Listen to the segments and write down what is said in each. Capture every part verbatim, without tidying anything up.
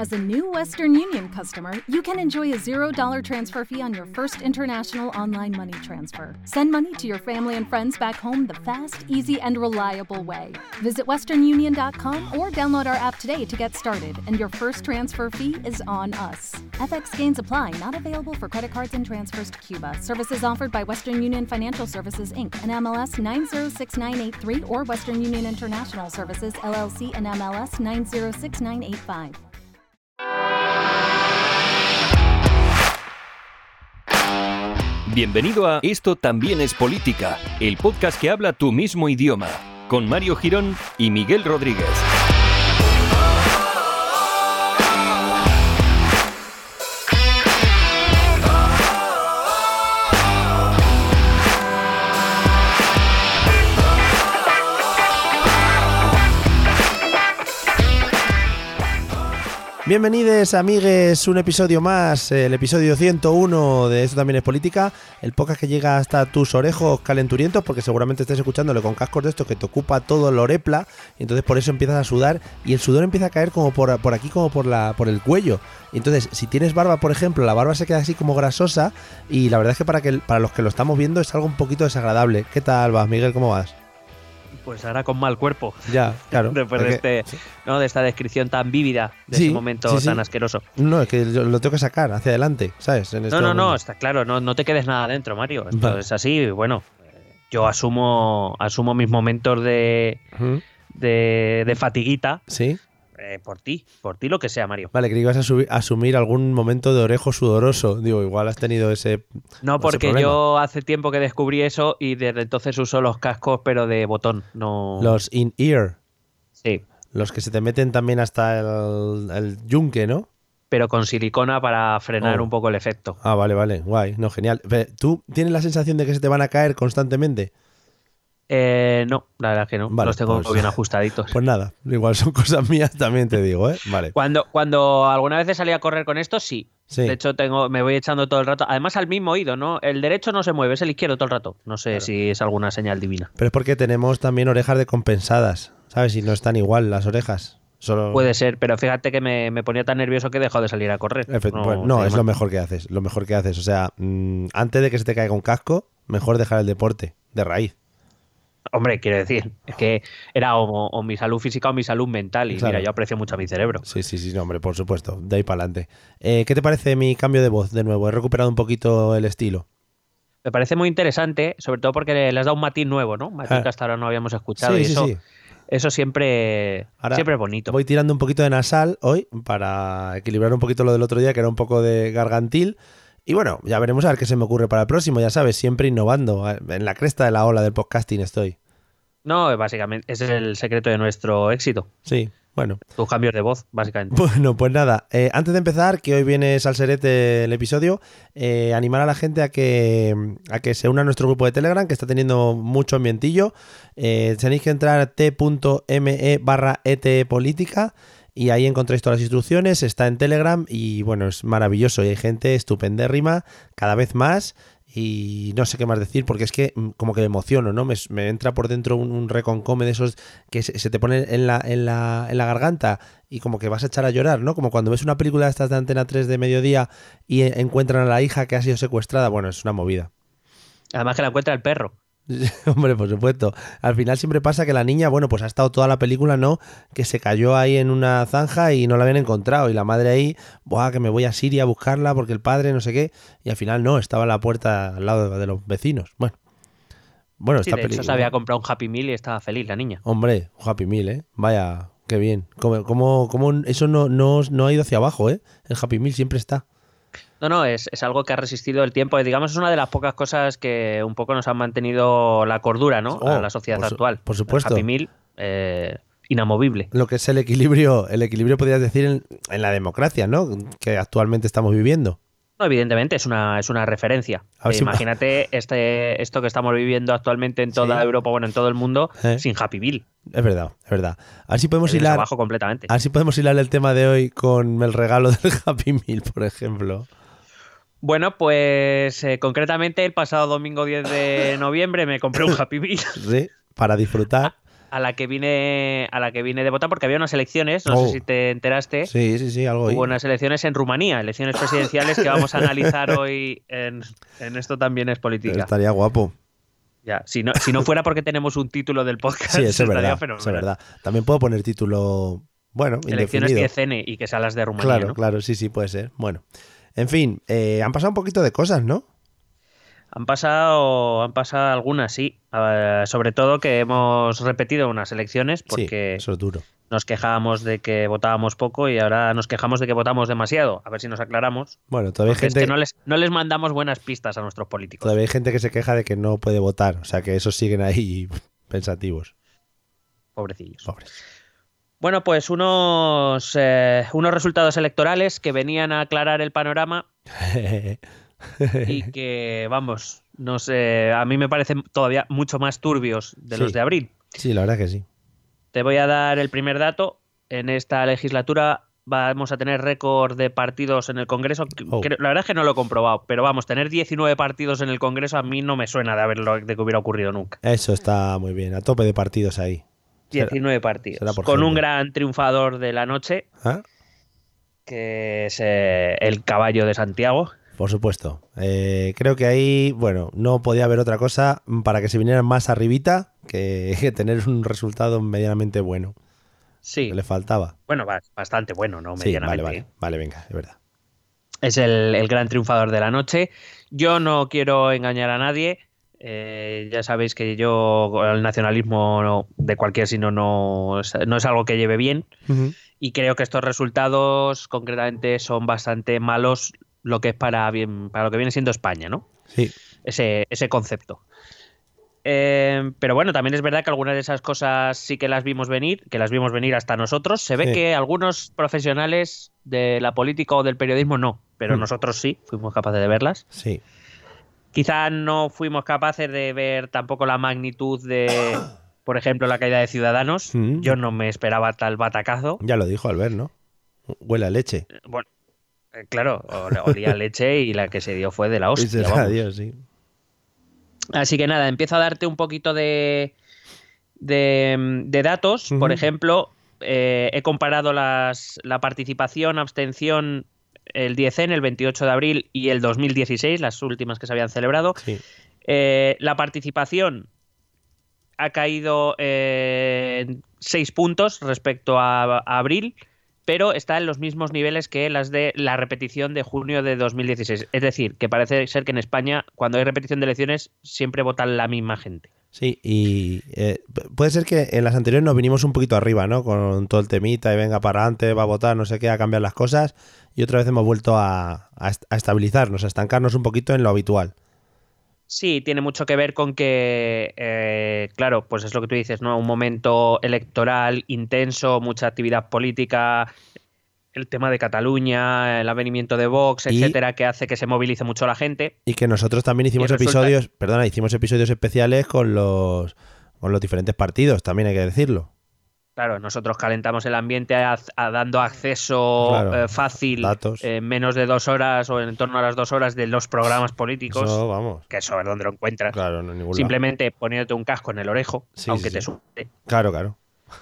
As a new Western Union customer, you can enjoy a zero dollar transfer fee on your first international online money transfer. Send money to your family and friends back home the fast, easy, and reliable way. Visit western union dot com or download our app today to get started, and your first transfer fee is on us. F X gains apply, not available for credit cards and transfers to Cuba. Services offered by Western Union Financial Services, Incorporated, and M L S nine zero six nine eight three, or Western Union International Services, L L C, and M L S nine zero six nine eight five. Bienvenido a Esto también es política, el podcast que habla tu mismo idioma, con Mario Girón y Miguel Rodríguez. Bienvenidos, amigues, un episodio más, el episodio ciento uno de Esto también es política, el podcast que llega hasta tus orejos calenturientos, porque seguramente estés escuchándolo con cascos de estos que te ocupa todo el orepla, y entonces por eso empiezas a sudar, y el sudor empieza a caer como por, por aquí, como por, la, por el cuello. Y entonces, si tienes barba, por ejemplo, la barba se queda así como grasosa, y la verdad es que para, que, para los que lo estamos viendo es algo un poquito desagradable. ¿Qué tal vas, Miguel? ¿Cómo vas? Pues ahora con mal cuerpo. Ya, claro. Después de, este, sí. ¿no? de esta descripción tan vívida, de sí, ese momento sí, sí. tan asqueroso. No, es que yo lo tengo que sacar hacia adelante, ¿sabes? En este no, no, momento. no, está claro, no, no te quedes nada dentro, Mario. Esto vale. es así, bueno, yo asumo asumo mis momentos de, uh-huh. de, de fatiguita. Sí. Eh, por ti, por ti lo que sea, Mario. Vale, creí que ibas a, subir, a asumir algún momento de orejo sudoroso. Digo, igual has tenido ese No, porque ese yo hace tiempo que descubrí eso y desde entonces uso los cascos, pero de botón, no... Los in-ear. Sí. Los que se te meten también hasta el, el yunque, ¿no? Pero con silicona para frenar oh. un poco el efecto. Ah, vale, vale, guay, no, genial. ¿Tú tienes la sensación de que se te van a caer constantemente? Eh, no, la verdad es que no. Vale, los tengo pues, bien ajustaditos. Pues nada, igual son cosas mías, también te digo, ¿eh? Vale. Cuando, cuando alguna vez he salido a correr con esto, sí. sí. De hecho, tengo, me voy echando todo el rato. Además, al mismo oído, ¿no? El derecho no se mueve, es el izquierdo todo el rato. No sé claro. si es alguna señal divina. Pero es porque tenemos también orejas decompensadas, ¿sabes? Y no están igual las orejas. Solo... Puede ser, pero fíjate que me, me ponía tan nervioso que he dejado de salir a correr. Efect- no, pues, no es mal. Lo mejor que haces, lo mejor que haces. O sea, mmm, antes de que se te caiga un casco, mejor dejar el deporte, de raíz. Hombre, quiero decir, es que era o, o mi salud física o mi salud mental. Y claro. mira, yo aprecio mucho a mi cerebro. Sí, sí, sí, no, hombre, por supuesto. De ahí para adelante. Eh, ¿Qué te parece mi cambio de voz de nuevo? He recuperado un poquito el estilo. Me parece muy interesante, sobre todo porque le has dado un matiz nuevo, ¿no? Un matiz ah. que hasta ahora no habíamos escuchado. Sí, y sí, eso, sí. Eso siempre, ahora siempre es bonito. Voy tirando un poquito de nasal hoy para equilibrar un poquito lo del otro día, que era un poco de gargantil. Y bueno, ya veremos a ver qué se me ocurre para el próximo. Ya sabes, siempre innovando. En la cresta de la ola del podcasting estoy. No, básicamente, ese es el secreto de nuestro éxito. Sí, bueno. Tus cambios de voz, básicamente. Bueno, pues nada, eh, antes de empezar, que hoy viene Salserete el episodio, eh, animar a la gente a que, a que se una a nuestro grupo de Telegram, que está teniendo mucho ambientillo. Eh, tenéis que entrar a t.me barra etpolítica y ahí encontráis todas las instrucciones, está en Telegram y bueno, es maravilloso y hay gente estupendérrima, cada vez más. Y no sé qué más decir, porque es que como que me emociono, ¿no? Me, me entra por dentro un, un reconcome de esos que se, se te pone en la, en, la, en la garganta y como que vas a echar a llorar, ¿no? Como cuando ves una película de estas de Antena tres de mediodía y encuentran a la hija que ha sido secuestrada. Bueno, es una movida. Además que la encuentra el perro. Hombre, por supuesto. Al final siempre pasa que la niña, bueno, pues ha estado toda la película, ¿no? Que se cayó ahí en una zanja y no la habían encontrado. Y la madre ahí, ¡buah! Que me voy a Siria a buscarla porque el padre no sé qué. Y al final no, estaba en la puerta al lado de, de los vecinos. Bueno. Bueno, sí, esta de película. hecho se había comprado un Happy Meal y estaba feliz la niña. Hombre, un Happy Meal, ¿eh? Vaya, qué bien. ¿Cómo, cómo, cómo eso no, no, no ha ido hacia abajo, ¿eh? El Happy Meal siempre está. No, no, es, es algo que ha resistido el tiempo. Digamos, es una de las pocas cosas que un poco nos han mantenido la cordura, ¿no? Oh, a la sociedad por su, actual. Por supuesto. El Happy Meal, eh, inamovible. Lo que es el equilibrio, el equilibrio podrías decir en, en la democracia, ¿no? Que actualmente estamos viviendo. No, evidentemente, es una, es una referencia. Eh, si imagínate va. este, esto que estamos viviendo actualmente en toda sí. Europa, bueno, en todo el mundo, ¿Eh? sin Happy Meal. Es verdad, es verdad. A ver si podemos es hilar. Abajo completamente. A ver si podemos hilar el tema de hoy con el regalo del Happy Meal, por ejemplo. Bueno, pues eh, concretamente el pasado domingo diez de noviembre me compré un Happy Meal. Sí, para disfrutar. a la que vine a la que vine de votar, porque había unas elecciones, no oh. sé si te enteraste. Sí, sí, sí, algo. Hubo unas elecciones en Rumanía, elecciones presidenciales que vamos a analizar hoy en, en Esto también es política. Estaría guapo. Ya, si no, si no fuera porque tenemos un título del podcast, sí, eso es verdad, fenomenal. eso es verdad. También puedo poner título, bueno, elecciones indefinido. diez ene y que salas de Rumanía, Claro, ¿no? claro, sí, sí, puede ser. Bueno, en fin, eh, han pasado un poquito de cosas, ¿no? Han pasado, han pasado algunas, sí. Uh, sobre todo que hemos repetido unas elecciones porque sí, eso es duro. Nos quejábamos de que votábamos poco y ahora nos quejamos de que votamos demasiado. A ver si nos aclaramos. Bueno, todavía hay gente... Es que no les, no les mandamos buenas pistas a nuestros políticos. Todavía hay gente que se queja de que no puede votar. O sea, que esos siguen ahí pensativos. Pobrecillos. Pobres. Bueno, pues unos, eh, unos resultados electorales que venían a aclarar el panorama y que, vamos, no sé, a mí me parecen todavía mucho más turbios de sí. los de abril. Sí, la verdad que sí. Te voy a dar el primer dato. En esta legislatura vamos a tener récord de partidos en el Congreso. Oh. La verdad es que no lo he comprobado, pero vamos, tener diecinueve partidos en el Congreso a mí no me suena de haberlo de que hubiera ocurrido nunca. Eso está muy bien, a tope de partidos ahí. diecinueve será, partidos. será con gente. Un gran triunfador de la noche, ¿Ah? que es eh, el Caballo de Santiago. Por supuesto. Eh, creo que ahí, bueno, no podía haber otra cosa para que se vinieran más arribita que, que tener un resultado medianamente bueno. Sí. Que le faltaba. Bueno, bastante bueno, ¿no? Sí, Medianamente. vale, vale. Vale, venga, es verdad. Es el, el gran triunfador de la noche. Yo no quiero engañar a nadie. Eh, ya sabéis que yo el nacionalismo no, de cualquier signo no, no es algo que lleve bien. Uh-huh. Y creo que estos resultados concretamente son bastante malos lo que es para bien para lo que viene siendo España, ¿no? Sí. Ese, ese concepto. Eh, pero bueno, también es verdad que algunas de esas cosas sí que las vimos venir, que las vimos venir hasta nosotros. Se ve sí. que algunos profesionales de la política o del periodismo no, pero hmm. nosotros sí, fuimos capaces de verlas. Sí. Quizá no fuimos capaces de ver tampoco la magnitud de, por ejemplo, la caída de Ciudadanos. Hmm. Yo no me esperaba tal batacazo. Ya lo dijo Albert, ¿no? Huele a leche. Bueno, eh, claro, olía a leche y la que se dio fue de la hostia. Vamos. Dios, sí. Así que nada, empiezo a darte un poquito de, de, de datos. Uh-huh. Por ejemplo, eh, he comparado las, la participación, abstención, el diez ene, el veintiocho de abril y el dos mil dieciséis, las últimas que se habían celebrado. Sí. Eh, la participación ha caído eh, en seis puntos respecto a, a abril, pero está en los mismos niveles que las de la repetición de junio de dos mil dieciséis. Es decir, que parece ser que en España, cuando hay repetición de elecciones, siempre votan la misma gente. Sí, y eh, puede ser que en las anteriores nos vinimos un poquito arriba, ¿no? Con todo el temita y venga para adelante, va a votar, no sé qué, a cambiar las cosas. Y otra vez hemos vuelto a, a, a estabilizarnos, a estancarnos un poquito en lo habitual. Sí, tiene mucho que ver con que, eh, claro, pues es lo que tú dices, ¿no? Un momento electoral intenso, mucha actividad política, el tema de Cataluña, el avenimiento de Vox, y, etcétera, que hace que se movilice mucho la gente. Y que nosotros también hicimos episodios, resulta... perdona, hicimos episodios especiales con los, con los diferentes partidos, también hay que decirlo. Claro, nosotros calentamos el ambiente a, a dando acceso claro, eh, fácil datos. en eh, menos de dos horas o en torno a las dos horas de los programas políticos. Eso, vamos. Que eso es donde lo encuentras. Claro, no en ningún Simplemente lado. poniéndote un casco en el orejo, sí, aunque sí, te sí. suene. Claro, claro.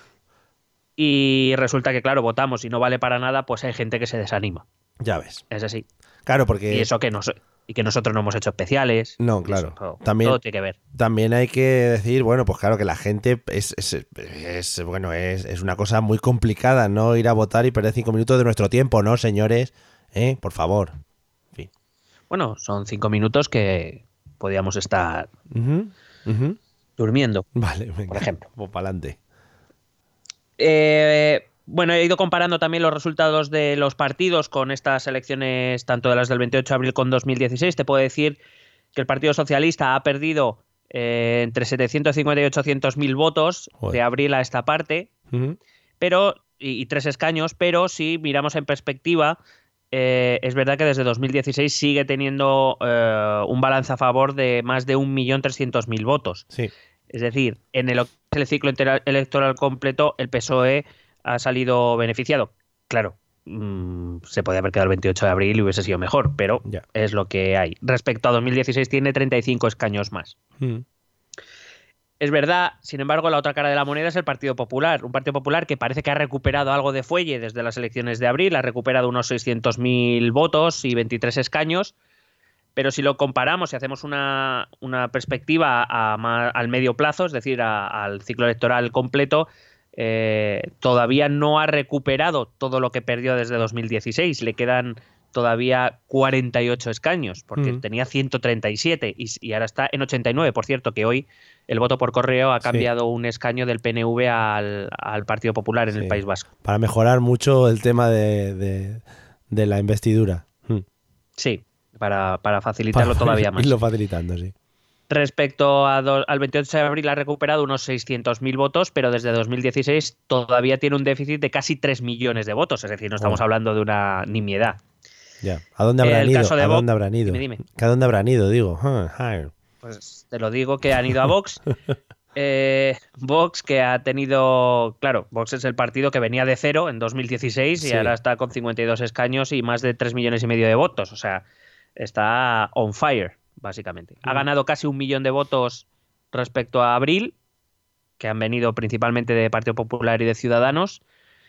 Y resulta que, claro, votamos y no vale para nada, pues hay gente que se desanima. Ya ves. Es así. Claro, porque... Y eso que nos... Y que nosotros no hemos hecho especiales. No, claro. Todo, también, todo tiene que ver. También hay que decir, bueno, pues claro que la gente es, es, es bueno, es, es una cosa muy complicada, ¿no? Ir a votar y perder cinco minutos de nuestro tiempo, ¿no, señores? ¿Eh? Por favor. En fin. Bueno, son cinco minutos que podíamos estar uh-huh, uh-huh. durmiendo. Vale, venga. Por ejemplo. Pues para adelante. Eh... Bueno, he ido comparando también los resultados de los partidos con estas elecciones, tanto de las del veintiocho de abril con dos mil dieciséis. Te puedo decir que el Partido Socialista ha perdido eh, entre setecientos cincuenta y ochocientos mil votos Joder. de abril a esta parte, uh-huh. pero y, y tres escaños, pero si miramos en perspectiva, eh, es verdad que desde dos mil dieciséis sigue teniendo eh, un balance a favor de más de un millón trescientos mil votos. Sí. Es decir, en el, el ciclo electoral completo, el P S O E ha salido beneficiado. Claro, mmm, se podía haber quedado el veintiocho de abril y hubiese sido mejor, pero yeah. es lo que hay. Respecto a dos mil dieciséis tiene treinta y cinco escaños más. Mm. Es verdad, sin embargo, la otra cara de la moneda es el Partido Popular. Un Partido Popular que parece que ha recuperado algo de fuelle desde las elecciones de abril, ha recuperado unos seiscientos mil votos y veintitrés escaños, pero si lo comparamos y hacemos una, una perspectiva a, a, al medio plazo, es decir, a, al ciclo electoral completo, eh, todavía no ha recuperado todo lo que perdió desde dos mil dieciséis. Le quedan todavía cuarenta y ocho escaños, porque mm. tenía ciento treinta y siete y, y ahora está en ochenta y nueve. Por cierto, que hoy el voto por correo ha cambiado sí. un escaño del P N V al, al Partido Popular en sí. el País Vasco. Para mejorar mucho el tema de, de, de la investidura. Hmm. Sí, para, para facilitarlo para todavía más. Irlo facilitando, sí. Respecto a do, al veintiocho de abril ha recuperado unos seiscientos mil votos, pero desde dos mil dieciséis todavía tiene un déficit de casi tres millones de votos. Es decir, no estamos oh. hablando de una nimiedad. Ya. ¿A dónde habrán el ido? Caso de ¿A Vox, dónde habrán ido? Dime, dime. ¿A dónde habrán ido? Digo. Pues te lo digo que han ido a Vox. eh, Vox que ha tenido... Claro, Vox es el partido que venía de cero en dos mil dieciséis y sí. ahora está con cincuenta y dos escaños y más de tres millones y medio de votos. O sea, está on fire, básicamente. Ha ganado casi un millón de votos respecto a abril, que han venido principalmente de Partido Popular y de Ciudadanos.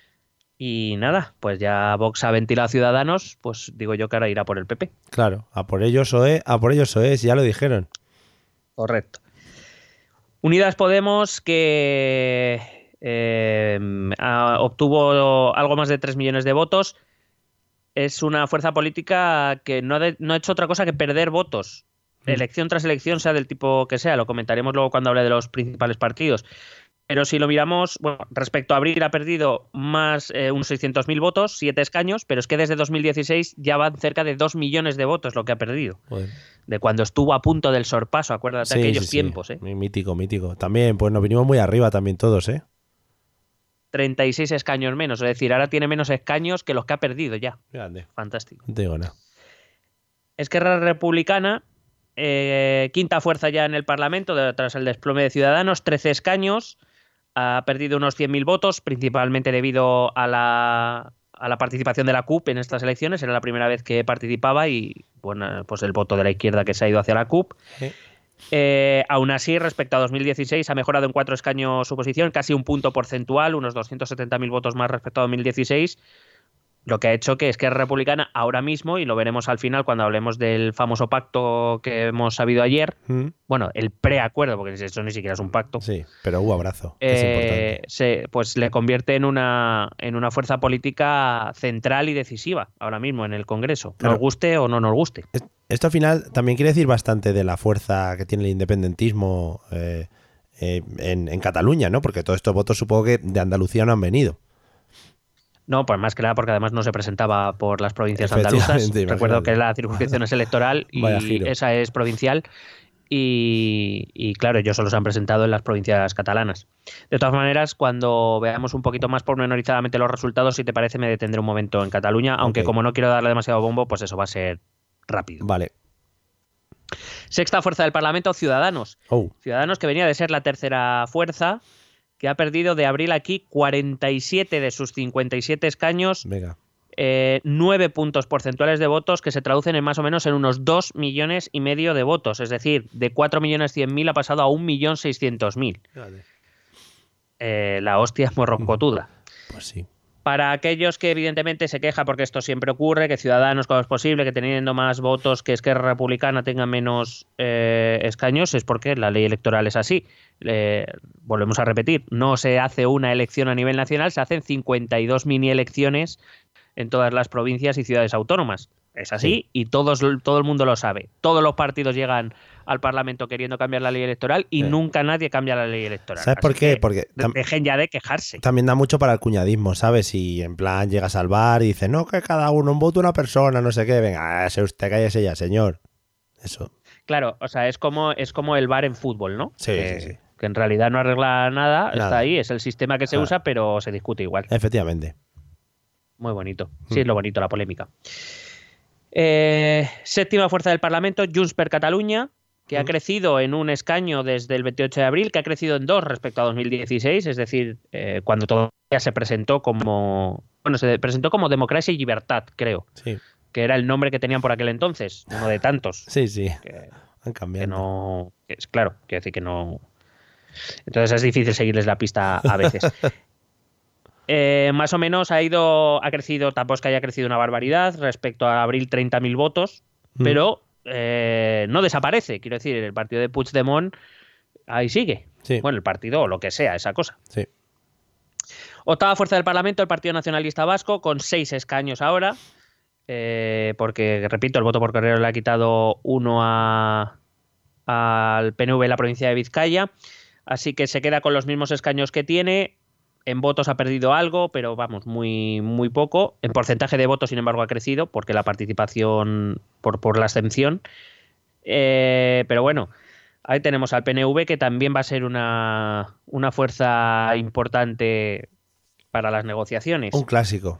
Y nada, pues ya Vox ha ventilado a Ciudadanos, pues digo yo que ahora irá por el P P. Claro, a por ellos o es, a por ellos o es, ya lo dijeron. Correcto. Unidas Podemos, que eh, obtuvo algo más de tres millones de votos, es una fuerza política que no ha, de, no ha hecho otra cosa que perder votos. Mm. Elección tras elección, sea del tipo que sea, lo comentaremos luego cuando hable de los principales partidos. Pero si lo miramos, bueno, respecto a abril ha perdido más eh, unos seiscientos mil votos, siete escaños, pero es que desde dos mil dieciséis ya van cerca de dos millones de votos lo que ha perdido. Bueno. De cuando estuvo a punto del sorpaso, acuérdate sí, de aquellos sí, tiempos. Sí. ¿eh? Mítico, mítico. También, pues nos vinimos muy arriba también todos, ¿eh? treinta y seis escaños menos, es decir, ahora tiene menos escaños que los que ha perdido ya. Grande. Fantástico. No te digo nada. Esquerra Republicana, eh, quinta fuerza ya en el Parlamento, de, tras el desplome de Ciudadanos, trece escaños. Ha perdido unos cien mil votos, principalmente debido a la, a la participación de la C U P en estas elecciones. Era la primera vez que participaba y bueno, pues el voto de la izquierda que se ha ido hacia la C U P. Sí. Eh, aún así, respecto a dos mil dieciséis, ha mejorado en cuatro escaños su posición, casi un punto porcentual, unos doscientos setenta mil votos más respecto a dos mil dieciséis. Lo que ha hecho que Esquerra Republicana ahora mismo, y lo veremos al final cuando hablemos del famoso pacto que hemos sabido ayer, ¿Mm? bueno, el preacuerdo, porque eso ni siquiera es un pacto. Sí, pero hubo abrazo, que eh, es importante. Se, pues le convierte en una, en una fuerza política central y decisiva ahora mismo en el Congreso, claro. Nos guste o no nos guste. Esto al final también quiere decir bastante de la fuerza que tiene el independentismo eh, eh, en, en Cataluña, ¿no? Porque todos estos votos supongo que de Andalucía no han venido. No, pues más que nada porque además no se presentaba por las provincias andaluzas. Recuerdo que la circunscripción es electoral y esa es provincial. Y, y claro, ellos solo se han presentado en las provincias catalanas. De todas maneras, cuando veamos un poquito más pormenorizadamente los resultados, si te parece, me detendré un momento en Cataluña, aunque okay. como no quiero darle demasiado bombo, pues eso va a ser rápido. Vale. Sexta fuerza del Parlamento, Ciudadanos. Oh. Ciudadanos, que venía de ser la tercera fuerza, que ha perdido de abril aquí cuarenta y siete de sus cincuenta y siete escaños, eh, nueve puntos porcentuales de votos, que se traducen en más o menos en unos dos millones y medio de votos. Es decir, de cuatro millones cien mil ha pasado a un millón seiscientos mil. Eh, la hostia es morrocotuda. Pues sí. Para aquellos que evidentemente se quejan, porque esto siempre ocurre, que Ciudadanos, como es posible, que teniendo más votos que Esquerra Republicana tenga menos eh, escaños, es porque la ley electoral es así. Eh, volvemos a repetir, no se hace una elección a nivel nacional, se hacen cincuenta y dos mini elecciones en todas las provincias y ciudades autónomas. Es así sí. y todos, todo el mundo lo sabe. Todos los partidos llegan al Parlamento queriendo cambiar la ley electoral y sí. nunca nadie cambia la ley electoral. ¿Sabes así por qué? Porque dejen ya de quejarse. También da mucho para el cuñadismo, ¿sabes? Y en plan llegas al bar y dices, no, que cada uno un voto una persona, no sé qué. Venga, se usted cállese ya, señor. Eso. Claro, o sea, es como, es como el bar en fútbol, ¿no? Sí, que, sí, sí. Que en realidad no arregla nada, nada, está ahí, es el sistema que se ah. usa, pero se discute igual. Efectivamente. Muy bonito. Sí, mm. es lo bonito, la polémica. Eh, séptima fuerza del Parlamento, Junts per Catalunya, que mm. ha crecido en un escaño desde el veintiocho de abril, que ha crecido en dos respecto a dos mil dieciséis, es decir, eh, cuando todavía se presentó como... Bueno, se presentó como Democracia y Libertad, creo. Sí. Que era el nombre que tenían por aquel entonces, uno de tantos. Sí, sí. Que, han cambiado. Que no... Es claro, quiero decir que no... Entonces es difícil seguirles la pista a veces. eh, más o menos ha ido, ha crecido, tampoco es que haya crecido una barbaridad respecto a abril, treinta mil votos, mm. pero eh, no desaparece. Quiero decir, el partido de Puigdemont ahí sigue. Sí. Bueno, el partido o lo que sea, esa cosa. Sí. Octava fuerza del Parlamento, el Partido Nacionalista Vasco, con seis escaños ahora, eh, porque, repito, el voto por correo le ha quitado uno a, al P N V en la provincia de Vizcaya, así que se queda con los mismos escaños que tiene. En votos ha perdido algo, pero vamos, muy, muy poco. En porcentaje de votos, sin embargo, ha crecido, porque la participación, por, por la abstención. Eh, pero bueno, ahí tenemos al P N V, que también va a ser una, una fuerza importante para las negociaciones. Un clásico.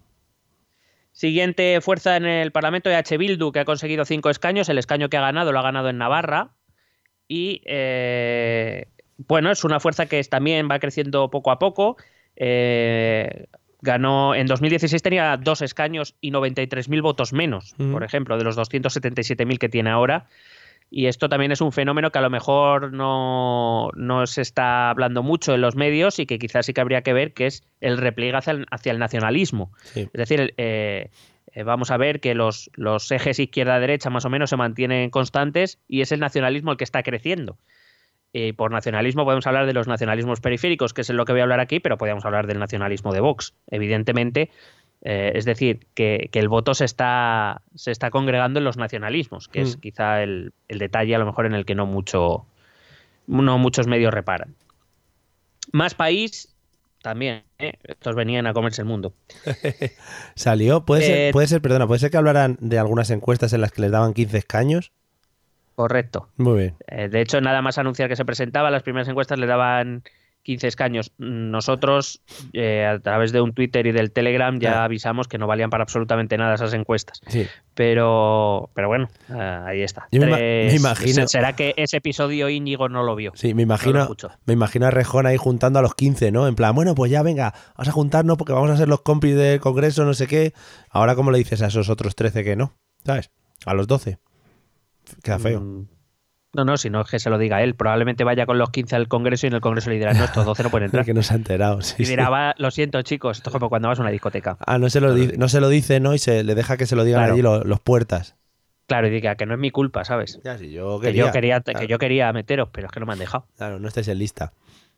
Siguiente fuerza en el Parlamento, E H Bildu, que ha conseguido cinco escaños. El escaño que ha ganado lo ha ganado en Navarra. Y eh, bueno, es una fuerza que también va creciendo poco a poco. Eh, ganó en dos mil dieciséis, tenía dos escaños y noventa y tres mil votos menos, mm. por ejemplo, de los doscientos setenta y siete mil que tiene ahora. Y esto también es un fenómeno que a lo mejor no, no se está hablando mucho en los medios y que quizás sí que habría que ver, que es el repliegue hacia el, hacia el nacionalismo. Sí. Es decir, eh, eh, vamos a ver que los, los ejes izquierda-derecha más o menos se mantienen constantes y es el nacionalismo el que está creciendo. Y por nacionalismo podemos hablar de los nacionalismos periféricos, que es en lo que voy a hablar aquí, pero podríamos hablar del nacionalismo de Vox, evidentemente. Eh, es decir, que, que el voto se está, se está congregando en los nacionalismos, que mm. es quizá el, el detalle a lo mejor en el que no, mucho, no muchos medios reparan. Más País, también, ¿eh? Estos venían a comerse el mundo. Salió, puede, eh, ser, puede ser, perdona, puede ser que hablaran de algunas encuestas en las que les daban quince escaños. Correcto. Muy bien. Eh, de hecho, nada más anunciar que se presentaba, las primeras encuestas le daban quince escaños. Nosotros, eh, a través de un Twitter y del Telegram, ya ah. avisamos que no valían para absolutamente nada esas encuestas. Sí. Pero, pero bueno, uh, ahí está. Yo me, Tres, me imagino. ¿Será que ese episodio Íñigo no lo vio? Sí, me imagino, no me imagino a Rejón ahí juntando a los quince, ¿no? En plan, bueno, pues ya venga, vamos a juntarnos porque vamos a ser los compis del Congreso, no sé qué. Ahora, ¿cómo le dices a esos otros trece que no? ¿Sabes? A los doce. Queda feo. Mm. No, no, si no es que se lo diga él. Probablemente vaya con los quince al Congreso y en el Congreso le dirán, no, estos doce no pueden entrar. Que no se ha enterado, sí. Y dirá, sí. va, lo siento, chicos, esto es como cuando vas a una discoteca. Ah, no se lo, di- no se lo dice, ¿no? Y se le deja que se lo digan claro. allí los, los puertas. Claro, y diga que no es mi culpa, ¿sabes? Ya, si yo quería. Que yo quería, claro. que yo quería meteros, pero es que no me han dejado. Claro, no estáis en lista.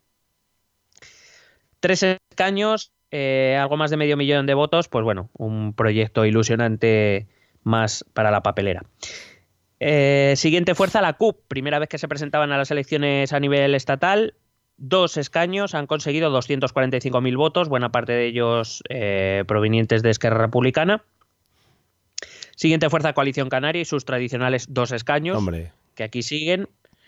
Tres escaños, eh, algo más de medio millón de votos, pues bueno, un proyecto ilusionante más para la papelera. Eh, siguiente fuerza, la C U P, primera vez que se presentaban a las elecciones a nivel estatal, dos escaños, han conseguido doscientos cuarenta y cinco mil votos, buena parte de ellos eh, provenientes de Esquerra Republicana. Siguiente fuerza, Coalición Canaria y sus tradicionales dos escaños, Hombre. que aquí siguen.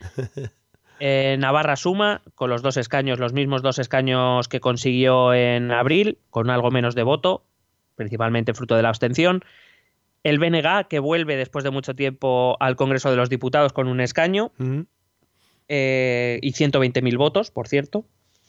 Eh, Navarra suma con los dos escaños, los mismos dos escaños que consiguió en abril, con algo menos de voto, principalmente fruto de la abstención. El B N G, que vuelve después de mucho tiempo al Congreso de los Diputados con un escaño uh-huh. eh, y ciento veinte mil votos, por cierto.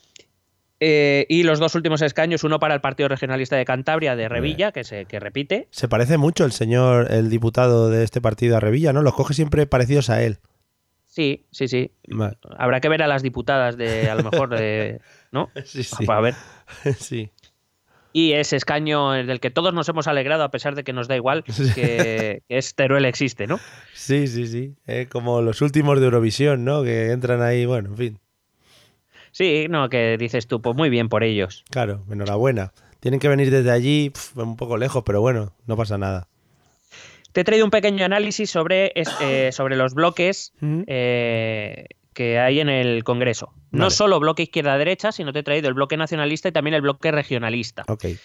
Eh, y los dos últimos escaños, uno para el Partido Regionalista de Cantabria, de Revilla, que, se, que repite. Se parece mucho el señor, el diputado de este partido a Revilla, ¿no? Los coge siempre parecidos a él. Sí, sí, sí. Vale. Habrá que ver a las diputadas de, a lo mejor, de, ¿no? Sí, sí. A ver. Sí. Y ese escaño del que todos nos hemos alegrado, a pesar de que nos da igual, que, que es Teruel existe, ¿no? Sí, sí, sí. Eh, como los últimos de Eurovisión, ¿no? Que entran ahí, bueno, en fin. Sí, no, que dices tú, pues muy bien por ellos. Claro, enhorabuena. Tienen que venir desde allí, pf, un poco lejos, pero bueno, no pasa nada. Te he traído un pequeño análisis sobre, eh, sobre los bloques ¿Mm? eh, que hay en el Congreso. No vale. Solo bloque izquierda-derecha, sino te he traído el bloque nacionalista y también el bloque regionalista. Ok. Eh,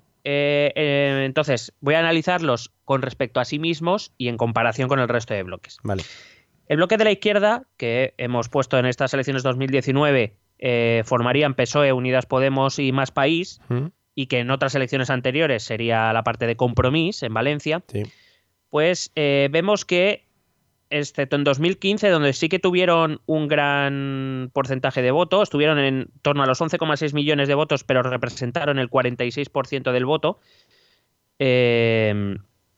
eh, entonces, voy a analizarlos con respecto a sí mismos y en comparación con el resto de bloques. Vale. El bloque de la izquierda, que hemos puesto en estas elecciones dos mil diecinueve, eh, formarían P S O E, Unidas Podemos y Más País, ¿Mm? Y que en otras elecciones anteriores sería la parte de Compromís, en Valencia. Sí. Pues eh, vemos que, excepto en dos mil quince, donde sí que tuvieron un gran porcentaje de votos, estuvieron en torno a los once coma seis millones de votos, pero representaron el cuarenta y seis por ciento del voto. Eh,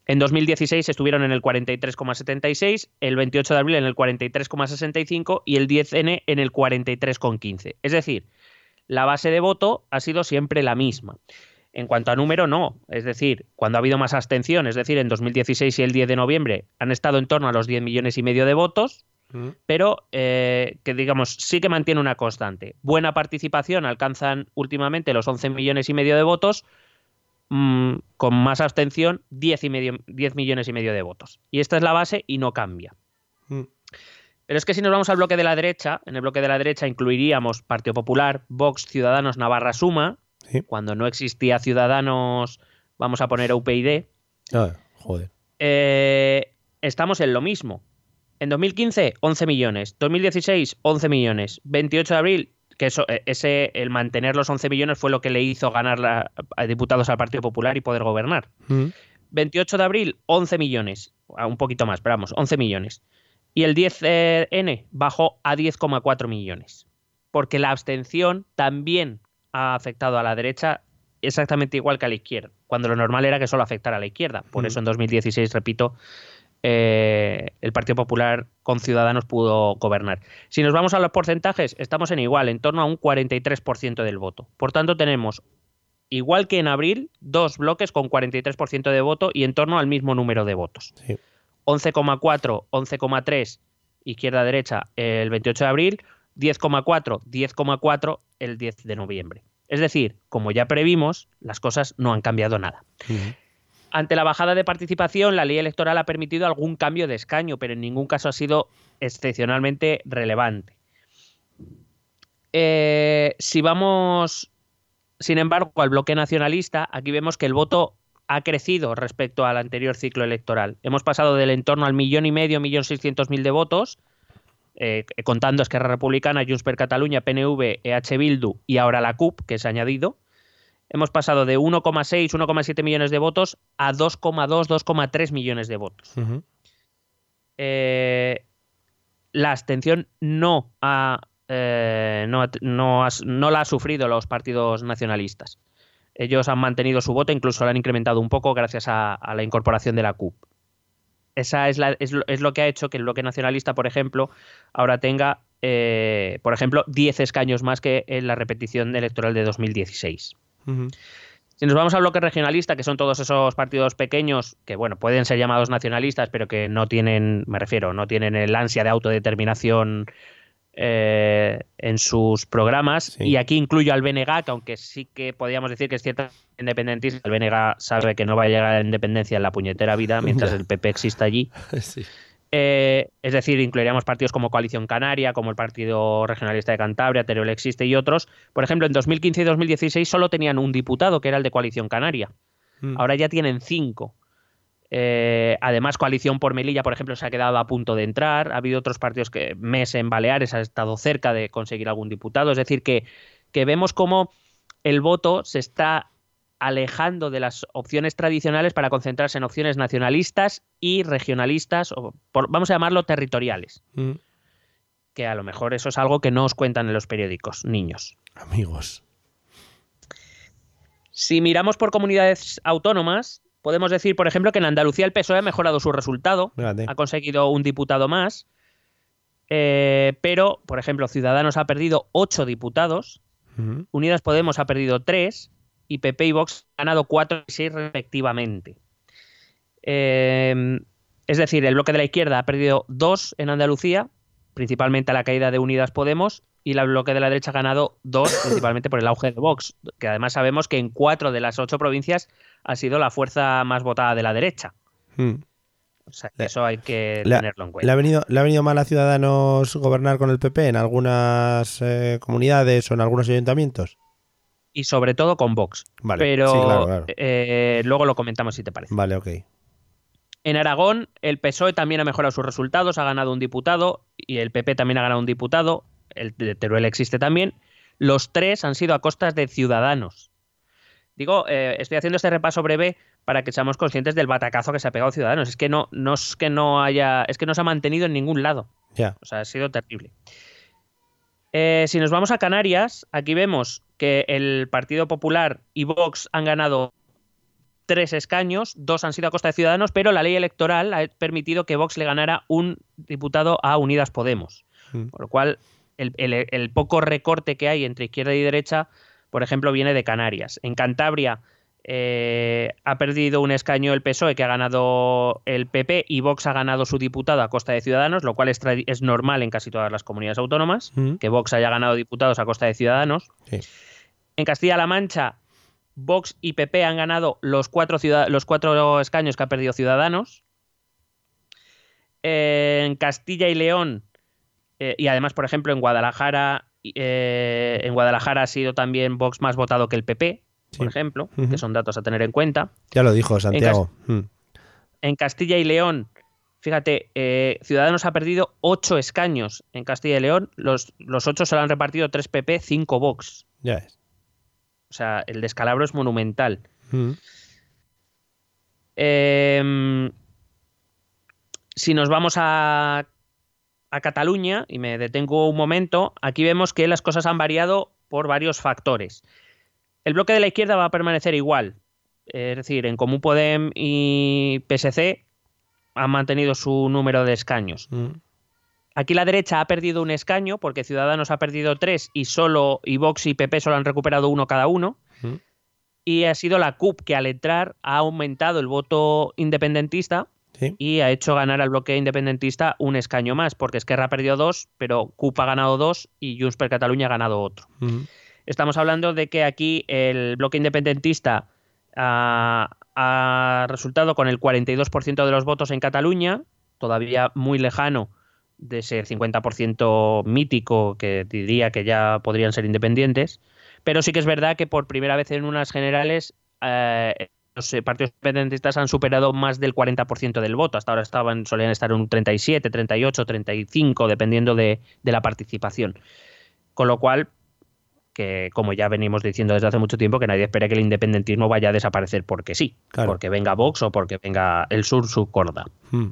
En dos mil dieciséis estuvieron en el cuarenta y tres coma setenta y seis, el veintiocho de abril en el cuarenta y tres coma sesenta y cinco y el diez ene en el cuarenta y tres coma quince. Es decir, la base de voto ha sido siempre la misma. En cuanto a número, no. Es decir, cuando ha habido más abstención, es decir, en dos mil dieciséis y el diez de noviembre han estado en torno a los diez millones y medio de votos, mm. pero eh, que digamos sí que mantiene una constante. Buena participación, alcanzan últimamente los once millones y medio de votos, mmm, con más abstención diez, y medio, diez millones y medio de votos. Y esta es la base y no cambia. Mm. Pero es que si nos vamos al bloque de la derecha, en el bloque de la derecha incluiríamos Partido Popular, Vox, Ciudadanos, Navarra Suma. Sí. Cuando no existía Ciudadanos, vamos a poner a U P YD. Ah, joder. Eh, estamos en lo mismo. En dos mil quince, once millones. dos mil dieciséis, once millones. veintiocho de abril, que eso, ese, el mantener los once millones fue lo que le hizo ganar la, a diputados al Partido Popular y poder gobernar. Mm. veintiocho de abril, once millones. Un poquito más, pero vamos, once millones. Y el diez ene bajó a diez coma cuatro millones. Porque la abstención también ha afectado a la derecha exactamente igual que a la izquierda, cuando lo normal era que solo afectara a la izquierda. Por mm. eso en dos mil dieciséis, repito, eh, el Partido Popular con Ciudadanos pudo gobernar. Si nos vamos a los porcentajes, estamos en igual, en torno a un cuarenta y tres por ciento del voto. Por tanto, tenemos, igual que en abril, dos bloques con cuarenta y tres por ciento de voto y en torno al mismo número de votos. Sí. once coma cuatro, once coma tres, izquierda-derecha el veintiocho de abril, diez coma cuatro, diez coma cuatro el diez de noviembre. Es decir, como ya previmos, las cosas no han cambiado nada. Uh-huh. Ante la bajada de participación, la ley electoral ha permitido algún cambio de escaño, pero en ningún caso ha sido excepcionalmente relevante. Eh, si vamos, sin embargo, al bloque nacionalista, aquí vemos que el voto ha crecido respecto al anterior ciclo electoral. Hemos pasado del entorno al millón y medio, millón seiscientos mil de votos, Eh, contando Esquerra Republicana, Junts per Catalunya, P N V, E H Bildu y ahora la C U P, que se ha añadido. Hemos pasado de uno coma seis, uno coma siete millones de votos a dos coma dos, dos coma tres millones de votos. Uh-huh. Eh, la abstención no, ha, eh, no, no, ha, no la ha sufrido los partidos nacionalistas. Ellos han mantenido su voto, incluso lo han incrementado un poco gracias a, a la incorporación de la C U P. Esa es, la, es, lo, es lo que ha hecho que el bloque nacionalista, por ejemplo, ahora tenga, eh, por ejemplo, diez escaños más que en la repetición electoral de dos mil dieciséis. Uh-huh. Si nos vamos al bloque regionalista, que son todos esos partidos pequeños que, bueno, pueden ser llamados nacionalistas, pero que no tienen, me refiero, no tienen el ansia de autodeterminación eh, en sus programas. Sí. Y aquí incluyo al B N G, que aunque sí que podríamos decir que es cierta independentista, el B N G sabe que no va a llegar a la independencia en la puñetera vida mientras el P P exista allí. Sí. Eh, es decir, incluiríamos partidos como Coalición Canaria, como el Partido Regionalista de Cantabria, Teruel Existe y otros. Por ejemplo, en dos mil quince y dos mil dieciséis solo tenían un diputado, que era el de Coalición Canaria. Mm. Ahora ya tienen cinco. Eh, además, Coalición por Melilla, por ejemplo, se ha quedado a punto de entrar. Ha habido otros partidos que M E S en Baleares ha estado cerca de conseguir algún diputado. Es decir, que, que vemos cómo el voto se está alejando de las opciones tradicionales para concentrarse en opciones nacionalistas y regionalistas, o por, vamos a llamarlo territoriales. Mm. Que a lo mejor eso es algo que no os cuentan en los periódicos, niños. Amigos. Si miramos por comunidades autónomas, podemos decir, por ejemplo, que en Andalucía el P S O E ha mejorado su resultado, Fíjate. ha conseguido un diputado más, eh, pero, por ejemplo, Ciudadanos ha perdido ocho diputados, uh-huh. Unidas Podemos ha perdido tres, y P P y Vox han ganado cuatro y seis respectivamente. Eh, es decir, el bloque de la izquierda ha perdido dos en Andalucía, principalmente a la caída de Unidas Podemos, y el bloque de la derecha ha ganado dos, principalmente por el auge de Vox, que además sabemos que en cuatro de las ocho provincias ha sido la fuerza más votada de la derecha. Hmm. O sea, que eso hay que le, tenerlo en cuenta. ¿le ha, venido, ¿Le ha venido mal a Ciudadanos gobernar con el P P en algunas eh, comunidades o en algunos ayuntamientos? Y sobre todo con Vox. Vale, pero sí, claro, claro. Eh, luego lo comentamos si te parece. Vale, ok. En Aragón, el P S O E también ha mejorado sus resultados, ha ganado un diputado, y el P P también ha ganado un diputado, el de Teruel Existe también. Los tres han sido a costas de Ciudadanos. Digo, eh, estoy haciendo este repaso breve para que seamos conscientes del batacazo que se ha pegado Ciudadanos. Es que no, no es que no haya, es que no se ha mantenido en ningún lado. Ya. Yeah. O sea, ha sido terrible. Eh, si nos vamos a Canarias, aquí vemos que el Partido Popular y Vox han ganado tres escaños, dos han sido a costa de Ciudadanos, pero la ley electoral ha permitido que Vox le ganara un diputado a Unidas Podemos. Mm. Por lo cual, el, el, el poco recorte que hay entre izquierda y derecha, por ejemplo, viene de Canarias. En Cantabria eh, ha perdido un escaño el P S O E, que ha ganado el P P, y Vox ha ganado su diputado a costa de Ciudadanos, lo cual es, es normal en casi todas las comunidades autónomas, mm. que Vox haya ganado diputados a costa de Ciudadanos. Sí. En Castilla-La Mancha, Vox y P P han ganado los cuatro, ciudad- los cuatro escaños que ha perdido Ciudadanos. Eh, en Castilla y León, eh, y además, por ejemplo, en Guadalajara, eh, en Guadalajara ha sido también Vox más votado que el P P, sí. por ejemplo, uh-huh. que son datos a tener en cuenta. Ya lo dijo Santiago. En, Cas- mm. en Castilla y León, fíjate, eh, Ciudadanos ha perdido ocho escaños en Castilla y León. Los, los ocho se lo han repartido tres P P, cinco Vox. Ya es. O sea, el descalabro es monumental. Mm. Eh, si nos vamos a, a Cataluña, y me detengo un momento, aquí vemos que las cosas han variado por varios factores. El bloque de la izquierda va a permanecer igual. Es decir, en Comú Podem y P S C han mantenido su número de escaños. Mm. Aquí la derecha ha perdido un escaño porque Ciudadanos ha perdido tres y solo y Vox y P P solo han recuperado uno cada uno. ¿Mm? Y ha sido la C U P que al entrar ha aumentado el voto independentista, ¿sí? Y ha hecho ganar al bloque independentista un escaño más, porque Esquerra ha perdido dos, pero C U P ha ganado dos y Junts per Catalunya ha ganado otro. ¿Mm? Estamos hablando de que aquí el bloque independentista ha, ha resultado con el cuarenta y dos por ciento de los votos en Cataluña, todavía muy lejano de ese cincuenta por ciento mítico que diría que ya podrían ser independientes, pero sí que es verdad que por primera vez en unas generales eh, los partidos independentistas han superado más del cuarenta por ciento del voto. Hasta ahora estaban solían estar en un treinta y siete, treinta y ocho, treinta y cinco, dependiendo de, de la participación. Con lo cual, que como ya venimos diciendo desde hace mucho tiempo, que nadie espere que el independentismo vaya a desaparecer porque sí, claro. porque venga Vox o porque venga el sur subcorda. Hmm.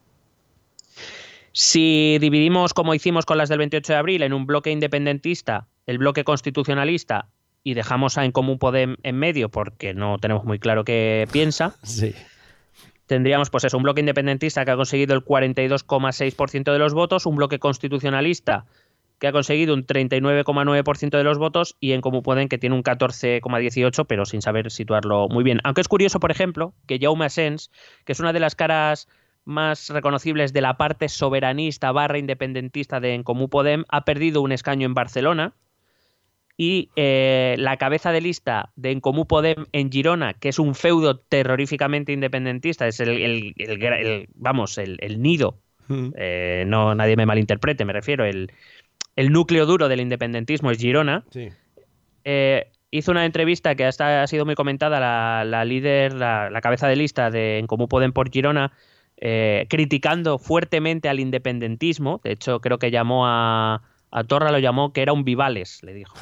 Si dividimos, como hicimos con las del veintiocho de abril, en un bloque independentista, el bloque constitucionalista, y dejamos a En Comú Podem en medio porque no tenemos muy claro qué piensa, sí. tendríamos pues eso, un bloque independentista que ha conseguido el cuarenta y dos coma seis por ciento de los votos, un bloque constitucionalista que ha conseguido un treinta y nueve coma nueve por ciento de los votos, y En Comú Podem que tiene un catorce coma dieciocho por ciento, pero sin saber situarlo muy bien. Aunque es curioso, por ejemplo, que Jaume Asens, que es una de las caras más reconocibles de la parte soberanista barra independentista de En Comú Podem, ha perdido un escaño en Barcelona, y eh, la cabeza de lista de En Comú Podem en Girona, que es un feudo terroríficamente independentista, es el, el, el, el, el vamos, el, el nido, mm. eh, no nadie me malinterprete, me refiero, el, el núcleo duro del independentismo es Girona. Sí. Eh, hizo una entrevista que hasta ha sido muy comentada, la, la líder, la, la cabeza de lista de En Comú Podem por Girona, Eh, criticando fuertemente al independentismo. De hecho, creo que llamó a, a Torra, lo llamó que era un Vivales, le dijo.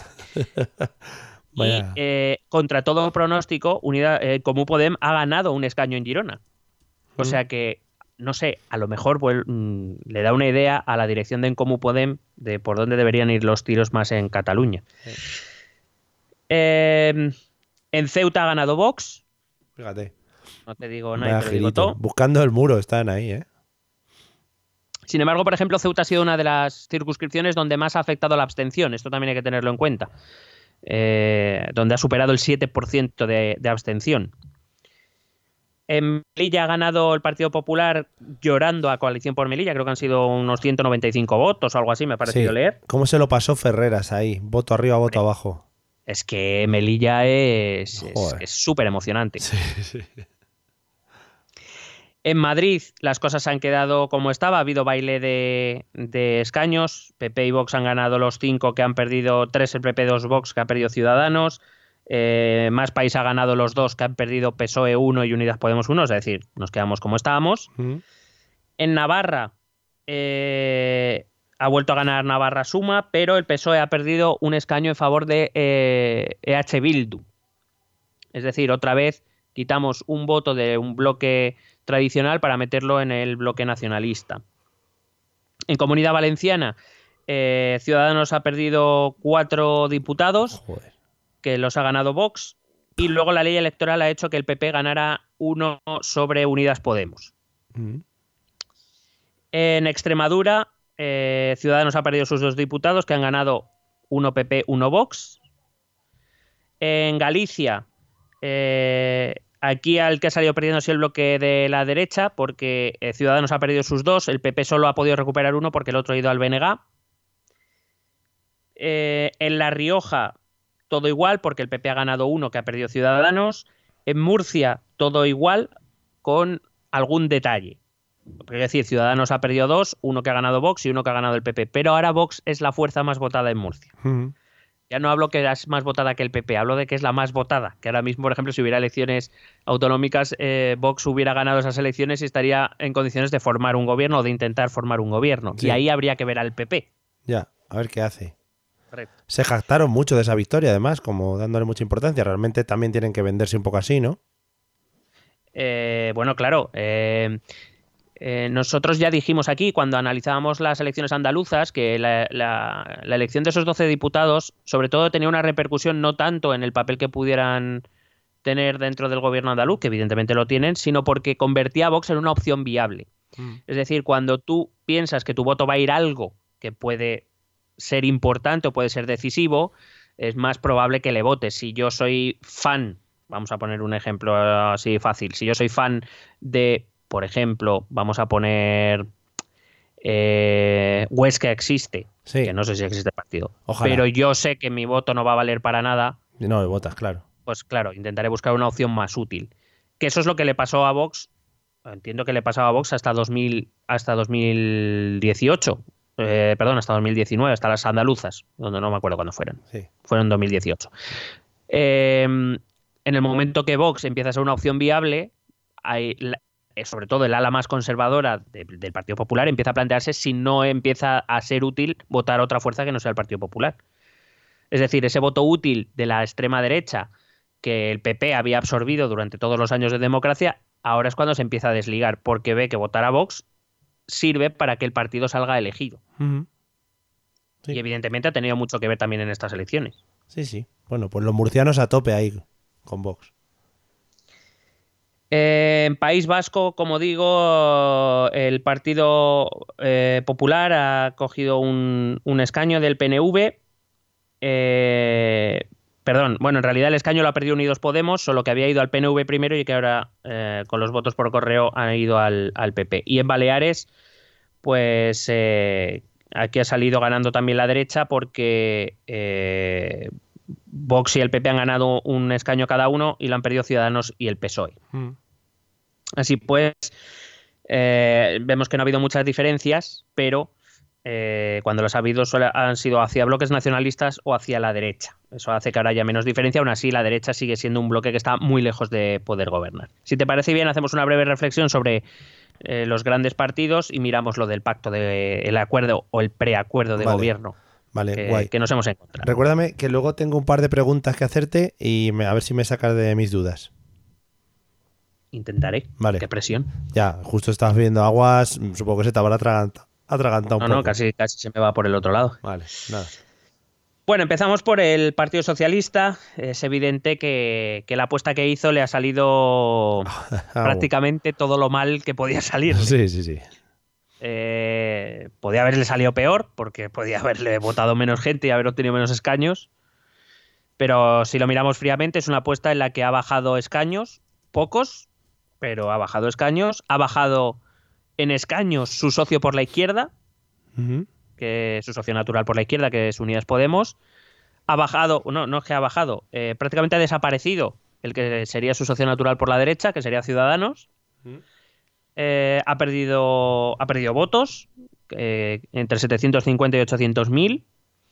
Y eh, contra todo pronóstico, Unidad, eh, Comú Podem ha ganado un escaño en Girona. O mm. sea que, no sé, a lo mejor pues, mm, le da una idea a la dirección de En Comú Podem de por dónde deberían ir los tiros más en Cataluña. Sí. Eh, en Ceuta ha ganado Vox. Fíjate. No te digo nada, te digo todo. Buscando el muro, están ahí, ¿eh? Sin embargo, por ejemplo, Ceuta ha sido una de las circunscripciones donde más ha afectado la abstención. Esto también hay que tenerlo en cuenta. Eh, donde ha superado el siete por ciento de, de abstención. En Melilla ha ganado el Partido Popular llorando a Coalición por Melilla. Creo que han sido unos ciento noventa y cinco votos o algo así, me ha parecido sí. leer. ¿Cómo se lo pasó Ferreras ahí? Voto arriba, voto Hombre, abajo. Es que Melilla es súper emocionante. Sí, sí. En Madrid las cosas han quedado como estaba, ha habido baile de, de escaños, P P y Vox han ganado los cinco que han perdido, tres el P P, dos Vox que ha perdido Ciudadanos, eh, Más País ha ganado los dos que han perdido P S O E uno y Unidas Podemos uno, es decir, nos quedamos como estábamos. Uh-huh. En Navarra eh, ha vuelto a ganar Navarra Suma, pero el P S O E ha perdido un escaño en favor de eh, E H Bildu. Es decir, otra vez quitamos un voto de un bloque tradicional para meterlo en el bloque nacionalista. En Comunidad Valenciana, eh, Ciudadanos ha perdido cuatro diputados, Joder. que los ha ganado Vox, y luego la ley electoral ha hecho que el P P ganara uno sobre Unidas Podemos. Mm. En Extremadura, eh, Ciudadanos ha perdido sus dos diputados, que han ganado uno P P, uno Vox. En Galicia, eh, aquí al que ha salido perdiendo es el bloque de la derecha, porque eh, Ciudadanos ha perdido sus dos, el P P solo ha podido recuperar uno porque el otro ha ido al B N G. Eh, en La Rioja, todo igual, porque el P P ha ganado uno que ha perdido Ciudadanos. En Murcia, todo igual, con algún detalle. Es decir, Ciudadanos ha perdido dos, uno que ha ganado Vox y uno que ha ganado el P P. Pero ahora Vox es la fuerza más votada en Murcia. Mm. Ya no hablo que es más votada que el P P, hablo de que es la más votada. Que ahora mismo, por ejemplo, si hubiera elecciones autonómicas, eh, Vox hubiera ganado esas elecciones y estaría en condiciones de formar un gobierno o de intentar formar un gobierno. Sí. Y ahí habría que ver al P P. Ya, a ver qué hace. Correcto. Se jactaron mucho de esa victoria, además, como dándole mucha importancia. Realmente también tienen que venderse un poco así, ¿no? Eh, bueno, claro. Eh, eh, nosotros ya dijimos aquí, cuando analizábamos las elecciones andaluzas, que la, la, la elección de esos doce diputados, sobre todo, tenía una repercusión no tanto en el papel que pudieran tener dentro del gobierno andaluz, que evidentemente lo tienen, sino porque convertía a Vox en una opción viable. Mm. Es decir, cuando tú piensas que tu voto va a ir a algo que puede ser importante o puede ser decisivo, es más probable que le votes. Si yo soy fan, vamos a poner un ejemplo así fácil, si yo soy fan de, por ejemplo, vamos a poner eh, Huesca existe, sí. Que no sé si existe el partido, ojalá. Pero yo sé que mi voto no va a valer para nada. No, votas, claro. Pues claro, intentaré buscar una opción más útil. Que eso es lo que le pasó a Vox, entiendo que le pasaba a Vox hasta dos mil, hasta dos mil dieciocho. Eh, perdón, hasta dos mil diecinueve, hasta las andaluzas, donde no me acuerdo cuándo fueron. Sí. Fueron en dos mil dieciocho. Eh, en el momento que Vox empieza a ser una opción viable, hay, sobre todo el ala más conservadora de, del Partido Popular empieza a plantearse si no empieza a ser útil votar a otra fuerza que no sea el Partido Popular. Es decir, ese voto útil de la extrema derecha que el P P había absorbido durante todos los años de democracia, ahora es cuando se empieza a desligar, porque ve que votar a Vox sirve para que el partido salga elegido. Uh-huh. Sí. Y evidentemente ha tenido mucho que ver también en estas elecciones. Sí, sí. Bueno, pues los murcianos a tope ahí con Vox. Eh, en País Vasco, como digo, el Partido eh, Popular ha cogido un, un escaño del P N V. Eh, perdón, bueno, en realidad el escaño lo ha perdido Unidos Podemos, solo que había ido al P N V primero y que ahora eh, con los votos por correo han ido al, al P P. Y en Baleares, pues eh, aquí ha salido ganando también la derecha porque eh, Vox y el P P han ganado un escaño cada uno y lo han perdido Ciudadanos y el P S O E. Mm. Así pues, eh, vemos que no ha habido muchas diferencias, pero eh, cuando los ha habido han sido hacia bloques nacionalistas o hacia la derecha. Eso hace que ahora haya menos diferencia, aún así la derecha sigue siendo un bloque que está muy lejos de poder gobernar. Si te parece bien, hacemos una breve reflexión sobre eh, los grandes partidos y miramos lo del pacto, de, el acuerdo o el preacuerdo de vale. gobierno. Vale, que, guay. que nos hemos encontrado. Recuérdame que luego tengo un par de preguntas que hacerte y me, a ver si me sacas de mis dudas. Intentaré. Vale. Qué presión. Ya, justo estabas bebiendo aguas, supongo que se te habrá atragantado, atragantado un no, poco. No, casi, casi se me va por el otro lado. Vale, nada. Bueno, empezamos por el Partido Socialista. Es evidente que, que la apuesta que hizo le ha salido prácticamente todo lo mal que podía salir. Sí, sí, sí. Eh, podía haberle salido peor, porque podía haberle votado menos gente y haber obtenido menos escaños. Pero si lo miramos fríamente, es una apuesta en la que ha bajado escaños, pocos, pero ha bajado escaños. Ha bajado en escaños su socio por la izquierda, uh-huh. que es su socio natural por la izquierda, que es Unidas Podemos. Ha bajado, no, no es que ha bajado, eh, prácticamente ha desaparecido el que sería su socio natural por la derecha, que sería Ciudadanos. Uh-huh. Eh, ha perdido ha perdido votos, eh, entre setecientos cincuenta y ochocientos mil.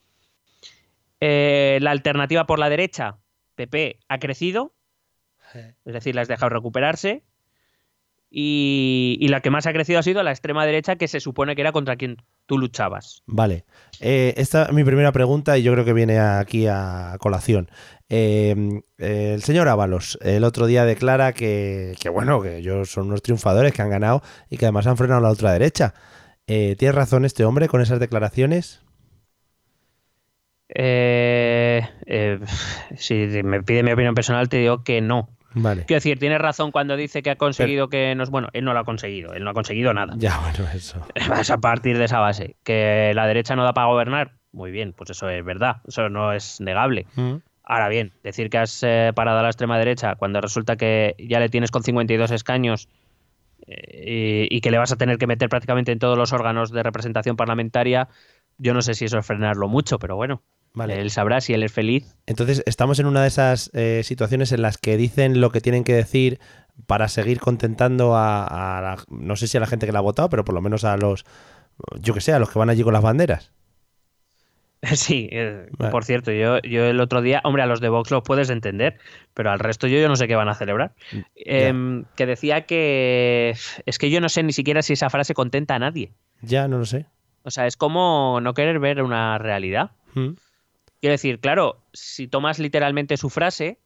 Eh, la alternativa por la derecha, P P, ha crecido, es decir, la has dejado recuperarse. Y, y la que más ha crecido ha sido la extrema derecha, que se supone que era contra quien tú luchabas. Vale. Eh, esta es mi primera pregunta y yo creo que viene aquí a colación. Eh, eh, el señor Ábalos el otro día declara que, que bueno, que ellos son unos triunfadores que han ganado y que además han frenado a la ultraderecha. Eh, ¿Tiene razón este hombre con esas declaraciones? Eh, eh, si me pide mi opinión personal, te digo que no. Vale. Quiero decir, tienes razón cuando dice que ha conseguido Pero... que nos... Bueno, él no lo ha conseguido, él no ha conseguido nada. Ya, bueno, eso. Vas a partir de esa base. Que la derecha no da para gobernar, muy bien, pues eso es verdad, eso no es negable. Mm. Ahora bien, decir que has eh, parado a la extrema derecha cuando resulta que ya le tienes con cincuenta y dos escaños eh, y, y que le vas a tener que meter prácticamente en todos los órganos de representación parlamentaria, yo no sé si eso es frenarlo mucho, pero bueno. Vale. Él sabrá si él es feliz. Entonces, estamos en una de esas eh, situaciones en las que dicen lo que tienen que decir para seguir contentando a, a la, no sé si a la gente que la ha votado, pero por lo menos a los, yo que sé, a los que van allí con las banderas. Sí, eh, vale. Por cierto, yo, yo el otro día, hombre, a los de Vox los puedes entender, pero al resto yo, yo no sé qué van a celebrar. Eh, que decía que es que yo no sé ni siquiera si esa frase contenta a nadie. Ya, no lo sé. O sea, es como no querer ver una realidad. ¿Mm? Quiero decir, claro, si tomas literalmente su frase,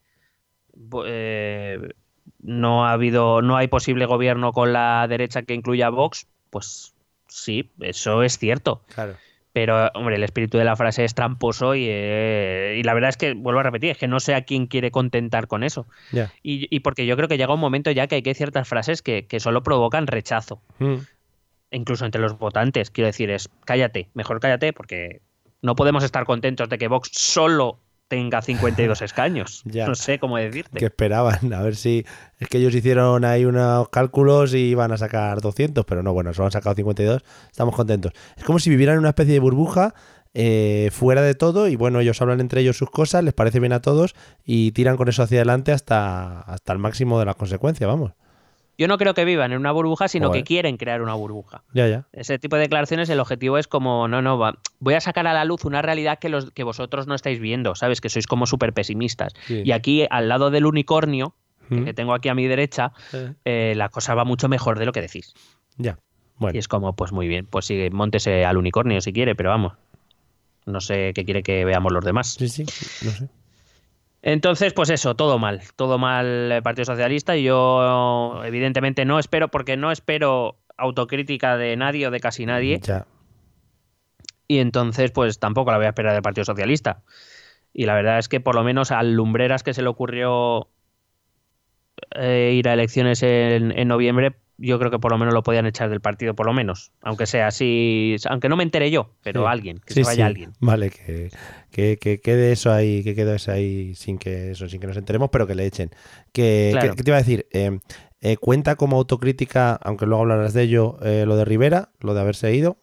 eh, no ha habido, no hay posible gobierno con la derecha que incluya a Vox, pues sí, eso es cierto. Claro. Pero, hombre, el espíritu de la frase es tramposo y, eh, y la verdad es que, vuelvo a repetir, es que no sé a quién quiere contentar con eso. Yeah. Y, y porque yo creo que llega un momento ya que hay que hay ciertas frases que, que solo provocan rechazo. Mm. Incluso entre los votantes. Quiero decir, es cállate, mejor cállate porque... No podemos estar contentos de que Vox solo tenga cincuenta y dos escaños. Ya. No sé cómo decirte. Que esperaban, a ver si... Es que ellos hicieron ahí unos cálculos y iban a sacar doscientos, pero no, bueno, solo han sacado cincuenta y dos, estamos contentos. Es como si vivieran en una especie de burbuja eh, fuera de todo y bueno, ellos hablan entre ellos sus cosas, les parece bien a todos y tiran con eso hacia adelante hasta, hasta el máximo de las consecuencias, vamos. Yo no creo que vivan en una burbuja, sino Joder. que quieren crear una burbuja. Ya, ya. Ese tipo de declaraciones, el objetivo es como, no, no, va, voy a sacar a la luz una realidad que, los, que vosotros no estáis viendo, ¿sabes? Que sois como súper pesimistas. Sí. Y aquí, al lado del unicornio, ¿Mm? que tengo aquí a mi derecha, ¿Eh? Eh, la cosa va mucho mejor de lo que decís. Ya, bueno. Y es como, pues muy bien, pues sí, móntese al unicornio si quiere, pero vamos, no sé qué quiere que veamos los demás. Sí, sí, no sé. Entonces, pues eso, todo mal, todo mal el Partido Socialista y yo evidentemente no espero, porque no espero autocrítica de nadie o de casi nadie. Ya. Y entonces, pues tampoco la voy a esperar del Partido Socialista. Y la verdad es que por lo menos a Lumbreras que se le ocurrió eh, ir a elecciones en, en noviembre, yo creo que por lo menos lo podían echar del partido, por lo menos, aunque sea así, aunque no me entere yo, pero sí. alguien, que sí, se vaya sí. alguien. Vale, que, que, que quede eso ahí, que quede eso ahí sin que eso, sin que nos enteremos, pero que le echen. Que, claro. que, ¿Qué te iba a decir? Eh, eh, ¿Cuenta como autocrítica, aunque luego hablarás de ello, eh, lo de Rivera, lo de haberse ido?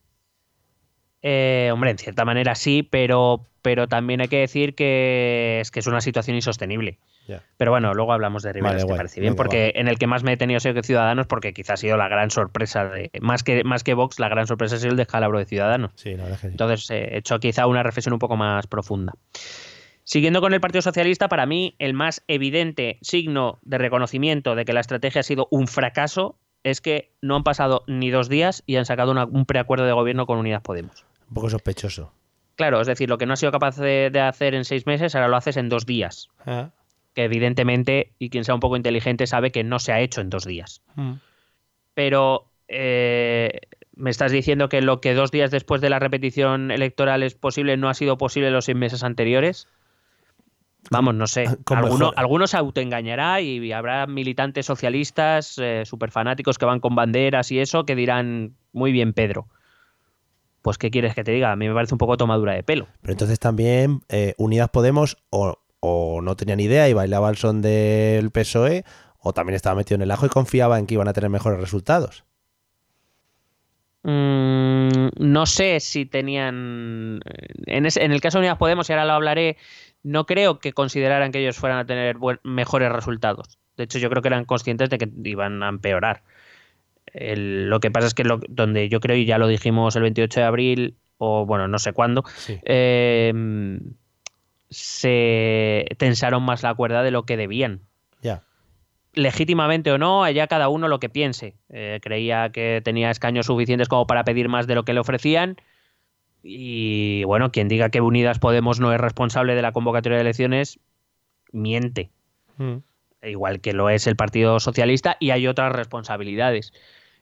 Eh, hombre, en cierta manera sí, pero, pero también hay que decir que es que es una situación insostenible. Yeah. Pero bueno, luego hablamos de Rivera, vale, si te parece bien, venga, porque va. En el que más me he tenido sido que Ciudadanos, porque quizás ha sido la gran sorpresa, de más que más que Vox, la gran sorpresa ha sido el descalabro de Ciudadanos. Sí, la verdad que sí. Entonces he hecho quizá una reflexión un poco más profunda. Siguiendo con el Partido Socialista, para mí el más evidente signo de reconocimiento de que la estrategia ha sido un fracaso es que no han pasado ni dos días y han sacado una, un preacuerdo de gobierno con Unidas Podemos. Un poco sospechoso. Claro, es decir, lo que no has sido capaz de, de hacer en seis meses, ahora lo haces en dos días. Ah. Que evidentemente, y quien sea un poco inteligente sabe que no se ha hecho en dos días. Mm. Pero eh, me estás diciendo que lo que dos días después de la repetición electoral es posible no ha sido posible los seis meses anteriores. Vamos, no sé. Alguno, algunos se autoengañará y habrá militantes socialistas eh, súper fanáticos que van con banderas y eso que dirán, muy bien, Pedro. Pues, ¿qué quieres que te diga? A mí me parece un poco tomadura de pelo. Pero entonces también eh, Unidas Podemos o, o no tenía ni idea y bailaba al son del P S O E, o también estaba metido en el ajo y confiaba en que iban a tener mejores resultados. Mm, no sé si tenían... En, ese, en el caso de Unidas Podemos, y ahora lo hablaré, no creo que consideraran que ellos fueran a tener buen, mejores resultados. De hecho, yo creo que eran conscientes de que iban a empeorar. El, lo que pasa es que lo, donde yo creo, y ya lo dijimos el veintiocho de abril, o bueno, no sé cuándo, sí. eh, se tensaron más la cuerda de lo que debían. Ya. Yeah. Legítimamente o no, allá cada uno lo que piense. Eh, creía que tenía escaños suficientes como para pedir más de lo que le ofrecían. Y bueno, quien diga que Unidas Podemos no es responsable de la convocatoria de elecciones, miente. Mm. Igual que lo es el Partido Socialista, y hay otras responsabilidades.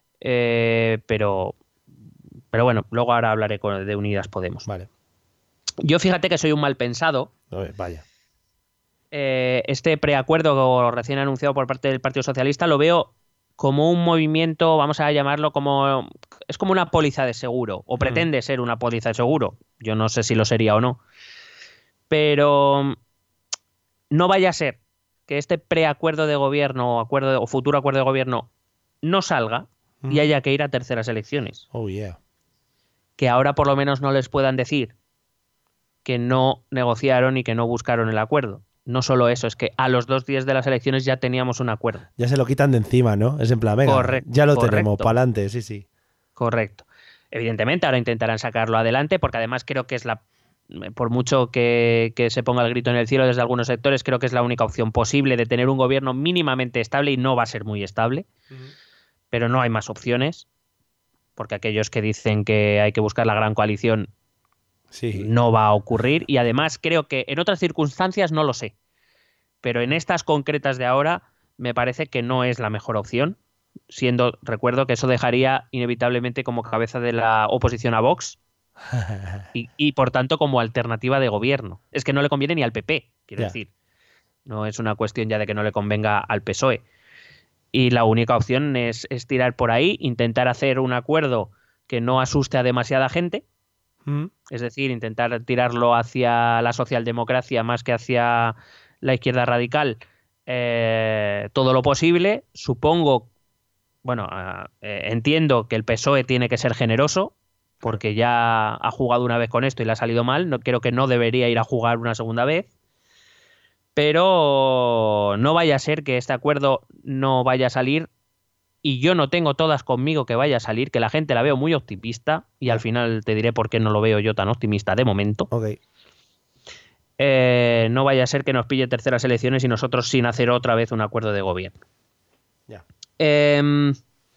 Eh, pero, pero bueno, luego ahora hablaré con, de Unidas Podemos. Vale. Yo fíjate que soy un mal pensado. A ver, vaya. Eh, este preacuerdo recién anunciado por parte del Partido Socialista lo veo como un movimiento, vamos a llamarlo como... Es como una póliza de seguro, o pretende mm. ser una póliza de seguro. Yo no sé si lo sería o no. Pero no vaya a ser que este preacuerdo de gobierno o, acuerdo de, o futuro acuerdo de gobierno no salga mm. y haya que ir a terceras elecciones. Oh, yeah. Que ahora por lo menos no les puedan decir que no negociaron y que no buscaron el acuerdo. No solo eso, es que a los dos días de las elecciones ya teníamos un acuerdo. Ya se lo quitan de encima, ¿no? Es en plan, venga, correcto, ya lo correcto. tenemos, para adelante, sí, sí. Correcto. Evidentemente ahora intentarán sacarlo adelante porque además creo que es la... Por mucho que, que se ponga el grito en el cielo desde algunos sectores, creo que es la única opción posible de tener un gobierno mínimamente estable y no va a ser muy estable. Uh-huh. Pero no hay más opciones porque aquellos que dicen que hay que buscar la gran coalición... Sí. No va a ocurrir y además creo que en otras circunstancias no lo sé, pero en estas concretas de ahora me parece que no es la mejor opción, siendo, recuerdo que eso dejaría inevitablemente como cabeza de la oposición a Vox y, y por tanto como alternativa de gobierno. Es que no le conviene ni al P P, quiero yeah. decir. No es una cuestión ya de que no le convenga al P S O E. Y la única opción es, es tirar por ahí, intentar hacer un acuerdo que no asuste a demasiada gente. Es decir, intentar tirarlo hacia la socialdemocracia más que hacia la izquierda radical eh, todo lo posible. Supongo, bueno, eh, entiendo que el P S O E tiene que ser generoso porque ya ha jugado una vez con esto y le ha salido mal. No, creo que no debería ir a jugar una segunda vez. Pero no vaya a ser que este acuerdo no vaya a salir. Y yo no tengo todas conmigo que vaya a salir, que la gente la veo muy optimista, y al final te diré por qué no lo veo yo tan optimista de momento. Okay. Eh, no vaya a ser que nos pille terceras elecciones y nosotros sin hacer otra vez un acuerdo de gobierno. Yeah. Eh,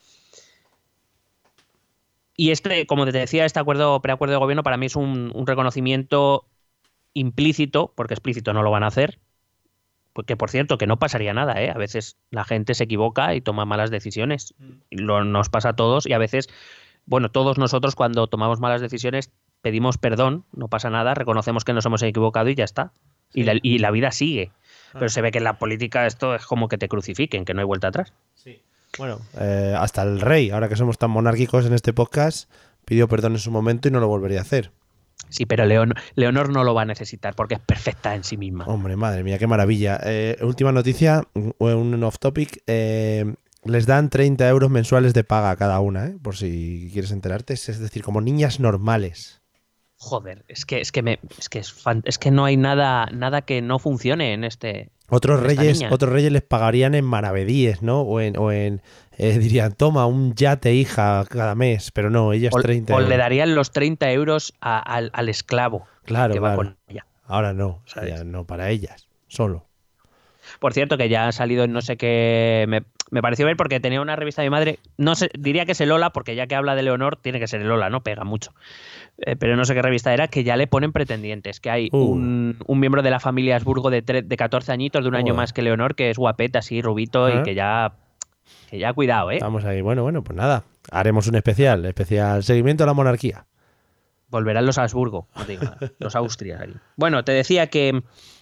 y este, como te decía, este acuerdo, preacuerdo de gobierno para mí es un, un reconocimiento implícito, porque explícito no lo van a hacer. Que por cierto, que no pasaría nada, ¿eh? A veces la gente se equivoca y toma malas decisiones. Lo, nos pasa a todos y a veces, bueno, todos nosotros cuando tomamos malas decisiones pedimos perdón, no pasa nada, reconocemos que nos hemos equivocado y ya está. Sí. Y, la, y la vida sigue. Ah. Pero se ve que en la política esto es como que te crucifiquen, que no hay vuelta atrás. Sí. Bueno, eh, hasta el rey, ahora que somos tan monárquicos en este podcast, pidió perdón en su momento y no lo volvería a hacer. Sí, pero Leon, Leonor no lo va a necesitar porque es perfecta en sí misma. Hombre, madre mía, qué maravilla. Eh, última noticia, un off topic. Eh, les dan treinta euros mensuales de paga a cada una, ¿eh? Por si quieres enterarte. Es decir, como niñas normales. Joder, es que es que me es que es, fan, es que no hay nada nada que no funcione en este. Otros reyes, otros reyes les pagarían en maravedíes, ¿no? O en, o en eh, dirían, toma un yate, hija, cada mes, pero no, ellas o, treinta o euros. le darían los treinta euros a, al, al esclavo. Claro, que claro. Va con ella. Ahora no, o sea, ya no para ellas, solo. Por cierto, que ya ha salido en no sé qué... Me, me pareció ver porque tenía una revista de mi madre, no sé, diría que es el Lola, porque ya que habla de Leonor, tiene que ser el Lola, ¿no? Pega mucho. Eh, pero no sé qué revista era, que ya le ponen pretendientes, que hay uh. un, un miembro de la familia Habsburgo de, tre- de catorce añitos, de un uh. año más que Leonor, que es guapeta, así, rubito, ¿eh? y que ya... Que ya cuidado, ¿eh? Estamos ahí. Bueno, bueno, pues nada. Haremos un especial, especial seguimiento a la monarquía. Volverán los Habsburgo, no digo, los Austrias. Ahí. Bueno, te decía que...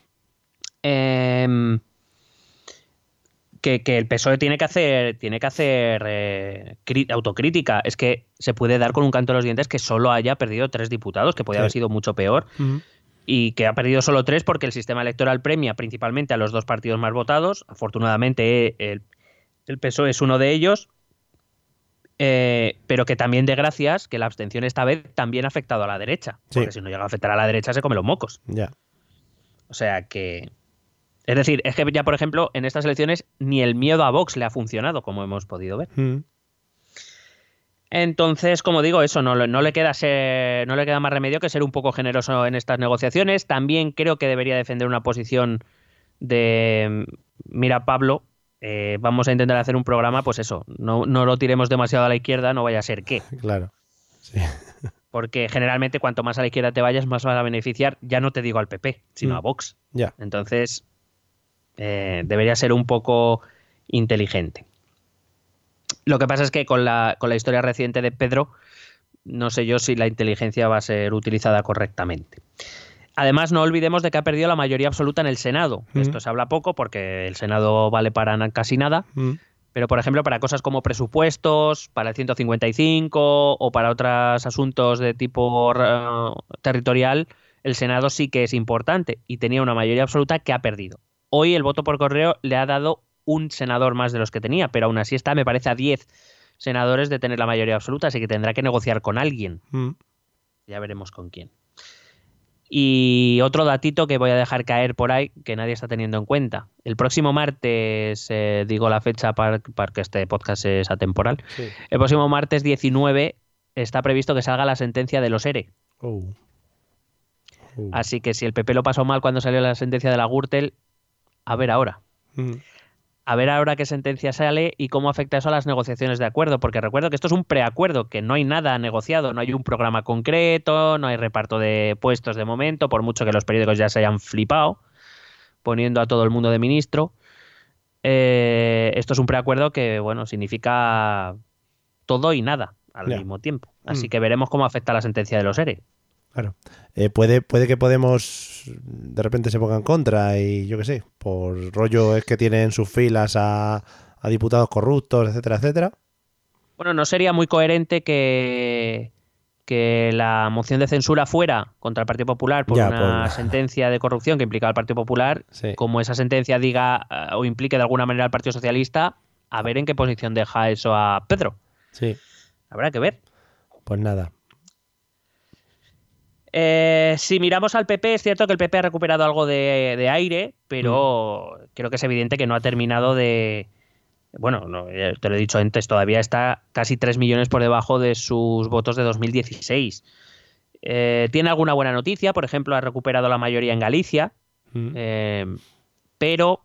Eh, Que, que el P S O E tiene que hacer, tiene que hacer eh, cri- autocrítica. Es que se puede dar con un canto de los dientes que solo haya perdido tres diputados, que podría sí. haber sido mucho peor, uh-huh. y que ha perdido solo tres porque el sistema electoral premia principalmente a los dos partidos más votados. Afortunadamente el, el P S O E es uno de ellos, eh, pero que también de gracias que la abstención esta vez también ha afectado a la derecha, sí. porque si no llega a afectar a la derecha se come los mocos. Ya. Yeah. O sea que... Es decir, es que ya, por ejemplo, en estas elecciones ni el miedo a Vox le ha funcionado, como hemos podido ver. Mm. Entonces, como digo, eso no, no, le queda ser, no le queda más remedio que ser un poco generoso en estas negociaciones. También creo que debería defender una posición de, mira, Pablo, eh, vamos a intentar hacer un programa, pues eso, no, no lo tiremos demasiado a la izquierda, no vaya a ser que. Claro, sí. Porque generalmente cuanto más a la izquierda te vayas, más vas a beneficiar, ya no te digo al P P, sino mm. a Vox. Ya. Entonces... Eh, debería ser un poco inteligente. Lo que pasa es que con la, con la historia reciente de Pedro, no sé yo si la inteligencia va a ser utilizada correctamente. Además, no olvidemos de que ha perdido la mayoría absoluta en el Senado. Mm. Esto se habla poco porque el Senado vale para casi nada, mm. pero, por ejemplo, para cosas como presupuestos, para el ciento cincuenta y cinco o para otros asuntos de tipo uh, territorial, el Senado sí que es importante y tenía una mayoría absoluta que ha perdido. Hoy el voto por correo le ha dado un senador más de los que tenía, pero aún así está, me parece, a diez senadores de tener la mayoría absoluta, así que tendrá que negociar con alguien. Mm. Ya veremos con quién. Y otro datito que voy a dejar caer por ahí, que nadie está teniendo en cuenta. El próximo martes, eh, digo la fecha para, para que este podcast es atemporal, sí. El próximo martes diecinueve está previsto que salga la sentencia de los ERE. Oh. Oh. Así que si el P P lo pasó mal cuando salió la sentencia de la Gürtel, a ver ahora. Mm. A ver ahora qué sentencia sale y cómo afecta eso a las negociaciones de acuerdo, porque recuerdo que esto es un preacuerdo, que no hay nada negociado, no hay un programa concreto, no hay reparto de puestos de momento, por mucho que los periódicos ya se hayan flipado, poniendo a todo el mundo de ministro. Eh, esto es un preacuerdo que, bueno, significa todo y nada al yeah. mismo tiempo. Así mm. que veremos cómo afecta la sentencia de los ERE. Claro. Eh, puede, puede que Podemos de repente se ponga en contra y yo qué sé, por rollo es que tiene en sus filas a, a diputados corruptos, etcétera, etcétera. Bueno, no sería muy coherente que, que la moción de censura fuera contra el Partido Popular por ya, una por... sentencia de corrupción que implicaba al Partido Popular, sí. Como esa sentencia diga uh, o implique de alguna manera al Partido Socialista, a ver en qué posición deja eso a Pedro. Sí. Habrá que ver. Pues nada. Eh, si miramos al P P, es cierto que el P P ha recuperado algo de, de aire, pero mm. creo que es evidente que no ha terminado de... Bueno, no, te lo he dicho antes, todavía está casi tres millones por debajo de sus votos de dos mil dieciséis. Eh, tiene alguna buena noticia, por ejemplo, ha recuperado la mayoría en Galicia, mm. eh, pero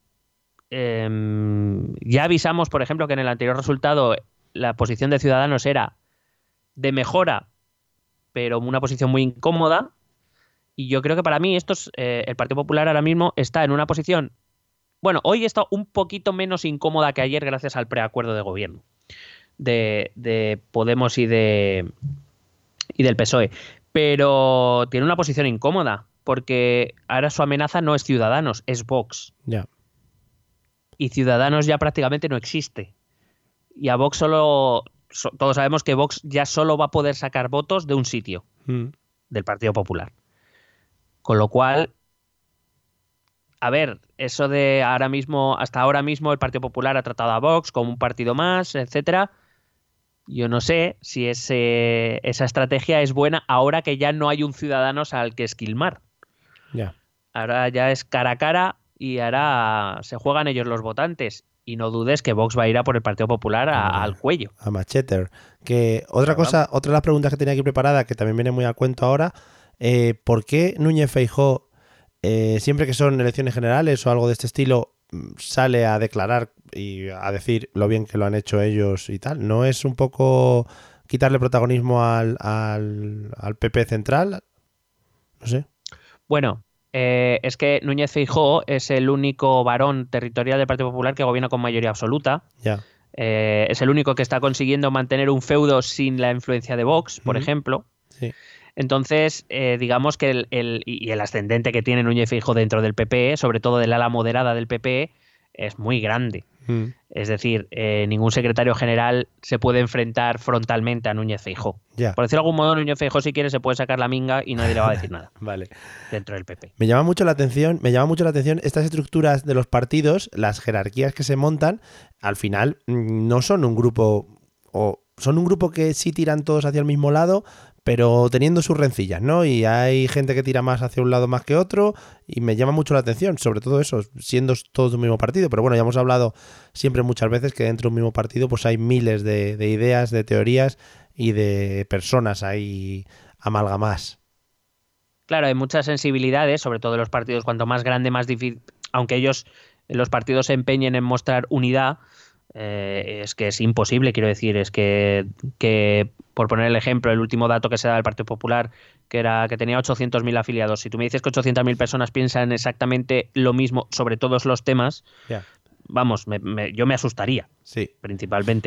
eh, ya avisamos, por ejemplo, que en el anterior resultado la posición de Ciudadanos era de mejora, pero una posición muy incómoda, y yo creo que para mí esto es, eh, el Partido Popular ahora mismo está en una posición, bueno, hoy está un poquito menos incómoda que ayer gracias al preacuerdo de gobierno de, de Podemos y de y del P S O E, pero tiene una posición incómoda porque ahora su amenaza no es Ciudadanos, es Vox. Ya. Yeah. Y Ciudadanos ya prácticamente no existe. Y a Vox solo... Todos sabemos que Vox ya solo va a poder sacar votos de un sitio, mm. del Partido Popular. Con lo cual, a ver, eso de ahora mismo, hasta ahora mismo el Partido Popular ha tratado a Vox como un partido más, etcétera. Yo no sé si ese, esa estrategia es buena ahora que ya no hay un Ciudadanos al que esquilmar. Yeah. Ahora ya es cara a cara y ahora se juegan ellos los votantes. Y no dudes que Vox va a ir a por el Partido Popular a, a, al cuello. A macheter. Que otra cosa, otra de las preguntas que tenía aquí preparada, que también viene muy al cuento ahora, eh, ¿por qué Núñez Feijóo, eh, siempre que son elecciones generales o algo de este estilo, sale a declarar y a decir lo bien que lo han hecho ellos y tal? ¿No es un poco quitarle protagonismo al, al, al P P central? No sé. Bueno... Eh, es que Núñez Feijóo es el único varón territorial del Partido Popular que gobierna con mayoría absoluta. Ya. Eh, es el único que está consiguiendo mantener un feudo sin la influencia de Vox, por mm. ejemplo. Sí. Entonces, eh, digamos que el, el, y el ascendente que tiene Núñez Feijóo dentro del P P, sobre todo del ala moderada del P P, es muy grande. Mm. Es decir, eh, ningún secretario general se puede enfrentar frontalmente a Núñez Feijóo. Yeah. Por decirlo de algún modo, Núñez Feijóo, si quiere, se puede sacar la minga y nadie le va a decir nada. Vale. Dentro del P P. Me llama mucho la atención, me llama mucho la atención estas estructuras de los partidos, las jerarquías que se montan, al final no son un grupo, o son un grupo que sí tiran todos hacia el mismo lado, pero teniendo sus rencillas, ¿no? Y hay gente que tira más hacia un lado más que otro, y me llama mucho la atención, sobre todo eso, siendo todos de un mismo partido. Pero bueno, ya hemos hablado siempre muchas veces que dentro de un mismo partido pues hay miles de, de ideas, de teorías y de personas ahí amalgamadas. Claro, hay muchas sensibilidades, sobre todo en los partidos, cuanto más grande, más difícil, aunque ellos, los partidos se empeñen en mostrar unidad, eh, es que es imposible, quiero decir, es que, que, por poner el ejemplo, el último dato que se da del Partido Popular, que era que tenía ochocientos mil afiliados, si tú me dices que ochocientas mil personas piensan exactamente lo mismo sobre todos los temas, yeah. vamos, me, me, yo me asustaría, sí. principalmente.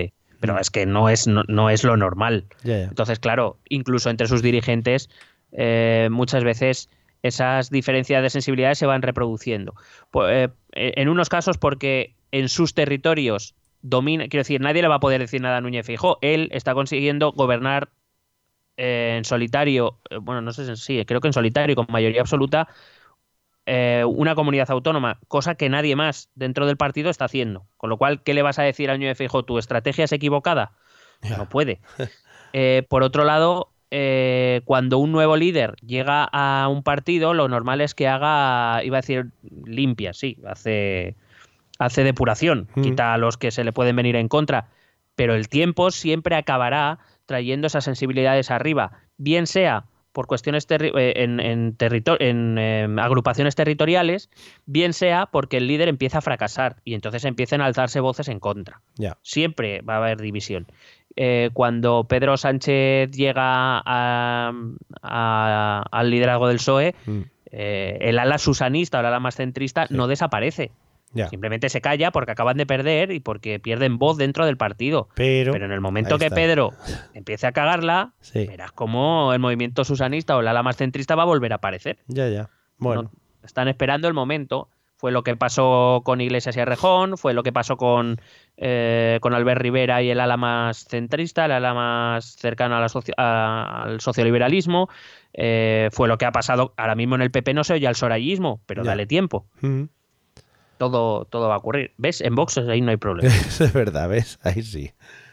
pero es que no es, no, no es lo normal. Yeah, yeah. Entonces, claro, incluso entre sus dirigentes, eh, muchas veces esas diferencias de sensibilidades se van reproduciendo. Pues, eh, en unos casos porque en sus territorios domina, quiero decir, nadie le va a poder decir nada a Núñez Feijóo. Él está consiguiendo gobernar eh, en solitario, eh, bueno, no sé si sí, creo que en solitario, con mayoría absoluta, eh, una comunidad autónoma, cosa que nadie más dentro del partido está haciendo. Con lo cual, ¿qué le vas a decir a Núñez Feijóo? ¿Tu estrategia es equivocada? Yeah. No puede. Eh, por otro lado, eh, cuando un nuevo líder llega a un partido, lo normal es que haga, iba a decir limpia, sí, hace, hace depuración, mm. quita a los que se le pueden venir en contra, pero el tiempo siempre acabará trayendo esas sensibilidades arriba, bien sea por cuestiones terri en, en, en eh, agrupaciones territoriales, bien sea porque el líder empieza a fracasar y entonces empiezan a alzarse voces en contra. Yeah. Siempre va a haber división. Eh, cuando Pedro Sánchez llega a, a, al liderazgo del P S O E, mm. eh, el ala susanista o el ala más centrista sí. no desaparece. Yeah. Simplemente se calla porque acaban de perder y porque pierden voz dentro del partido. Pero, Pero en el momento que Pedro empiece a cagarla, sí. verás cómo el movimiento susanista o el ala más centrista va a volver a aparecer. Ya, ya. Bueno. No, están esperando el momento. Fue lo que pasó con Iglesias y Errejón, fue lo que pasó con, eh, con Albert Rivera y el ala más centrista, el ala más cercano a la socio, a, al socioliberalismo. Eh, fue lo que ha pasado ahora mismo en el P P, no se oye al sorayismo, pero ya. dale tiempo. Mm-hmm. Todo, todo va a ocurrir. ¿Ves? En Vox ahí no hay problema. Eso es verdad, ¿ves? Ahí sí.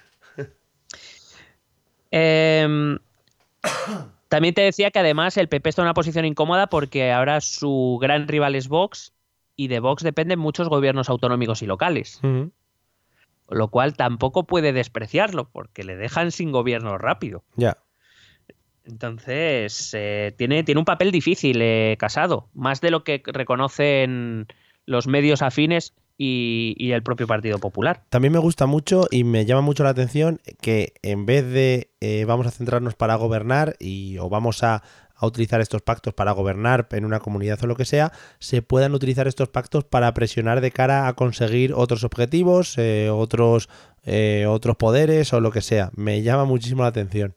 eh, también te decía que además el P P está en una posición incómoda porque ahora su gran rival es Vox y de Vox dependen muchos gobiernos autonómicos y locales. Uh-huh. Lo cual tampoco puede despreciarlo porque le dejan sin gobierno rápido. Ya. Yeah. Entonces, eh, tiene, tiene un papel difícil eh, Casado, más de lo que reconocen los medios afines y, y el propio Partido Popular. También me gusta mucho y me llama mucho la atención que en vez de eh, vamos a centrarnos para gobernar y o vamos a, a utilizar estos pactos para gobernar en una comunidad o lo que sea, se puedan utilizar estos pactos para presionar de cara a conseguir otros objetivos, eh, otros, eh, otros poderes o lo que sea. Me llama muchísimo la atención.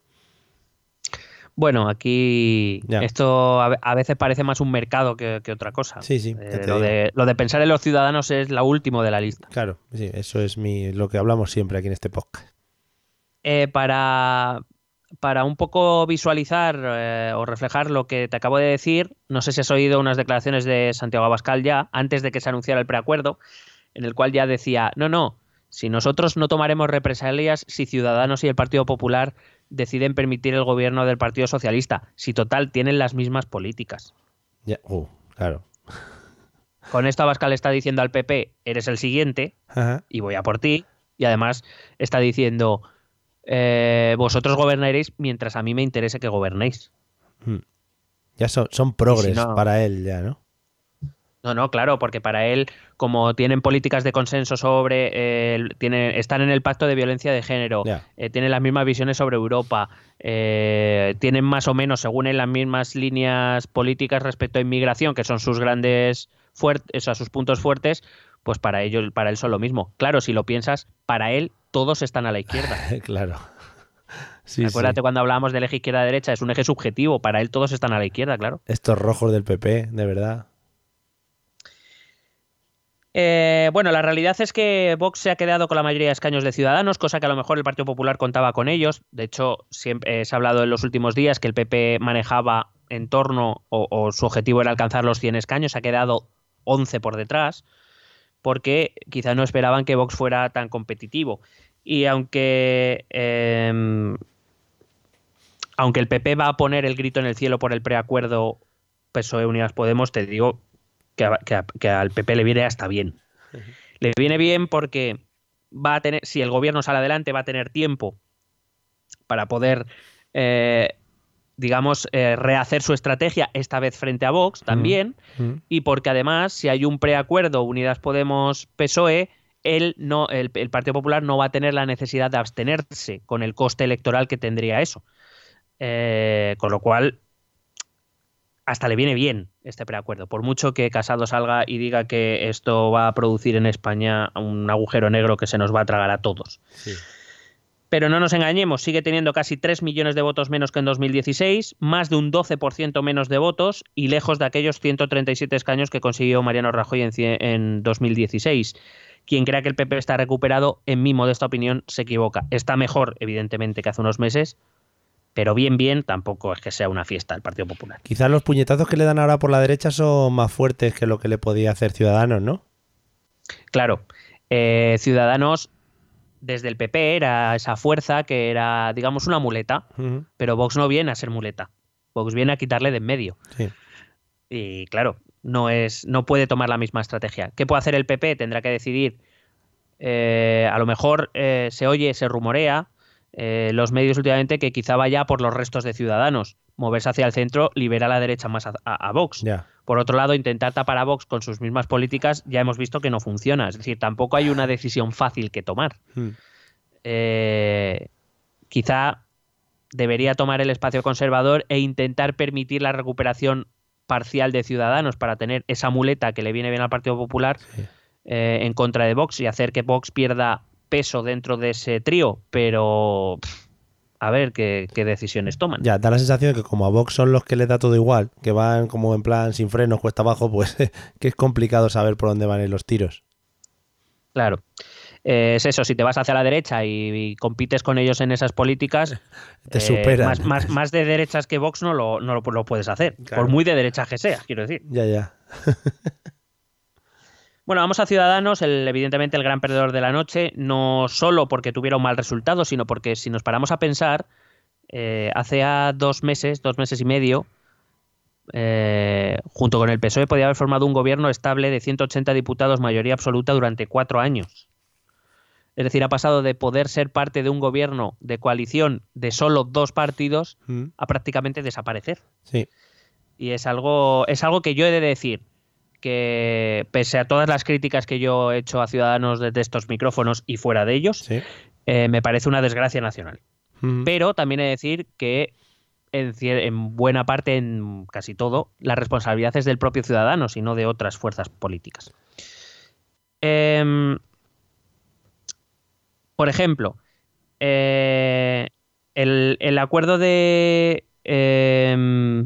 Bueno, aquí ya. esto a veces parece más un mercado que, que otra cosa. Sí, sí. Eh, lo, de, lo de pensar en los ciudadanos es la última de la lista. Claro, sí, eso es mi, lo que hablamos siempre aquí en este podcast. Eh, para, para un poco visualizar eh, o reflejar lo que te acabo de decir, no sé si has oído unas declaraciones de Santiago Abascal ya, antes de que se anunciara el preacuerdo, en el cual ya decía, no, no, si nosotros no tomaremos represalias si Ciudadanos y el Partido Popular deciden permitir el gobierno del Partido Socialista, si total tienen las mismas políticas. Ya, uh, claro. Con esto Abascal está diciendo al P P, eres el siguiente, ajá, y voy a por ti, y además está diciendo, eh, vosotros gobernaréis mientras a mí me interese que gobernéis. Hmm. Ya son, son progres si no, para él ya, ¿no? No, no, claro, porque para él, como tienen políticas de consenso sobre, eh, tiene, están en el pacto de violencia de género, yeah. eh, tienen las mismas visiones sobre Europa, eh, tienen más o menos, según él, las mismas líneas políticas respecto a inmigración, que son sus grandes fuertes, o sea, sus puntos fuertes, pues para ellos, para él son lo mismo. Claro, si lo piensas, para él todos están a la izquierda. Claro. Sí, Acuérdate sí. cuando hablábamos del eje izquierda-derecha, es un eje subjetivo, para él todos están a la izquierda, claro. Estos rojos del P P, de verdad. Eh, bueno, la realidad es que Vox se ha quedado con la mayoría de escaños de Ciudadanos, cosa que a lo mejor el Partido Popular contaba con ellos. De hecho, siempre eh, se ha hablado en los últimos días que el P P manejaba en torno, o, o su objetivo era alcanzar los cien escaños, se ha quedado once por detrás, porque quizá no esperaban que Vox fuera tan competitivo. Y aunque, eh, aunque el P P va a poner el grito en el cielo por el preacuerdo P S O E Unidas Podemos, te digo Que, a, que, a, que al P P le viene hasta bien. Uh-huh. Le viene bien porque va a tener, si el gobierno sale adelante, va a tener tiempo para poder, eh, digamos, eh, rehacer su estrategia, esta vez frente a Vox también, uh-huh. y porque además, si hay un preacuerdo Unidas Podemos P S O E, él no, el, el Partido Popular no va a tener la necesidad de abstenerse con el coste electoral que tendría eso. Eh, con lo cual, hasta le viene bien este preacuerdo. Por mucho que Casado salga y diga que esto va a producir en España un agujero negro que se nos va a tragar a todos. Sí. Pero no nos engañemos, sigue teniendo casi tres millones de votos menos que en dos mil dieciséis, más de un doce por ciento menos de votos y lejos de aquellos ciento treinta y siete escaños que consiguió Mariano Rajoy en, en dos mil dieciséis. Quien crea que el P P está recuperado, en mi modesta opinión, se equivoca. Está mejor, evidentemente, que hace unos meses, pero bien, bien, tampoco es que sea una fiesta el Partido Popular. Quizás los puñetazos que le dan ahora por la derecha son más fuertes que lo que le podía hacer Ciudadanos, ¿no? Claro, eh, Ciudadanos... Desde el P P era esa fuerza que era, digamos, una muleta, uh-huh. pero Vox no viene a ser muleta. Vox viene a quitarle de en medio. Sí. Y claro, no es, no puede tomar la misma estrategia. ¿Qué puede hacer el P P? Tendrá que decidir. Eh, a lo mejor eh, se oye, se rumorea, eh, los medios últimamente, que quizá vaya por los restos de Ciudadanos. Moverse hacia el centro libera a la derecha más a, a, a Vox. Yeah. Por otro lado, intentar tapar a Vox con sus mismas políticas ya hemos visto que no funciona. Es decir, tampoco hay una decisión fácil que tomar. Hmm. Eh, quizá debería tomar el espacio conservador e intentar permitir la recuperación parcial de Ciudadanos para tener esa muleta que le viene bien al Partido Popular sí. eh, en contra de Vox y hacer que Vox pierda peso dentro de ese trío, pero... Pff, a ver qué, qué decisiones toman. Ya, da la sensación de que como a Vox son los que les da todo igual, que van como en plan sin frenos, cuesta abajo, pues que es complicado saber por dónde van en los tiros. Claro. Eh, es eso, si te vas hacia la derecha y, y compites con ellos en esas políticas, te eh, superan. Más, más, más de derechas que Vox no lo, no lo, lo puedes hacer, claro. Por muy de derecha que sea, quiero decir. Ya, ya. Bueno, vamos a Ciudadanos, el, evidentemente el gran perdedor de la noche, no solo porque tuviera un mal resultado, sino porque si nos paramos a pensar, eh, hace ya dos meses, dos meses y medio, eh, junto con el P S O E podía haber formado un gobierno estable de ciento ochenta diputados, mayoría absoluta, durante cuatro años. Es decir, ha pasado de poder ser parte de un gobierno de coalición de solo dos partidos mm. a prácticamente desaparecer. Sí. Y es algo, es algo que yo he de decir, que pese a todas las críticas que yo he hecho a Ciudadanos desde estos micrófonos y fuera de ellos, sí. eh, me parece una desgracia nacional. Mm. Pero también he de decir que en, en buena parte, en casi todo, la responsabilidad es del propio Ciudadanos y no de otras fuerzas políticas. Eh, por ejemplo, eh, el, el acuerdo de... Eh,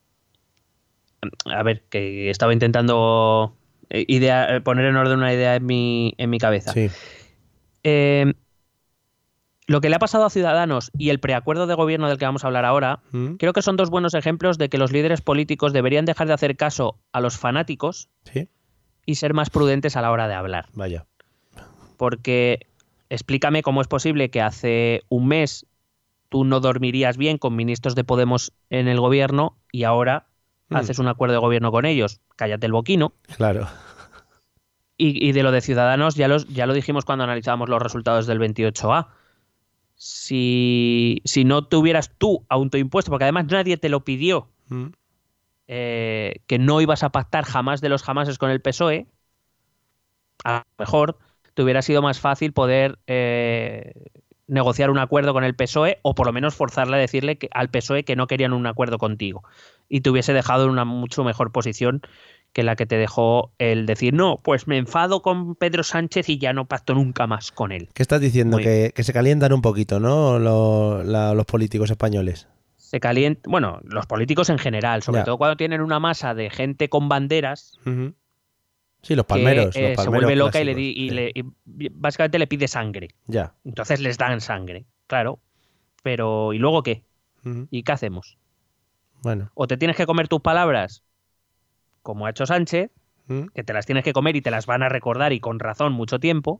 a ver, que estaba intentando idea, poner en orden una idea en mi, en mi cabeza. Sí. Eh, lo que le ha pasado a Ciudadanos y el preacuerdo de gobierno del que vamos a hablar ahora, ¿Mm? creo que son dos buenos ejemplos de que los líderes políticos deberían dejar de hacer caso a los fanáticos ¿Sí? y ser más prudentes a la hora de hablar. Vaya. Porque explícame cómo es posible que hace un mes tú no dormirías bien con ministros de Podemos en el gobierno y ahora mm. haces un acuerdo de gobierno con ellos. Cállate el boquino. Claro. Y, y de lo de Ciudadanos ya, los, ya lo dijimos cuando analizábamos los resultados del veintiocho A. Si, si no tuvieras tú autoimpuesto, porque además nadie te lo pidió, mm. eh, que no ibas a pactar jamás de los jamases con el P S O E, a lo mejor te hubiera sido más fácil poder eh, negociar un acuerdo con el P S O E o por lo menos forzarle a decirle que, al P S O E que no querían un acuerdo contigo y te hubiese dejado en una mucho mejor posición que la que te dejó el decir, no, pues me enfado con Pedro Sánchez y ya no pacto nunca más con él. ¿Qué estás diciendo? Que, que se calientan un poquito, ¿no? Los, la, los políticos españoles. Se calientan, bueno, los políticos en general, sobre ya. todo cuando tienen una masa de gente con banderas. Uh-huh. Sí, los palmeros. Que, eh, los palmeros se vuelve loca clásicos, y, le di, y, sí. le, y básicamente le pide sangre. Ya. Entonces les dan sangre, claro. Pero, ¿y luego qué? Uh-huh. ¿Y qué hacemos? Bueno. O te tienes que comer tus palabras, como ha hecho Sánchez, ¿Mm? que te las tienes que comer y te las van a recordar y con razón mucho tiempo,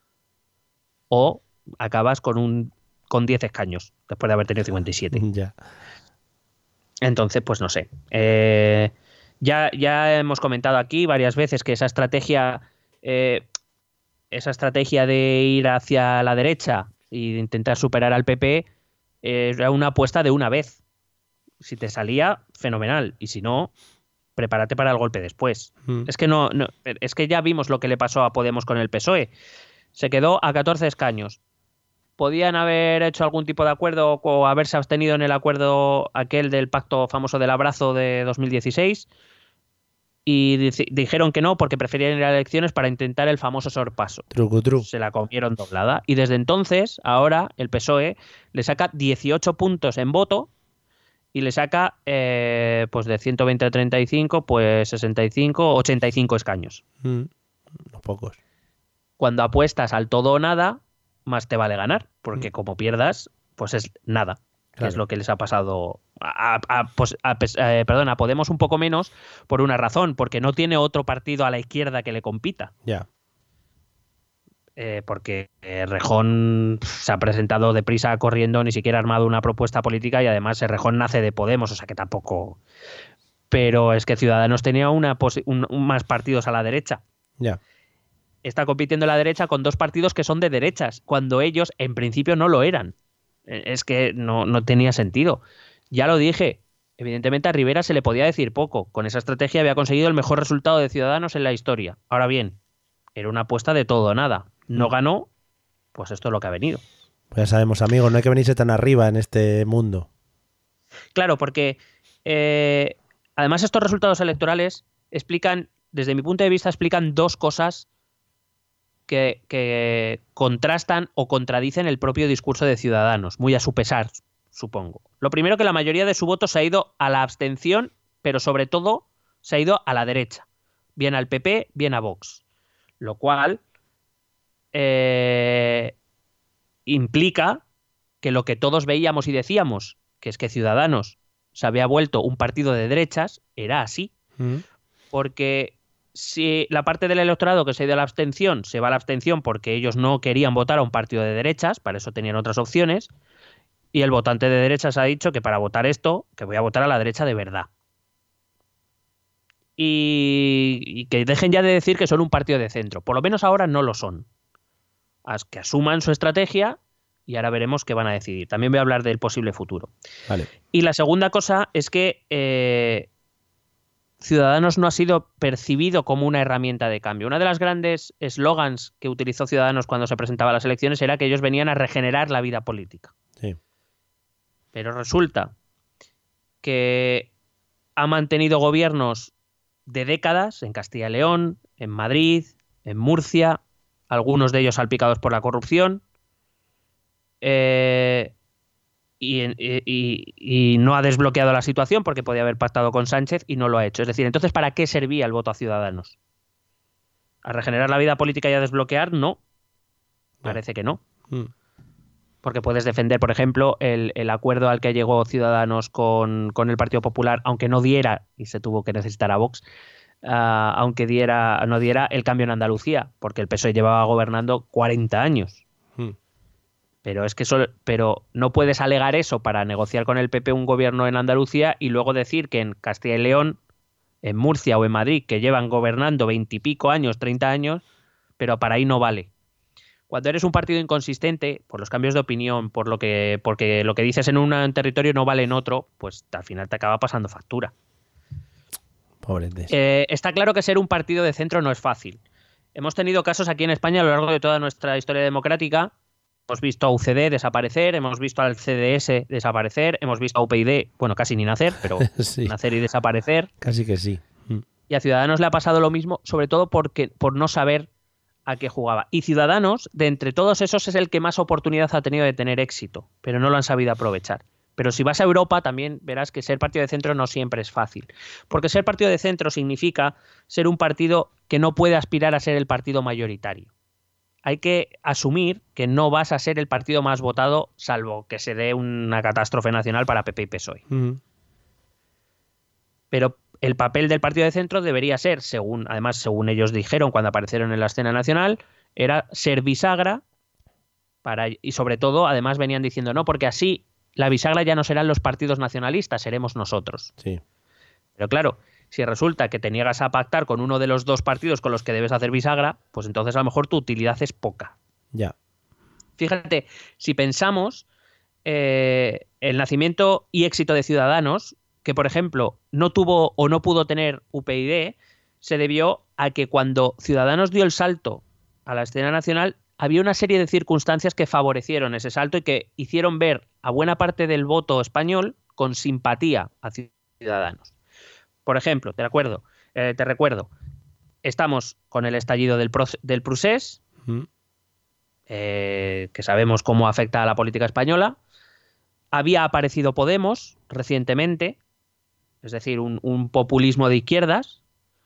o acabas con un con diez escaños después de haber tenido cincuenta y siete. Ya. Entonces, pues no sé. Eh, ya, ya hemos comentado aquí varias veces que esa estrategia, eh, esa estrategia de ir hacia la derecha e de intentar superar al P P eh, era una apuesta de una vez. Si te salía, fenomenal. Y si no, prepárate para el golpe después. Mm. Es que no, no, es que ya vimos lo que le pasó a Podemos con el P S O E. Se quedó a catorce escaños. Podían haber hecho algún tipo de acuerdo o haberse abstenido en el acuerdo aquel del pacto famoso del abrazo de dos mil dieciséis y dic- dijeron que no porque preferían ir a elecciones para intentar el famoso sorpaso. Truco, tru. Se la comieron doblada. Y desde entonces, ahora, el P S O E le saca dieciocho puntos en voto y le saca eh, pues de ciento veinte a treinta y cinco, pues sesenta y cinco, ochenta y cinco escaños. Mm, unos pocos. Cuando apuestas al todo o nada, más te vale ganar, porque como pierdas, pues es nada, que Claro. es lo que les ha pasado a, a- a- pues, a P S- eh, perdón, a Podemos un poco menos por una razón, porque no tiene otro partido a la izquierda que le compita. Ya. Eh, porque eh, Rejón pf, se ha presentado deprisa corriendo, ni siquiera ha armado una propuesta política y además eh, Rejón nace de Podemos, o sea que tampoco... Pero es que Ciudadanos tenía una posi- un- un- más partidos a la derecha. Ya. Está compitiendo la derecha con dos partidos que son de derechas, cuando ellos en principio no lo eran. Eh, Es que no, no tenía sentido. Ya lo dije, evidentemente a Rivera se le podía decir poco. Con esa estrategia había conseguido el mejor resultado de Ciudadanos en la historia. Ahora bien, era una apuesta de todo o nada. No ganó, pues esto es lo que ha venido. Pues ya sabemos, amigos, no hay que venirse tan arriba en este mundo. Claro, porque eh, además estos resultados electorales explican, desde mi punto de vista, explican dos cosas que, que contrastan o contradicen el propio discurso de Ciudadanos, muy a su pesar, supongo. Lo primero, que la mayoría de su voto se ha ido a la abstención, pero sobre todo se ha ido a la derecha, bien al P P, bien a Vox, lo cual eh, implica que lo que todos veíamos y decíamos, que es que Ciudadanos se había vuelto un partido de derechas, era así. Mm. Porque si la parte del electorado que se ha ido a la abstención se va a la abstención porque ellos no querían votar a un partido de derechas, para eso tenían otras opciones, y el votante de derechas ha dicho que para votar esto, que voy a votar a la derecha de verdad. Y, y que dejen ya de decir que son un partido de centro. Por lo menos ahora no lo son. As- que asuman su estrategia y ahora veremos qué van a decidir. También voy a hablar del posible futuro. Vale. Y la segunda cosa es que eh, Ciudadanos no ha sido percibido como una herramienta de cambio. Una de las grandes eslogans que utilizó Ciudadanos cuando se presentaba a las elecciones era que ellos venían a regenerar la vida política. Sí. Pero resulta que ha mantenido gobiernos de décadas en Castilla y León, en Madrid, en Murcia, algunos de ellos salpicados por la corrupción, eh, y, y- y no ha desbloqueado la situación porque podía haber pactado con Sánchez y no lo ha hecho. Es decir, entonces, ¿para qué servía el voto a Ciudadanos? ¿A regenerar la vida política y a desbloquear? No. Parece que no. Mm. Porque puedes defender, por ejemplo, el, el acuerdo al que llegó Ciudadanos con, con el Partido Popular, aunque no diera, y se tuvo que necesitar a Vox, ah, aunque diera, no diera el cambio en Andalucía, porque el P S O E llevaba gobernando cuarenta años. Mm. Pero es que eso, pero no puedes alegar eso para negociar con el P P un gobierno en Andalucía y luego decir que en Castilla y León, en Murcia o en Madrid, que llevan gobernando veintipico años, treinta años, pero para ahí no vale. Cuando eres un partido inconsistente, por los cambios de opinión, por lo que, porque lo que dices en un territorio no vale en otro, pues al final te acaba pasando factura. Pobretes. Eh, está claro que ser un partido de centro no es fácil. Hemos tenido casos aquí en España a lo largo de toda nuestra historia democrática. Hemos visto a U C D desaparecer, hemos visto al C D S desaparecer, hemos visto a U P y, bueno, casi ni nacer, pero Sí. nacer y desaparecer. Casi que sí. Mm. Y a Ciudadanos le ha pasado lo mismo, sobre todo porque, por no saber a qué jugaba. Y Ciudadanos, de entre todos esos, es el que más oportunidad ha tenido de tener éxito, pero no lo han sabido aprovechar. Pero si vas a Europa también verás que ser partido de centro no siempre es fácil. Porque ser partido de centro significa ser un partido que no puede aspirar a ser el partido mayoritario. Hay que asumir que no vas a ser el partido más votado, salvo que se dé una catástrofe nacional para P P y P S O E. Mm. Pero el papel del partido de centro debería ser, según además según ellos dijeron cuando aparecieron en la escena nacional, era ser bisagra para, y sobre todo, además venían diciendo no, porque así la bisagra ya no serán los partidos nacionalistas, seremos nosotros. Sí. Pero claro, si resulta que te niegas a pactar con uno de los dos partidos con los que debes hacer bisagra, pues entonces a lo mejor tu utilidad es poca. Ya. Fíjate, si pensamos eh, el nacimiento y éxito de Ciudadanos, que por ejemplo no tuvo o no pudo tener U P y, se debió a que cuando Ciudadanos dio el salto a la escena nacional, había una serie de circunstancias que favorecieron ese salto y que hicieron ver a buena parte del voto español con simpatía a Ciudadanos. Por ejemplo, te acuerdo, eh, te recuerdo, estamos con el estallido del, pro, del procés, mm. eh, que sabemos cómo afecta a la política española. Había aparecido Podemos recientemente, es decir, un, un populismo de izquierdas.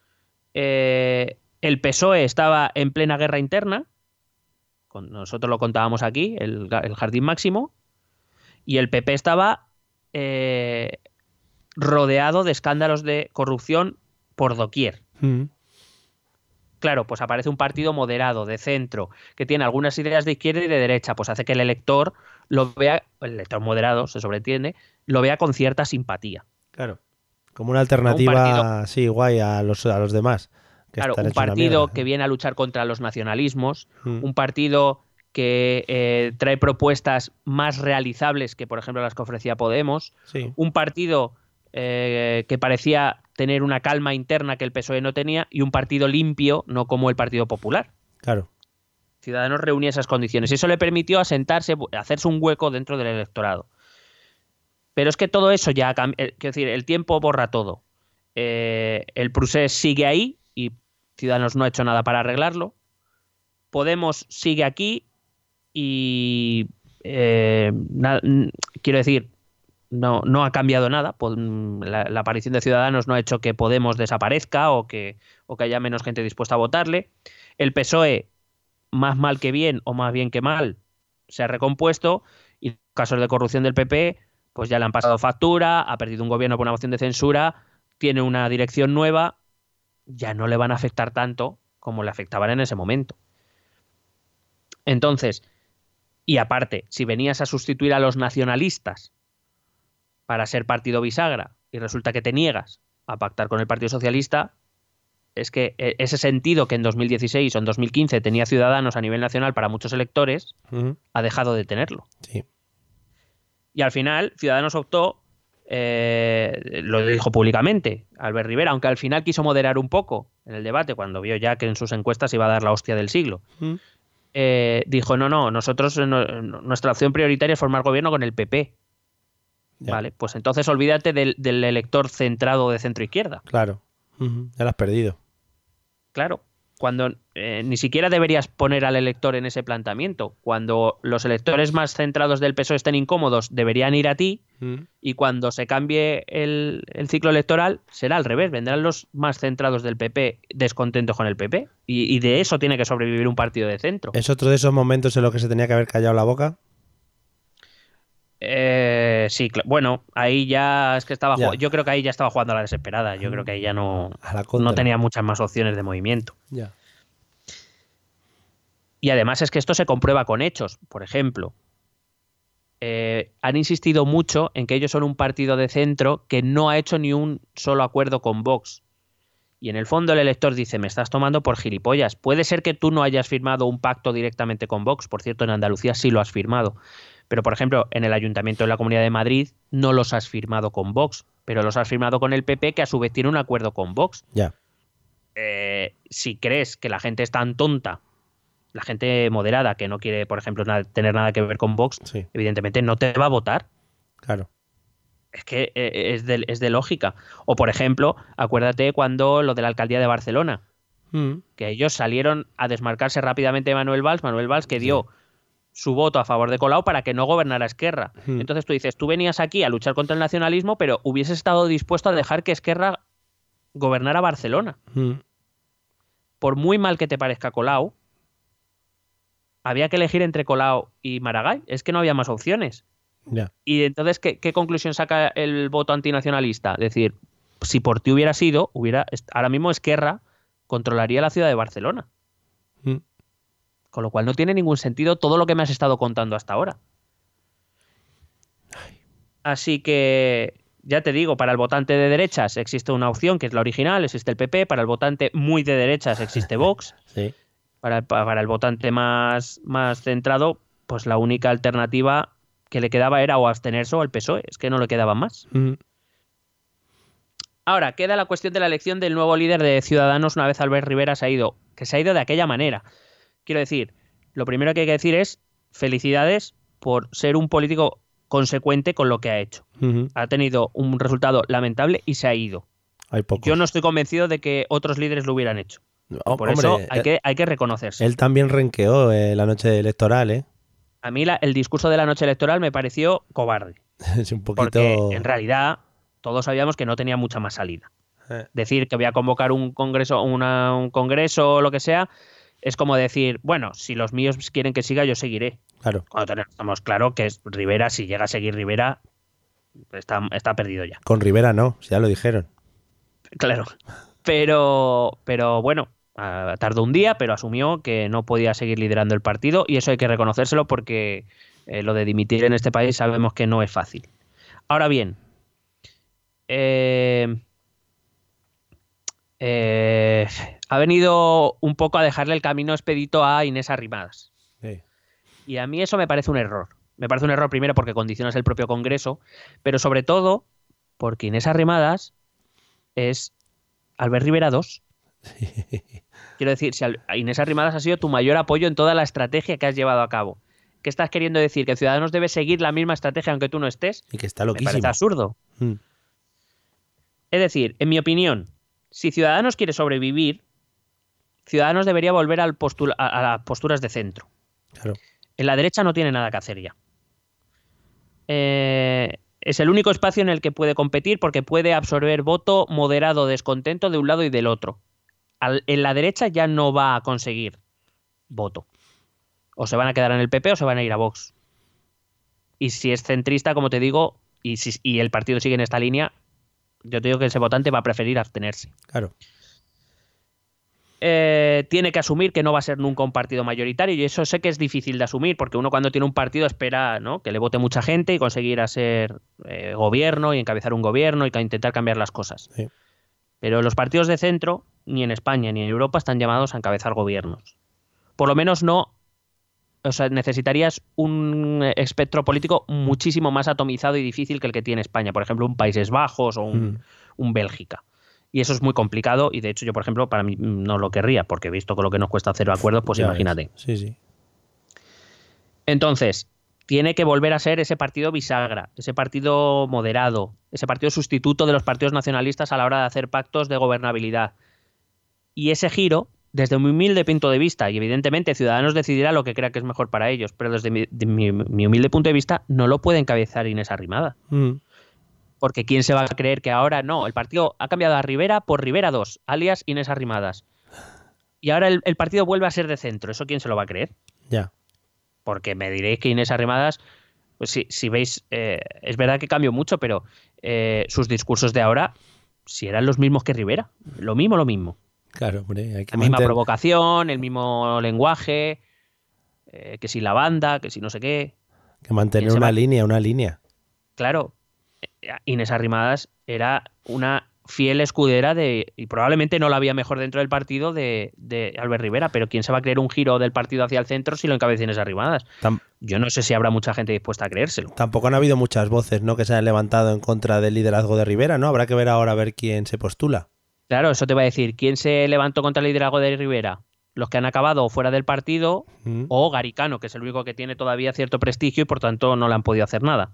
Eh, el P S O E estaba en plena guerra interna, con, nosotros lo contábamos aquí, el, el jardín máximo, y el P P estaba eh, rodeado de escándalos de corrupción por doquier. Mm. Claro, pues aparece un partido moderado, de centro, que tiene algunas ideas de izquierda y de derecha, pues hace que el elector lo vea, el elector moderado, se sobreentiende, lo vea con cierta simpatía. Claro, como una alternativa, un partido, sí, guay a los, a los demás. Que claro, un partido que viene a luchar contra los nacionalismos, mm. un partido que eh, trae propuestas más realizables que, por ejemplo, las que ofrecía Podemos, sí. un partido eh, que parecía tener una calma interna que el P S O E no tenía, y un partido limpio, no como el Partido Popular. Claro. Ciudadanos reunía esas condiciones y eso le permitió asentarse, hacerse un hueco dentro del electorado. Pero es que todo eso ya, quiero decir, el tiempo borra todo. Eh, el procés sigue ahí y Ciudadanos no ha hecho nada para arreglarlo. Podemos sigue aquí y eh, na, quiero decir, no, no ha cambiado nada. La, la aparición de Ciudadanos no ha hecho que Podemos desaparezca o que, o que haya menos gente dispuesta a votarle. El P S O E, más mal que bien o más bien que mal, se ha recompuesto, y casos de corrupción del P P pues ya le han pasado factura, ha perdido un gobierno por una moción de censura, tiene una dirección nueva, ya no le van a afectar tanto como le afectaban en ese momento. Entonces, y aparte, si venías a sustituir a los nacionalistas para ser partido bisagra y resulta que te niegas a pactar con el Partido Socialista, es que ese sentido que en dos mil dieciséis o en dos mil quince tenía Ciudadanos a nivel nacional para muchos electores, uh-huh. ha dejado de tenerlo. Sí. Y al final, Ciudadanos optó, eh, lo dijo públicamente, Albert Rivera, aunque al final quiso moderar un poco en el debate cuando vio ya que en sus encuestas iba a dar la hostia del siglo. Uh-huh. Eh, dijo, no, no, nosotros, no, nuestra opción prioritaria es formar gobierno con el P P. Ya. Vale, pues entonces olvídate del, del elector centrado de centro-izquierda. Claro. Uh-huh. Ya lo has perdido. Claro, cuando eh, ni siquiera deberías poner al elector en ese planteamiento. Cuando los electores más centrados del P S O E estén incómodos, deberían ir a ti, uh-huh. y cuando se cambie el, el ciclo electoral, será al revés. Vendrán los más centrados del P P descontentos con el P P. Y, y de eso tiene que sobrevivir un partido de centro. ¿Es otro de esos momentos en los que se tenía que haber callado la boca? Eh, sí, bueno, ahí ya es que estaba ya. Yo creo que ahí ya estaba jugando a la desesperada. Yo creo que ahí ya no, no tenía muchas más opciones de movimiento. Ya. Y además es que esto se comprueba con hechos. Por ejemplo, eh, han insistido mucho en que ellos son un partido de centro que no ha hecho ni un solo acuerdo con Vox. Y en el fondo el elector dice, me estás tomando por gilipollas. Puede ser que tú no hayas firmado un pacto directamente con Vox. Por cierto, en Andalucía sí lo has firmado. Pero, por ejemplo, en el Ayuntamiento de la Comunidad de Madrid no los has firmado con Vox, pero los has firmado con el P P, que a su vez tiene un acuerdo con Vox. Ya. Eh, si crees que la gente es tan tonta, la gente moderada, que no quiere, por ejemplo, nada, tener nada que ver con Vox, sí. evidentemente no te va a votar. Claro. Es que eh, es, de, es de lógica. O, por ejemplo, acuérdate cuando lo de la alcaldía de Barcelona, mm. que ellos salieron a desmarcarse rápidamente de Manuel Valls, Manuel Valls que dio... Sí. su voto a favor de Colau para que no gobernara Esquerra. Hmm. Entonces tú dices, tú venías aquí a luchar contra el nacionalismo, pero hubieses estado dispuesto a dejar que Esquerra gobernara Barcelona. Hmm. Por muy mal que te parezca Colau, había que elegir entre Colau y Maragall. Es que no había más opciones. Yeah. Y entonces, ¿qué, qué conclusión saca el voto antinacionalista? Es decir, si por ti hubiera sido, hubiera, ahora mismo Esquerra controlaría la ciudad de Barcelona. Hmm. Con lo cual no tiene ningún sentido todo lo que me has estado contando hasta ahora. Así que, ya te digo, para el votante de derechas existe una opción que es la original, existe el P P. Para el votante muy de derechas existe Vox. Sí. Para, para el votante más, más centrado, pues la única alternativa que le quedaba era o abstenerse o el P S O E. Es que no le quedaba más. Mm. Ahora, queda la cuestión de la elección del nuevo líder de Ciudadanos una vez Albert Rivera se ha ido. Que se ha ido de aquella manera. Quiero decir, lo primero que hay que decir es felicidades por ser un político consecuente con lo que ha hecho. Uh-huh. Ha tenido un resultado lamentable y se ha ido. Hay pocos. Yo no estoy convencido de que otros líderes lo hubieran hecho. Oh, Por hombre, eso hay, eh, que, hay que reconocerse. Él también renqueó eh, la noche electoral, ¿eh? A mí la, el discurso de la noche electoral me pareció cobarde. Es un poquito... Porque en realidad todos sabíamos que no tenía mucha más salida. Eh. Decir que voy a convocar un congreso, una, un congreso o lo que sea, es como decir, bueno, si los míos quieren que siga, yo seguiré. Claro. Cuando tenemos claro que es Rivera, si llega a seguir Rivera, está, está perdido ya. Con Rivera no, ya lo dijeron. Claro. Pero, pero bueno, tardó un día, pero asumió que no podía seguir liderando el partido y eso hay que reconocérselo porque eh, lo de dimitir en este país sabemos que no es fácil. Ahora bien, eh, eh, ha venido un poco a dejarle el camino expedito a Inés Arrimadas. Sí. Y a mí eso me parece un error. Me parece un error primero porque condicionas el propio Congreso, pero sobre todo porque Inés Arrimadas es Albert Rivera dos. Quiero decir, si Inés Arrimadas ha sido tu mayor apoyo en toda la estrategia que has llevado a cabo. ¿Qué estás queriendo decir? ¿Que Ciudadanos debe seguir la misma estrategia aunque tú no estés? Y que está loquísimo. Me parece absurdo. Mm. Es decir, en mi opinión, si Ciudadanos quiere sobrevivir, Ciudadanos debería volver al postura, a, a las posturas de centro. Claro. En la derecha no tiene nada que hacer ya. Eh... Es el único espacio en el que puede competir porque puede absorber voto moderado, descontento de un lado y del otro. Al, en la derecha ya no va a conseguir voto. O se van a quedar en el P P o se van a ir a Vox. Y si es centrista, como te digo, y, si, y el partido sigue en esta línea, yo te digo que ese votante va a preferir abstenerse. Claro. Eh, tiene que asumir que no va a ser nunca un partido mayoritario y eso sé que es difícil de asumir porque uno cuando tiene un partido espera, ¿no?, que le vote mucha gente y conseguir a ser eh, gobierno y encabezar un gobierno y intentar cambiar las cosas. Sí. Pero los partidos de centro, ni en España ni en Europa, están llamados a encabezar gobiernos. Por lo menos no, o sea, necesitarías un espectro político muchísimo más atomizado y difícil que el que tiene España. Por ejemplo, un Países Bajos o un, mm. un Bélgica. Y eso es muy complicado y de hecho yo, por ejemplo, para mí no lo querría porque he visto con lo que nos cuesta hacer acuerdos, pues ya imagínate. Ves. Sí, sí. Entonces, tiene que volver a ser ese partido bisagra, ese partido moderado, ese partido sustituto de los partidos nacionalistas a la hora de hacer pactos de gobernabilidad. Y ese giro, desde mi humilde punto de vista, y evidentemente Ciudadanos decidirá lo que crea que es mejor para ellos, pero desde mi, de mi, mi humilde punto de vista no lo puede encabezar Inés Arrimadas. Mm. Porque ¿quién se va a creer que ahora no? El partido ha cambiado a Rivera por Rivera dos, alias Inés Arrimadas. Y ahora el, el partido vuelve a ser de centro. ¿Eso quién se lo va a creer? Ya. Porque me diréis que Inés Arrimadas, pues si, si veis, eh, es verdad que cambió mucho, pero eh, sus discursos de ahora, si eran los mismos que Rivera. Lo mismo, lo mismo. Claro, hombre. Hay que la misma mantener... provocación, el mismo lenguaje, eh, que si la banda, que si no sé qué. Que mantener una va... línea, una línea. Claro. Inés Arrimadas era una fiel escudera de, y probablemente no la había mejor dentro del partido de, de Albert Rivera, pero ¿quién se va a creer un giro del partido hacia el centro si lo encabeza Inés Arrimadas? Tam Yo no sé si habrá mucha gente dispuesta a creérselo. Tampoco han habido muchas voces, ¿no?, que se han levantado en contra del liderazgo de Rivera, ¿no? Habrá que ver ahora a ver quién se postula. Claro, eso te va a decir. ¿Quién se levantó contra el liderazgo de Rivera? Los que han acabado fuera del partido mm. o Garicano, que es el único que tiene todavía cierto prestigio y por tanto no le han podido hacer nada.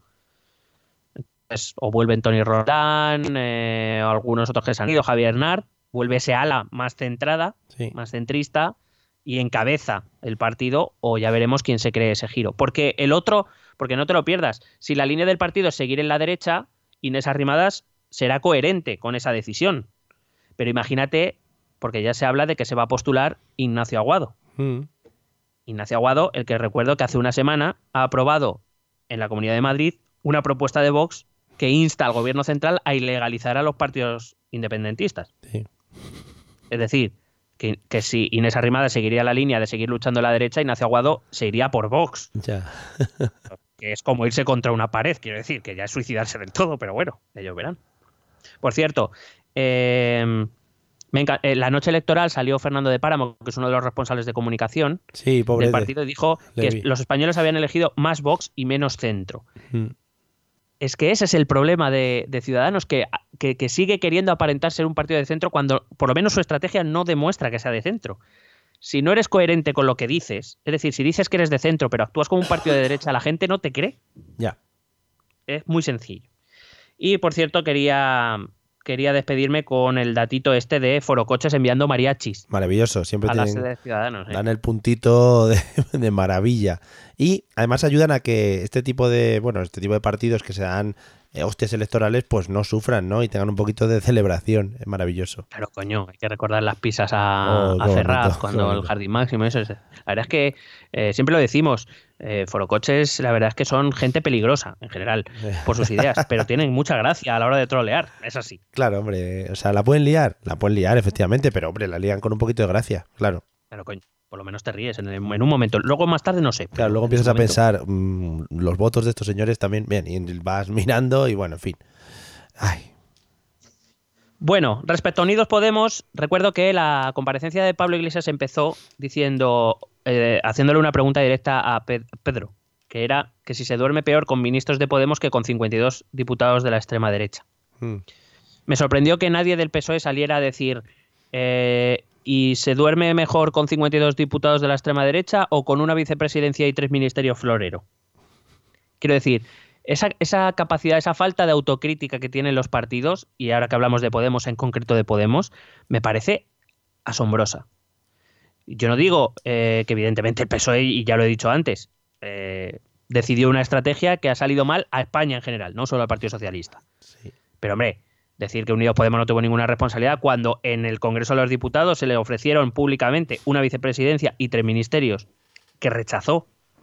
O vuelven Toni Roldán, eh, o algunos otros que se han ido, Javier Nart, vuelve ese ala más centrada, sí. más centrista, y encabeza el partido, o ya veremos quién se cree ese giro. Porque el otro, porque no te lo pierdas, si la línea del partido es seguir en la derecha, Inés Arrimadas será coherente con esa decisión. Pero imagínate, porque ya se habla de que se va a postular Ignacio Aguado. Mm. Ignacio Aguado, el que recuerdo que hace una semana ha aprobado en la Comunidad de Madrid una propuesta de Vox que insta al gobierno central a ilegalizar a los partidos independentistas. Sí. Es decir, que, que si Inés Arrimadas seguiría la línea de seguir luchando en la derecha, Ignacio Aguado se iría por Vox. Ya. Que es como irse contra una pared, quiero decir, que ya es suicidarse del todo, pero bueno, ellos verán. Por cierto, eh, me eh, la noche electoral salió Fernando de Páramo, que es uno de los responsables de comunicación sí, del partido, y dijo que vi. los españoles habían elegido más Vox y menos centro. Mm. Es que ese es el problema de, de Ciudadanos, que, que, que sigue queriendo aparentar ser un partido de centro cuando por lo menos su estrategia no demuestra que sea de centro. Si no eres coherente con lo que dices, es decir, si dices que eres de centro pero actúas como un partido de derecha, la gente no te cree. Ya. Es muy sencillo. Y por cierto, quería, quería despedirme con el datito este de Forocoches enviando mariachis. Maravilloso, siempre a la tienen, sede de Ciudadanos. ¿eh? Dan el puntito de, de maravilla. Y además ayudan a que este tipo de, bueno, este tipo de partidos que se dan eh, hostias electorales, pues no sufran, ¿no? Y tengan un poquito de celebración. Es maravilloso. Claro, coño, hay que recordar las pizzas a, oh, a Ferraz bonito, cuando el Jardín Máximo, eso es. La verdad es que eh, siempre lo decimos, eh, Forocoches, la verdad es que son gente peligrosa en general por sus ideas, pero tienen mucha gracia a la hora de trolear, es así. Claro, hombre, o sea, la pueden liar, la pueden liar, efectivamente, pero hombre, la lían con un poquito de gracia, claro. Claro, coño. Por lo menos te ríes en, el, en un momento. Luego más tarde no sé. Claro, luego empiezas a pensar mmm, los votos de estos señores también, bien, y vas mirando y bueno, en fin. Ay. Bueno, respecto a Unidos Podemos, recuerdo que la comparecencia de Pablo Iglesias empezó diciendo, eh, haciéndole una pregunta directa a Pe- Pedro, que era que si se duerme peor con ministros de Podemos que con cincuenta y dos diputados de la extrema derecha. Mm. Me sorprendió que nadie del P S O E saliera a decir... Eh, ¿Y se duerme mejor con cincuenta y dos diputados de la extrema derecha o con una vicepresidencia y tres ministerios florero? Quiero decir, esa, esa capacidad, esa falta de autocrítica que tienen los partidos, y ahora que hablamos de Podemos, en concreto de Podemos, me parece asombrosa. Yo no digo eh, que evidentemente el P S O E, y ya lo he dicho antes, eh, decidió una estrategia que ha salido mal a España en general, no solo al Partido Socialista. Sí. Pero hombre... Decir que Unidos Podemos no tuvo ninguna responsabilidad cuando en el Congreso de los Diputados se le ofrecieron públicamente una vicepresidencia y tres ministerios que rechazó.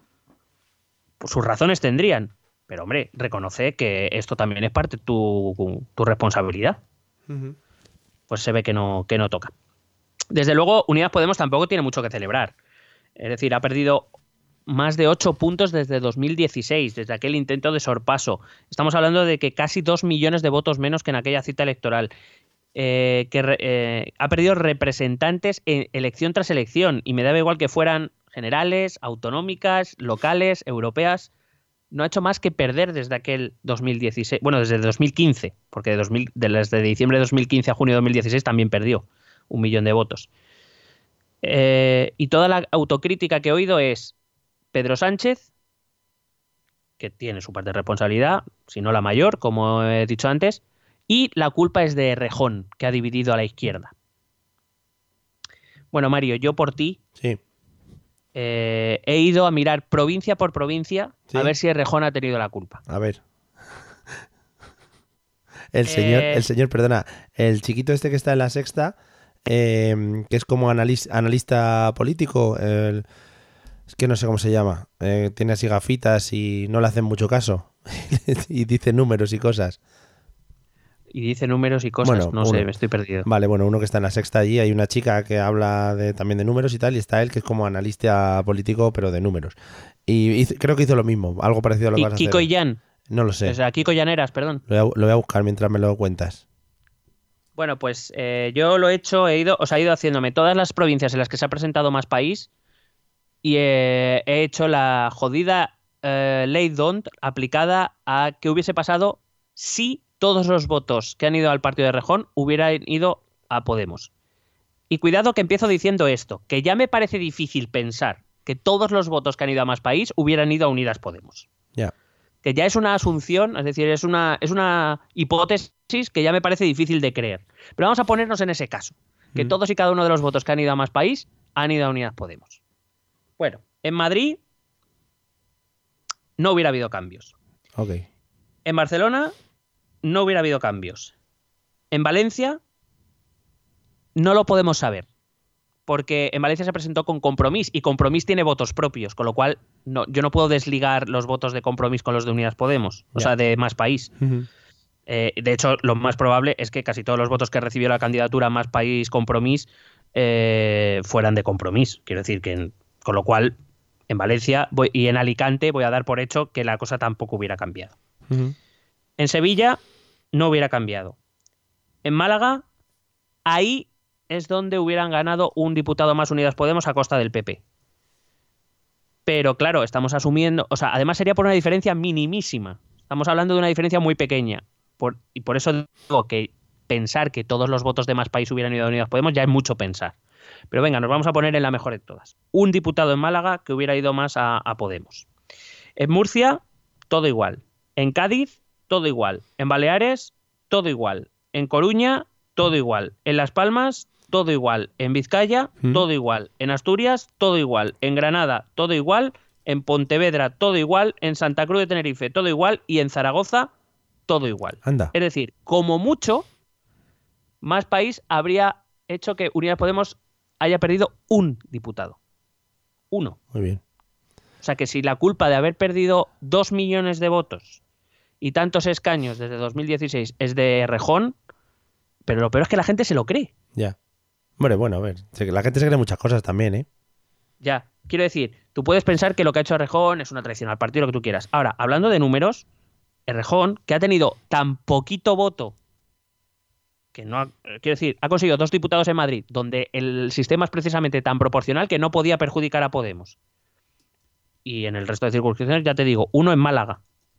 Pues sus razones tendrían. Pero, hombre, reconoce que esto también es parte de tu, tu responsabilidad. Uh-huh. Pues se ve que no, que no toca. Desde luego, Unidas Podemos tampoco tiene mucho que celebrar. Es decir, ha perdido más de ocho puntos desde dos mil dieciséis, desde aquel intento de sorpaso. Estamos hablando de que casi dos millones de votos menos que en aquella cita electoral. Eh, que re, eh, ha perdido representantes en elección tras elección, y me daba igual que fueran generales, autonómicas, locales, europeas. No ha hecho más que perder desde aquel dos mil dieciséis, bueno, desde dos mil quince, porque de dos mil, desde diciembre de dos mil quince a junio de dos mil dieciséis también perdió un millón de votos. Eh, y toda la autocrítica que he oído es Pedro Sánchez, que tiene su parte de responsabilidad, si no la mayor, como he dicho antes, y la culpa es de Errejón, que ha dividido a la izquierda. Bueno, Mario, yo por ti sí. eh, he ido a mirar provincia por provincia ¿Sí? a ver si Errejón ha tenido la culpa. A ver. El señor, eh... el señor, perdona, el chiquito este que está en La Sexta, eh, que es como analista, analista político, el... Es que no sé cómo se llama. Eh, tiene así gafitas y no le hacen mucho caso. Y dice números y cosas. Y dice números y cosas. Bueno, no uno. sé, me estoy perdido. Vale, bueno, uno que está en La Sexta allí. Hay una chica que habla de, también de números y tal. Y está él que es como analista político, pero de números. Y hizo, creo que hizo lo mismo. Algo parecido a lo que vas a hacer. Kiko y Jan. No lo sé. O sea, Kiko Llaneras, perdón. Lo voy a, lo voy a buscar mientras me lo cuentas. Bueno, pues eh, yo lo he hecho, he ido, o sea, he ido haciéndome todas las provincias en las que se ha presentado Más País. Y eh, he hecho la jodida eh, ley D'Hondt aplicada a que hubiese pasado si todos los votos que han ido al partido de Errejón hubieran ido a Podemos. Y cuidado que empiezo diciendo esto, que ya me parece difícil pensar que todos los votos que han ido a Más País hubieran ido a Unidas Podemos. Ya. Yeah. Que ya es una asunción, es decir, es una, es una hipótesis que ya me parece difícil de creer. Pero vamos a ponernos en ese caso, que mm. todos y cada uno de los votos que han ido a Más País han ido a Unidas Podemos. Bueno, en Madrid no hubiera habido cambios. Okay. En Barcelona no hubiera habido cambios. En Valencia no lo podemos saber, porque en Valencia se presentó con Compromís y Compromís tiene votos propios, con lo cual no, yo no puedo desligar los votos de Compromís con los de Unidas Podemos, o yeah. sea, de Más País. Uh-huh. Eh, de hecho, lo más probable es que casi todos los votos que recibió la candidatura Más País Compromís eh, fueran de Compromís. Quiero decir que... En, Con lo cual, en Valencia voy, y en Alicante voy a dar por hecho que la cosa tampoco hubiera cambiado. Uh-huh. En Sevilla no hubiera cambiado. En Málaga, ahí es donde hubieran ganado un diputado más Unidas Podemos a costa del P P. Pero claro, estamos asumiendo... O sea, además sería por una diferencia minimísima. Estamos hablando de una diferencia muy pequeña. Por, y por eso digo que pensar que todos los votos de Más País hubieran ido a Unidas Podemos ya es mucho pensar. Pero venga, nos vamos a poner en la mejor de todas. Un diputado en Málaga que hubiera ido más a, a Podemos. En Murcia, todo igual. En Cádiz, todo igual. En Baleares, todo igual. En Coruña, todo igual. En Las Palmas, todo igual. En Vizcaya, mm. todo igual. En Asturias, todo igual. En Granada, todo igual. En Pontevedra, todo igual. En Santa Cruz de Tenerife, todo igual. Y en Zaragoza, todo igual. Anda. Es decir, como mucho, Más País habría hecho que Unidas Podemos haya perdido un diputado. Uno. Muy bien. O sea que si la culpa de haber perdido dos millones de votos y tantos escaños desde dos mil dieciséis es de Rejón, pero lo peor es que la gente se lo cree. Ya. Hombre, bueno, a ver, la gente se cree muchas cosas también, ¿eh? Ya, quiero decir, tú puedes pensar que lo que ha hecho Rejón es una traición al partido, lo que tú quieras. Ahora, hablando de números, Rejón, que ha tenido tan poquito voto, que no ha, quiero decir, ha conseguido dos diputados en Madrid, donde el sistema es precisamente tan proporcional que no podía perjudicar a Podemos. Y en el resto de circunscripciones, ya te digo, uno en Málaga.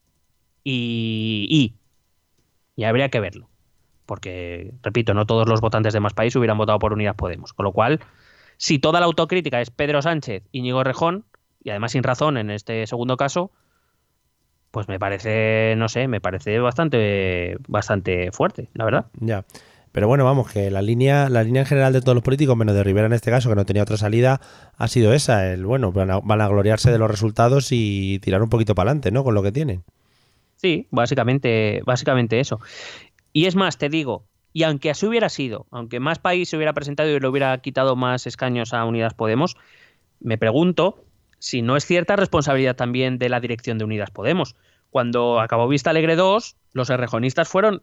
Y, y, y habría que verlo. Porque, repito, no todos los votantes de Más País hubieran votado por Unidas Podemos. Con lo cual, si toda la autocrítica es Pedro Sánchez, Íñigo Rejón, y además sin razón en este segundo caso, pues me parece, no sé, me parece bastante, bastante fuerte, la verdad. Ya. Pero bueno, vamos, que la línea la línea en general de todos los políticos, menos de Rivera en este caso, que no tenía otra salida, ha sido esa. El bueno, van a, van a gloriarse de los resultados y tirar un poquito para adelante, ¿no? Con lo que tienen. Sí, básicamente, básicamente eso. Y es más, te digo, y aunque así hubiera sido, aunque Más País se hubiera presentado y le hubiera quitado más escaños a Unidas Podemos, me pregunto si no es cierta responsabilidad también de la dirección de Unidas Podemos. Cuando acabó Vista Alegre dos, los errejonistas fueron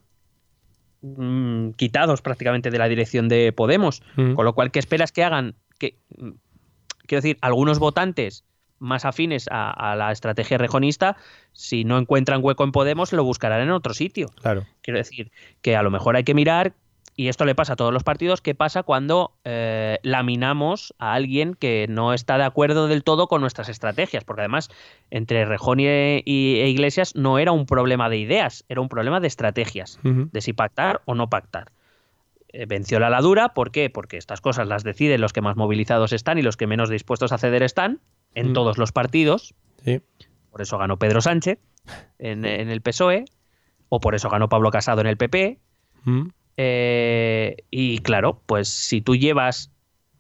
quitados prácticamente de la dirección de Podemos, mm. con lo cual, ¿qué esperas que hagan? Que, quiero decir, algunos votantes más afines a, a la estrategia rejonista, si no encuentran hueco en Podemos, lo buscarán en otro sitio. Claro. Quiero decir que a lo mejor hay que mirar, y esto le pasa a todos los partidos, qué pasa cuando eh, laminamos a alguien que no está de acuerdo del todo con nuestras estrategias, porque además entre Rejón y, y e Iglesias no era un problema de ideas, era un problema de estrategias, uh-huh. de si pactar o no pactar. Eh, venció la ladura, ¿por qué? Porque estas cosas las deciden los que más movilizados están y los que menos dispuestos a ceder están, en uh-huh. todos los partidos. Sí. Por eso ganó Pedro Sánchez en, en el P S O E, o por eso ganó Pablo Casado en el P P. Uh-huh. Eh, y claro, pues si tú llevas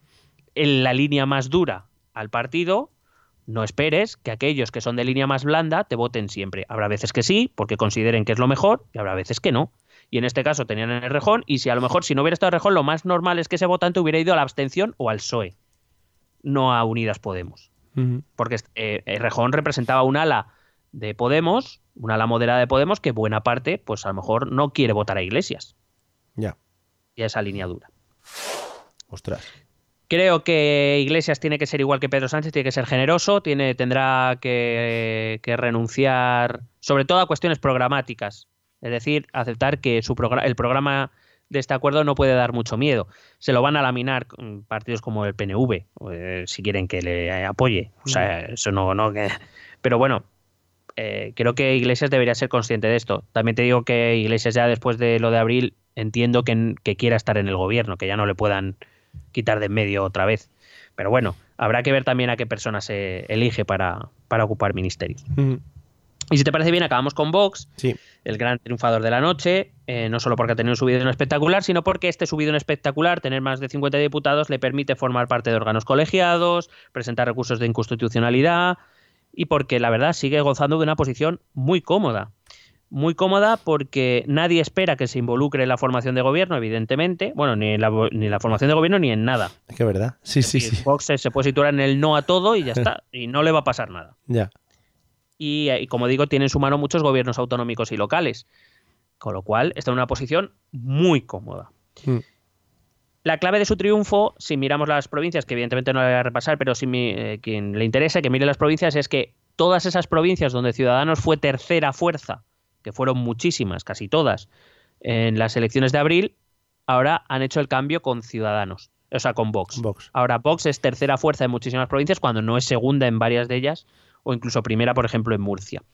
en la línea más dura al partido, no esperes que aquellos que son de línea más blanda te voten siempre. Habrá veces que sí, porque consideren que es lo mejor, y habrá veces que no. Y en este caso tenían el Rejón, y si a lo mejor si no hubiera estado el Rejón, lo más normal es que ese votante hubiera ido a la abstención o al P S O E, no a Unidas Podemos. Uh-huh. Porque eh, el Rejón representaba un ala de Podemos, una ala moderada de Podemos, que buena parte, pues a lo mejor no quiere votar a Iglesias. Ya. Y a esa línea dura. Ostras. Creo que Iglesias tiene que ser igual que Pedro Sánchez, tiene que ser generoso, tiene, tendrá que, que renunciar sobre todo a cuestiones programáticas. Es decir, aceptar que su progr- el programa de este acuerdo no puede dar mucho miedo. Se lo van a laminar partidos como el P N V, eh, si quieren que le apoye. O sea, eso no... no que... Pero bueno, eh, creo que Iglesias debería ser consciente de esto. También te digo que Iglesias ya después de lo de abril entiendo que, que quiera estar en el gobierno, que ya no le puedan quitar de en medio otra vez. Pero bueno, habrá que ver también a qué persona se elige para, para ocupar ministerios. Uh-huh. Y si te parece bien, acabamos con Vox, sí. el gran triunfador de la noche, eh, no solo porque ha tenido un subidón espectacular, sino porque este subidón espectacular, tener más de cincuenta diputados, le permite formar parte de órganos colegiados, presentar recursos de inconstitucionalidad y porque la verdad sigue gozando de una posición muy cómoda. Muy cómoda porque nadie espera que se involucre en la formación de gobierno, evidentemente. Bueno, ni en la, ni en la formación de gobierno ni en nada. Es que es verdad. Sí, sí, sí. Vox se puede situar en el no a todo y ya está. Y no le va a pasar nada. Ya. Y, y como digo, tiene en su mano muchos gobiernos autonómicos y locales. Con lo cual está en una posición muy cómoda. Mm. La clave de su triunfo, si miramos las provincias, que evidentemente no le voy a repasar, pero si mi, eh, quien le interese que mire las provincias, es que todas esas provincias donde Ciudadanos fue tercera fuerza, que fueron muchísimas, casi todas, en las elecciones de abril, ahora han hecho el cambio con Ciudadanos, o sea, con Vox. Vox. Ahora Vox es tercera fuerza en muchísimas provincias, cuando no es segunda en varias de ellas, o incluso primera, por ejemplo, en Murcia.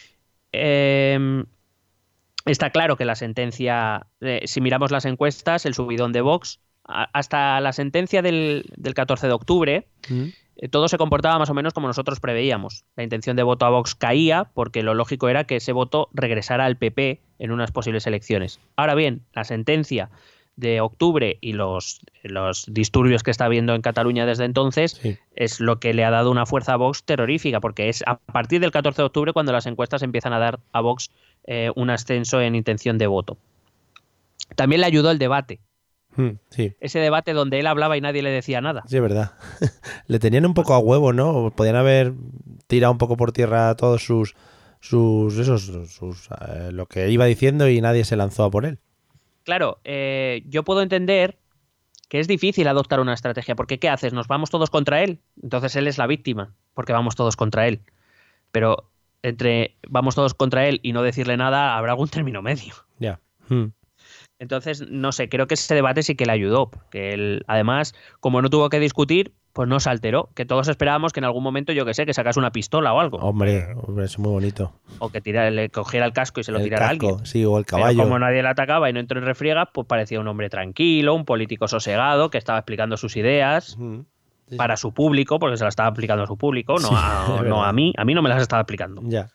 Eh, está claro que la sentencia, eh, si miramos las encuestas, el subidón de Vox, a, hasta la sentencia del, del catorce de octubre, ¿Mm? eh, todo se comportaba más o menos como nosotros preveíamos. La intención de voto a Vox caía porque lo lógico era que ese voto regresara al P P en unas posibles elecciones. Ahora bien, la sentencia de octubre y los, los disturbios que está habiendo en Cataluña desde entonces sí. es lo que le ha dado una fuerza a Vox terrorífica, porque es a partir del catorce de octubre cuando las encuestas empiezan a dar a Vox eh, un ascenso en intención de voto. También le ayudó el debate. Sí. Ese debate donde él hablaba y nadie le decía nada. Sí, es verdad. Le tenían un poco a huevo, ¿no? Podían haber tirado un poco por tierra todos sus... sus esos sus, eh, lo que iba diciendo y nadie se lanzó a por él. Claro, eh, yo puedo entender que es difícil adoptar una estrategia, porque ¿qué haces? ¿Nos vamos todos contra él? Entonces él es la víctima, porque vamos todos contra él. Pero entre vamos todos contra él y no decirle nada, habrá algún término medio. Ya. Yeah. Hmm. Entonces, no sé, creo que ese debate sí que le ayudó, porque él, además, como no tuvo que discutir, pues no se alteró, que todos esperábamos que en algún momento, yo que sé, que sacase una pistola o algo. Hombre, hombre, eso es muy bonito. O que tira, le cogiera el casco y se lo el tirara casco, a alguien. Sí, o el caballo. Pero como nadie le atacaba y no entró en refriegas, pues parecía un hombre tranquilo, un político sosegado, que estaba explicando sus ideas uh-huh. sí, para sí. su público, porque se las estaba explicando a su público, no, sí, a, no a mí. A mí no me las estaba explicando. Ya.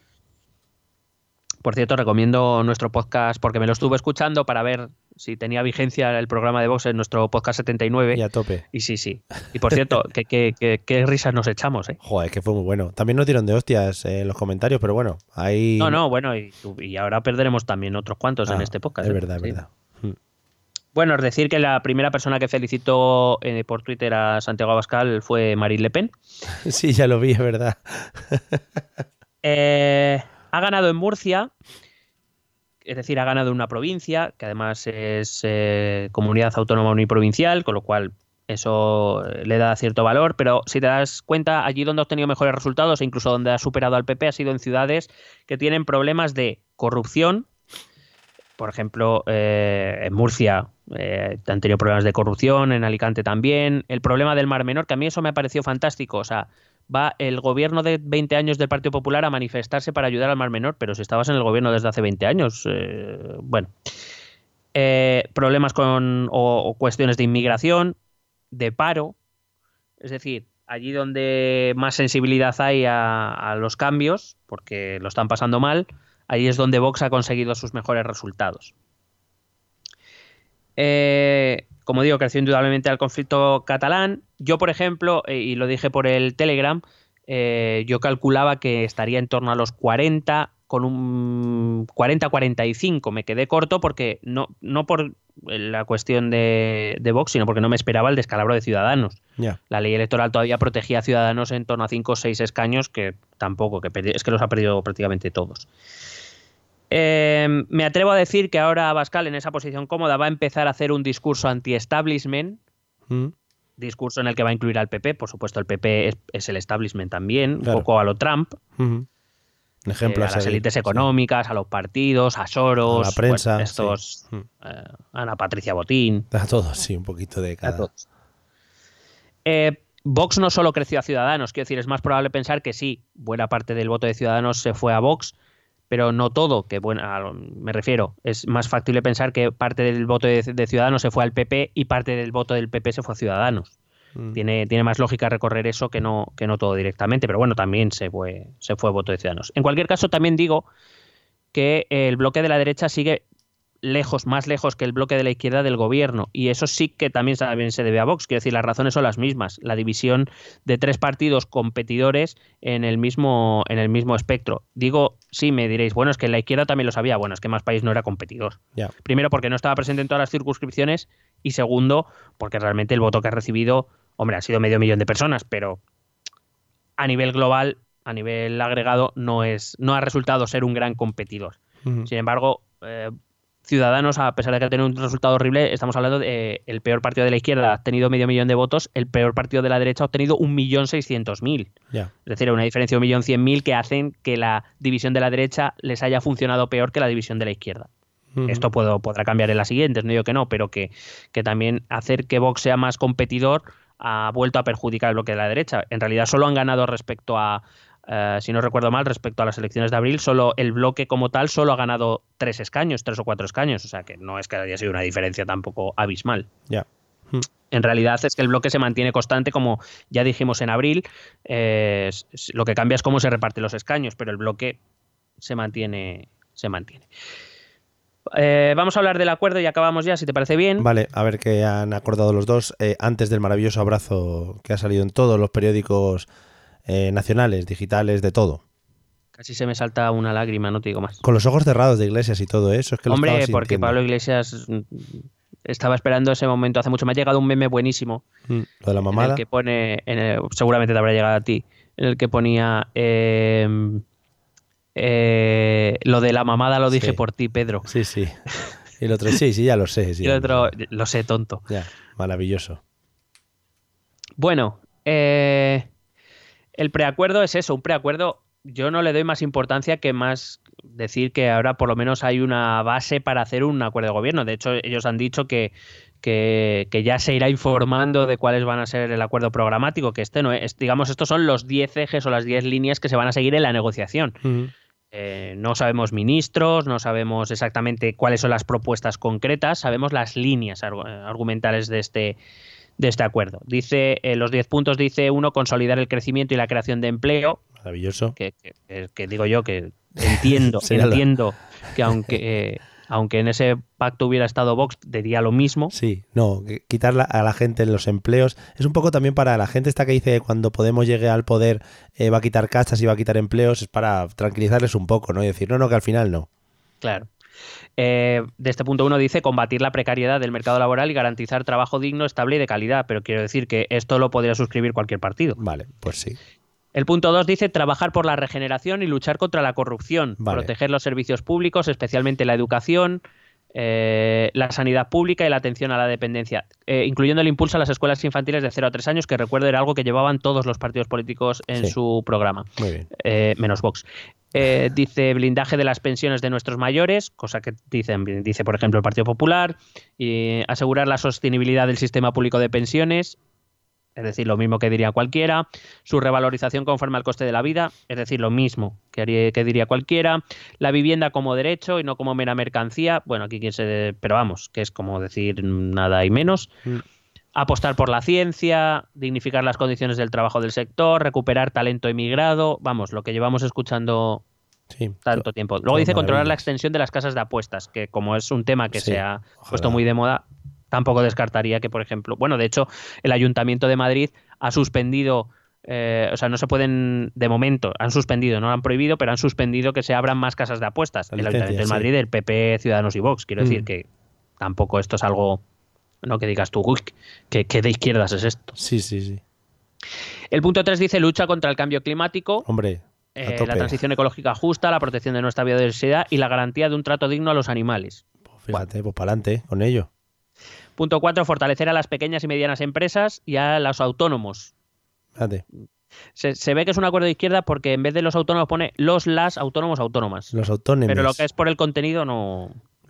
Por cierto, recomiendo nuestro podcast, porque me lo estuve escuchando para ver si tenía vigencia el programa de Vox en nuestro podcast setenta y nueve. Y a tope. Y sí, sí. Y por cierto, qué que, que, que risas nos echamos, ¿eh? Joder, que fue muy bueno. También nos dieron de hostias en los comentarios, pero bueno, ahí... No, no, bueno, y, y ahora perderemos también otros cuantos ah, en este podcast. Es verdad, ¿eh? es verdad. Sí. Bueno, es decir que la primera persona que felicitó eh, por Twitter a Santiago Abascal fue Marine Le Pen. Sí, ya lo vi, es verdad. eh, ha ganado en Murcia... Es decir, ha ganado una provincia, que además es eh, comunidad autónoma uniprovincial, con lo cual eso le da cierto valor, pero si te das cuenta, allí donde ha obtenido mejores resultados e incluso donde ha superado al P P ha sido en ciudades que tienen problemas de corrupción. Por ejemplo, eh, en Murcia eh, han tenido problemas de corrupción, en Alicante también. El problema del Mar Menor, que a mí eso me ha parecido fantástico, o sea... Va el gobierno de veinte años del Partido Popular a manifestarse para ayudar al Mar Menor, pero si estabas en el gobierno desde hace veinte años, eh, bueno, eh, problemas con o, o cuestiones de inmigración, de paro, es decir, allí donde más sensibilidad hay a, a los cambios, porque lo están pasando mal, ahí es donde Vox ha conseguido sus mejores resultados. Eh, como digo, creció indudablemente el conflicto catalán. Yo, por ejemplo, eh, y lo dije por el Telegram, eh, yo calculaba que estaría en torno a los cuarenta, con un cuarenta a cuarenta y cinco. Me quedé corto porque no, no por la cuestión de, de Vox, sino porque no me esperaba el descalabro de Ciudadanos. Yeah. La ley electoral todavía protegía a Ciudadanos en torno a cinco o seis escaños, que tampoco, que es que los ha perdido prácticamente todos. Eh, me atrevo a decir que ahora Abascal, en esa posición cómoda, va a empezar a hacer un discurso anti-establishment, mm. discurso en el que va a incluir al P P, por supuesto el P P es, es el establishment también, claro. Un poco a lo Trump, uh-huh. Ejemplo eh, a las élites económicas, sí. A los partidos, a Soros, a la prensa, bueno, estos, sí. eh, a Ana Patricia Botín. A todos, sí, un poquito de cada. A todos. Eh, Vox no solo creció a Ciudadanos, quiero decir, es más probable pensar que sí, buena parte del voto de Ciudadanos se fue a Vox, pero no todo, que bueno, me refiero, es más factible pensar que parte del voto de, de Ciudadanos se fue al P P y parte del voto del P P se fue a Ciudadanos. Mm. Tiene, tiene más lógica recorrer eso que no, que no todo directamente, pero bueno, también se fue, se fue voto de Ciudadanos. En cualquier caso, también digo que el bloque de la derecha sigue lejos, más lejos que el bloque de la izquierda del gobierno, y eso sí que también, también se debe a Vox. Quiero decir, las razones son las mismas, la división de tres partidos competidores en el mismo, en el mismo espectro. Digo, sí, me diréis, bueno, es que la izquierda también lo sabía, bueno, es que Más País no era competidor. Yeah. Primero, porque no estaba presente en todas las circunscripciones, y segundo, porque realmente el voto que ha recibido, hombre, ha sido medio millón de personas, pero a nivel global, a nivel agregado, no, es, no ha resultado ser un gran competidor. Uh-huh. Sin embargo, eh, Ciudadanos, a pesar de que ha tenido un resultado horrible, estamos hablando de eh, el peor partido de la izquierda ha tenido medio millón de votos, el peor partido de la derecha ha obtenido un millón seiscientos mil. Yeah. Es decir, una diferencia de un millón cien mil que hacen que la división de la derecha les haya funcionado peor que la división de la izquierda. Uh-huh. Esto puedo, podrá cambiar en las siguientes, no digo que no, pero que, que también hacer que Vox sea más competidor ha vuelto a perjudicar el bloque de la derecha. En realidad solo han ganado respecto a Uh, si no recuerdo mal, respecto a las elecciones de abril, solo el bloque como tal solo ha ganado tres escaños, tres o cuatro escaños, o sea que no es que haya sido una diferencia tampoco abismal. Ya. Yeah. Hmm. En realidad es que el bloque se mantiene constante, como ya dijimos en abril. Eh, lo que cambia es cómo se reparten los escaños, pero el bloque se mantiene. Se mantiene. Eh, vamos a hablar del acuerdo y acabamos ya, si te parece bien. Vale, a ver qué han acordado los dos eh, antes del maravilloso abrazo que ha salido en todos los periódicos eh, nacionales, digitales, de todo. Casi se me salta una lágrima, no te digo más. Con los ojos cerrados de Iglesias y todo eso. Es que lo Hombre, estaba porque sintiendo. Pablo Iglesias estaba esperando ese momento hace mucho. Me ha llegado un meme buenísimo. Mm, lo de la mamada. En el que pone, en el, seguramente te habrá llegado a ti, en el que ponía eh, eh, lo de la mamada lo dije Sí. por ti, Pedro. Sí, sí. Y el otro, sí, sí, ya lo sé. Sí, Y el otro, lo sé, tonto. Ya, maravilloso. Bueno, eh, el preacuerdo es eso, un preacuerdo. Yo no le doy más importancia que más decir que ahora por lo menos hay una base para hacer un acuerdo de gobierno. De hecho, ellos han dicho que, que, que ya se irá informando de cuáles van a ser el acuerdo programático, que este no es, digamos, estos son los diez ejes o las diez líneas que se van a seguir en la negociación. Uh-huh. Eh, no sabemos ministros, no sabemos exactamente cuáles son las propuestas concretas, sabemos las líneas argu- argumentales de este, de este acuerdo. Dice, eh, los diez puntos dice uno, consolidar el crecimiento y la creación de empleo. Maravilloso. Que, que, que digo yo que entiendo, entiendo la... que aunque, eh, aunque en ese pacto hubiera estado Vox, diría lo mismo. Sí, no, quitar la, a la gente los empleos es un poco también para la gente esta que dice que cuando Podemos llegue al poder eh, va a quitar casas y va a quitar empleos, es para tranquilizarles un poco, ¿no? Y decir, no, no, que al final no. Claro. Eh, de este punto uno dice combatir la precariedad del mercado laboral y garantizar trabajo digno, estable y de calidad, pero quiero decir que esto lo podría suscribir cualquier partido. Vale, pues sí. El punto dos dice trabajar por la regeneración y luchar contra la corrupción, vale. proteger los servicios públicos, especialmente la educación, eh, la sanidad pública y la atención a la dependencia, eh, incluyendo el impulso a las escuelas infantiles de cero a tres años, que recuerdo era algo que llevaban todos los partidos políticos en sí. su programa, Muy bien. Eh, menos Vox. Eh, dice blindaje de las pensiones de nuestros mayores, cosa que dicen, dice por ejemplo el Partido Popular, y asegurar la sostenibilidad del sistema público de pensiones, es decir, lo mismo que diría cualquiera, su revalorización conforme al coste de la vida, es decir, lo mismo que, haría, que diría cualquiera, la vivienda como derecho y no como mera mercancía, bueno, aquí quien se... pero vamos, que es como decir nada y menos, mm. apostar por la ciencia, dignificar las condiciones del trabajo del sector, recuperar talento emigrado, vamos, lo que llevamos escuchando sí, tanto to- tiempo. Luego dice controlar la extensión de las casas de apuestas, que como es un tema que sí, se ha ojalá. puesto muy de moda, tampoco descartaría que, por ejemplo, bueno, de hecho, el Ayuntamiento de Madrid ha suspendido, eh, o sea, no se pueden, de momento, han suspendido, no lo han prohibido, pero han suspendido que se abran más casas de apuestas. La el licencia, Ayuntamiento sí. de Madrid, el P P, Ciudadanos y Vox. Quiero mm. decir que tampoco esto es algo, no que digas tú, uy, que, que de izquierdas es esto. Sí, sí, sí. El punto tres dice lucha contra el cambio climático. Hombre. Eh, la transición ecológica justa, la protección de nuestra biodiversidad y la garantía de un trato digno a los animales. Pues fíjate, bueno. pues para adelante con ello. Punto cuatro, fortalecer a las pequeñas y medianas empresas y a los autónomos. Fíjate. Se, se ve que es un acuerdo de izquierda porque en vez de los autónomos pone los, las, autónomos, autónomas. Los autónomos. Pero lo que es por el contenido no...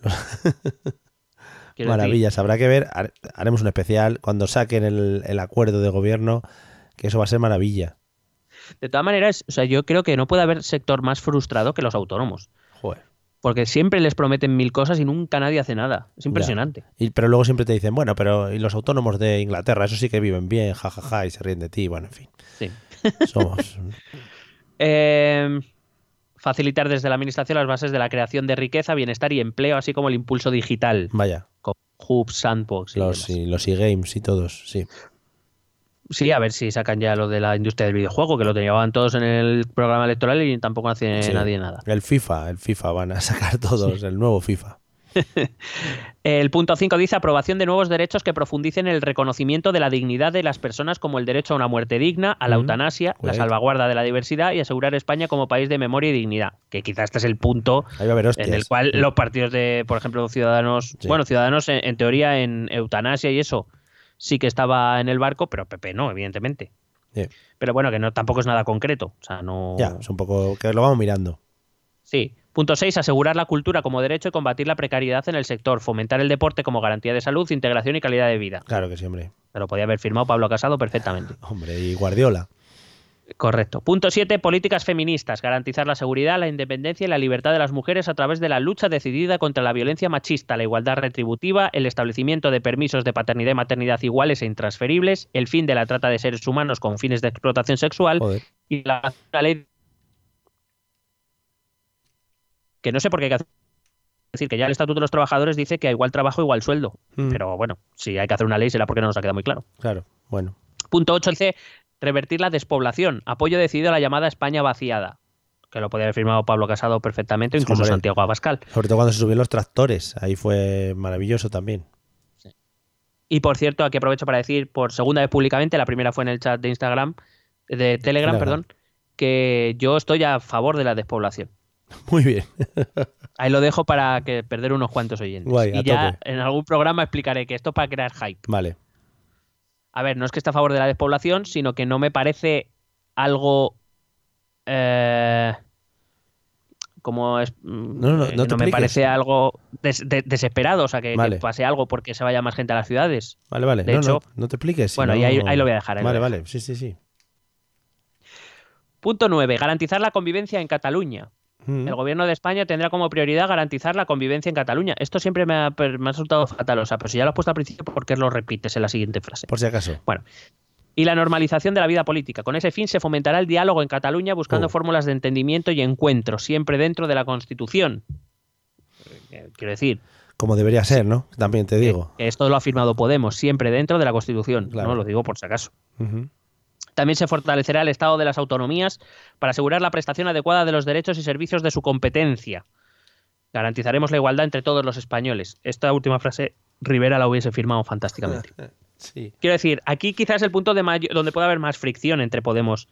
Maravillas, habrá que ver, haremos un especial cuando saquen el, el acuerdo de gobierno, que eso va a ser maravilla. De todas maneras, o sea, yo creo que no puede haber sector más frustrado que los autónomos. Joder. Porque siempre les prometen mil cosas y nunca nadie hace nada. Es impresionante. Y, pero luego siempre te dicen, bueno, pero y los autónomos de Inglaterra, eso sí que viven bien, jajaja, ja, ja, y se ríen de ti, bueno, en fin. Sí. Somos... eh, facilitar desde la administración las bases de la creación de riqueza, bienestar y empleo, así como el impulso digital. Vaya. Con Hubs, Sandbox y los, y, los e-games y todos, sí. Sí, a ver si sacan ya lo de la industria del videojuego, que lo tenían todos en el programa electoral y tampoco hace sí. nadie nada. El FIFA, el FIFA, van a sacar todos, sí. el nuevo FIFA. El punto cinco dice aprobación de nuevos derechos que profundicen en el reconocimiento de la dignidad de las personas, como el derecho a una muerte digna, a la mm, eutanasia, right. la salvaguarda de la diversidad y asegurar España como país de memoria y dignidad. Que quizás este es el punto en el cual los partidos de, por ejemplo, Ciudadanos, sí. bueno, Ciudadanos en, en teoría en eutanasia y eso sí que estaba en el barco, pero P P no, evidentemente. Yeah. Pero bueno, que no tampoco es nada concreto. O sea, no... Ya, es un poco que lo vamos mirando. Sí. Punto seis, asegurar la cultura como derecho y combatir la precariedad en el sector, fomentar el deporte como garantía de salud, integración y calidad de vida. Claro que sí, hombre. Se lo podía haber firmado Pablo Casado perfectamente. Hombre, y Guardiola. Correcto. Punto siete. Políticas feministas. Garantizar la seguridad, la independencia y la libertad de las mujeres a través de la lucha decidida contra la violencia machista, la igualdad retributiva, el establecimiento de permisos de paternidad y maternidad iguales e intransferibles, el fin de la trata de seres humanos con fines de explotación sexual Joder. y la, la ley que no sé por qué hay que hacer. Es decir, que ya el Estatuto de los Trabajadores dice que a igual trabajo, igual sueldo. Mm. Pero bueno, si hay que hacer una ley será porque no nos ha quedado muy claro. Claro, bueno. Punto ocho dice revertir la despoblación. Apoyo decidido a la llamada España vaciada. Que lo podía haber firmado Pablo Casado perfectamente, incluso Hombre, Santiago Abascal. Sobre todo cuando se subieron los tractores. Ahí fue maravilloso también. Sí. Y por cierto, aquí aprovecho para decir por segunda vez públicamente, la primera fue en el chat de Instagram, de Telegram, Telegram. perdón, que yo estoy a favor de la despoblación. Muy bien. Ahí lo dejo para que perder unos cuantos oyentes. Guay, y ya tope. En algún programa explicaré que esto es para crear hype. Vale. A ver, no es que esté a favor de la despoblación, sino que no me parece algo eh, como es, no, no, no, eh, no, no me parece algo des, de, desesperado, o sea, que, vale. que pase algo porque se vaya más gente a las ciudades. Vale, vale. De no, hecho, no, no te expliques. Bueno, no... y ahí, ahí lo voy a dejar. Vale, vale, vale. Sí, sí, sí. Punto nueve. Garantizar la convivencia en Cataluña. Mm. El gobierno de España tendrá como prioridad garantizar la convivencia en Cataluña. Esto siempre me ha, me ha resultado fatal, o sea, pero si ya lo has puesto al principio, ¿por qué lo repites en la siguiente frase? Por si acaso. Bueno. Y la normalización de la vida política. Con ese fin se fomentará el diálogo en Cataluña buscando oh. fórmulas de entendimiento y encuentro, siempre dentro de la Constitución. Quiero decir... Como debería ser, ¿no? También te digo. Que esto lo ha firmado Podemos, siempre dentro de la Constitución. Claro. No lo digo por si acaso. Uh-huh. También se fortalecerá el Estado de las autonomías para asegurar la prestación adecuada de los derechos y servicios de su competencia. Garantizaremos la igualdad entre todos los españoles. Esta última frase Rivera la hubiese firmado fantásticamente. Sí. Quiero decir, aquí quizás es el punto de mayo, donde puede haber más fricción entre Podemos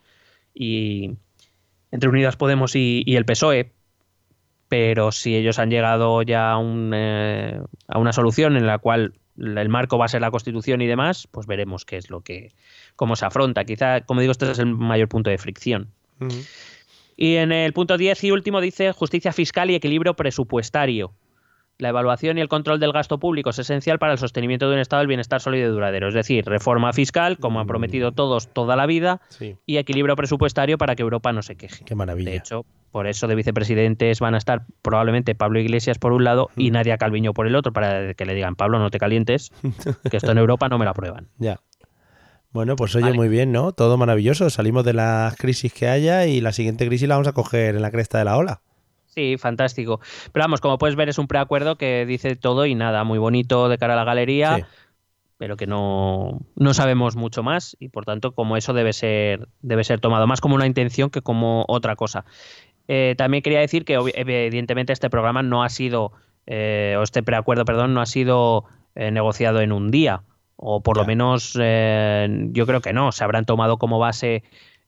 y entre Unidas Podemos y, y el P S O E, pero si ellos han llegado ya a, un, eh, a una solución en la cual el marco va a ser la Constitución y demás, pues veremos qué es lo que cómo se afronta. Quizá, como digo, este es el mayor punto de fricción. Uh-huh. Y en el punto diez y último dice justicia fiscal y equilibrio presupuestario. La evaluación y el control del gasto público es esencial para el sostenimiento de un estado del bienestar sólido y duradero. Es decir, reforma fiscal, como han prometido todos toda la vida, sí. y equilibrio presupuestario para que Europa no se queje. Qué maravilla. De hecho, por eso de vicepresidentes van a estar probablemente Pablo Iglesias por un lado y Nadia Calviño por el otro, para que le digan, Pablo, no te calientes, que esto en Europa no me lo aprueban. Ya. Bueno, pues oye, vale. Muy bien, ¿no? Todo maravilloso. Salimos de las crisis que haya y la siguiente crisis la vamos a coger en la cresta de la ola. Sí, fantástico. Pero vamos, como puedes ver, es un preacuerdo que dice todo y nada, muy bonito de cara a la galería, sí. pero que no, no sabemos mucho más y por tanto como eso debe ser, debe ser tomado más como una intención que como otra cosa. Eh, también quería decir que evidentemente este programa no ha sido, eh, o este preacuerdo, perdón, no ha sido eh, negociado en un día, o por ya. lo menos eh, yo creo que no, se habrán tomado como base...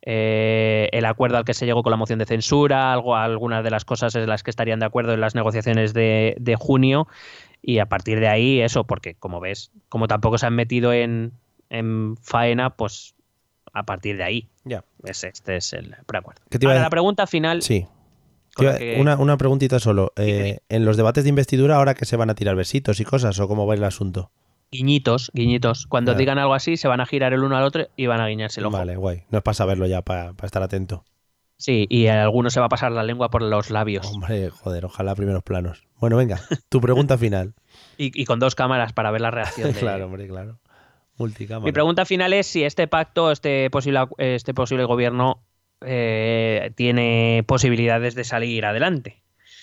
Eh, el acuerdo al que se llegó con la moción de censura, algo, algunas de las cosas en las que estarían de acuerdo en las negociaciones de, de junio, y a partir de ahí eso, porque como ves, como tampoco se han metido en, en faena, pues a partir de ahí ya. es, este es el preacuerdo. Ahora, la pregunta final... Sí. Iba, que... una, una preguntita solo. Eh, en los debates de investidura, ¿ahora que se van a tirar besitos y cosas o cómo va el asunto? Guiñitos, guiñitos. Cuando ya. digan algo así, se van a girar el uno al otro y van a guiñarse el ojo. Vale, guay. No es para saberlo ya, para, para estar atento. Sí, y a alguno se va a pasar la lengua por los labios. Hombre, joder, ojalá primeros planos. Bueno, venga, tu pregunta final. y, y con dos cámaras para ver la reacción. De... claro, hombre, claro. Multicámara. Mi pregunta final es si este pacto, este posible, este posible gobierno eh, tiene posibilidades de salir adelante.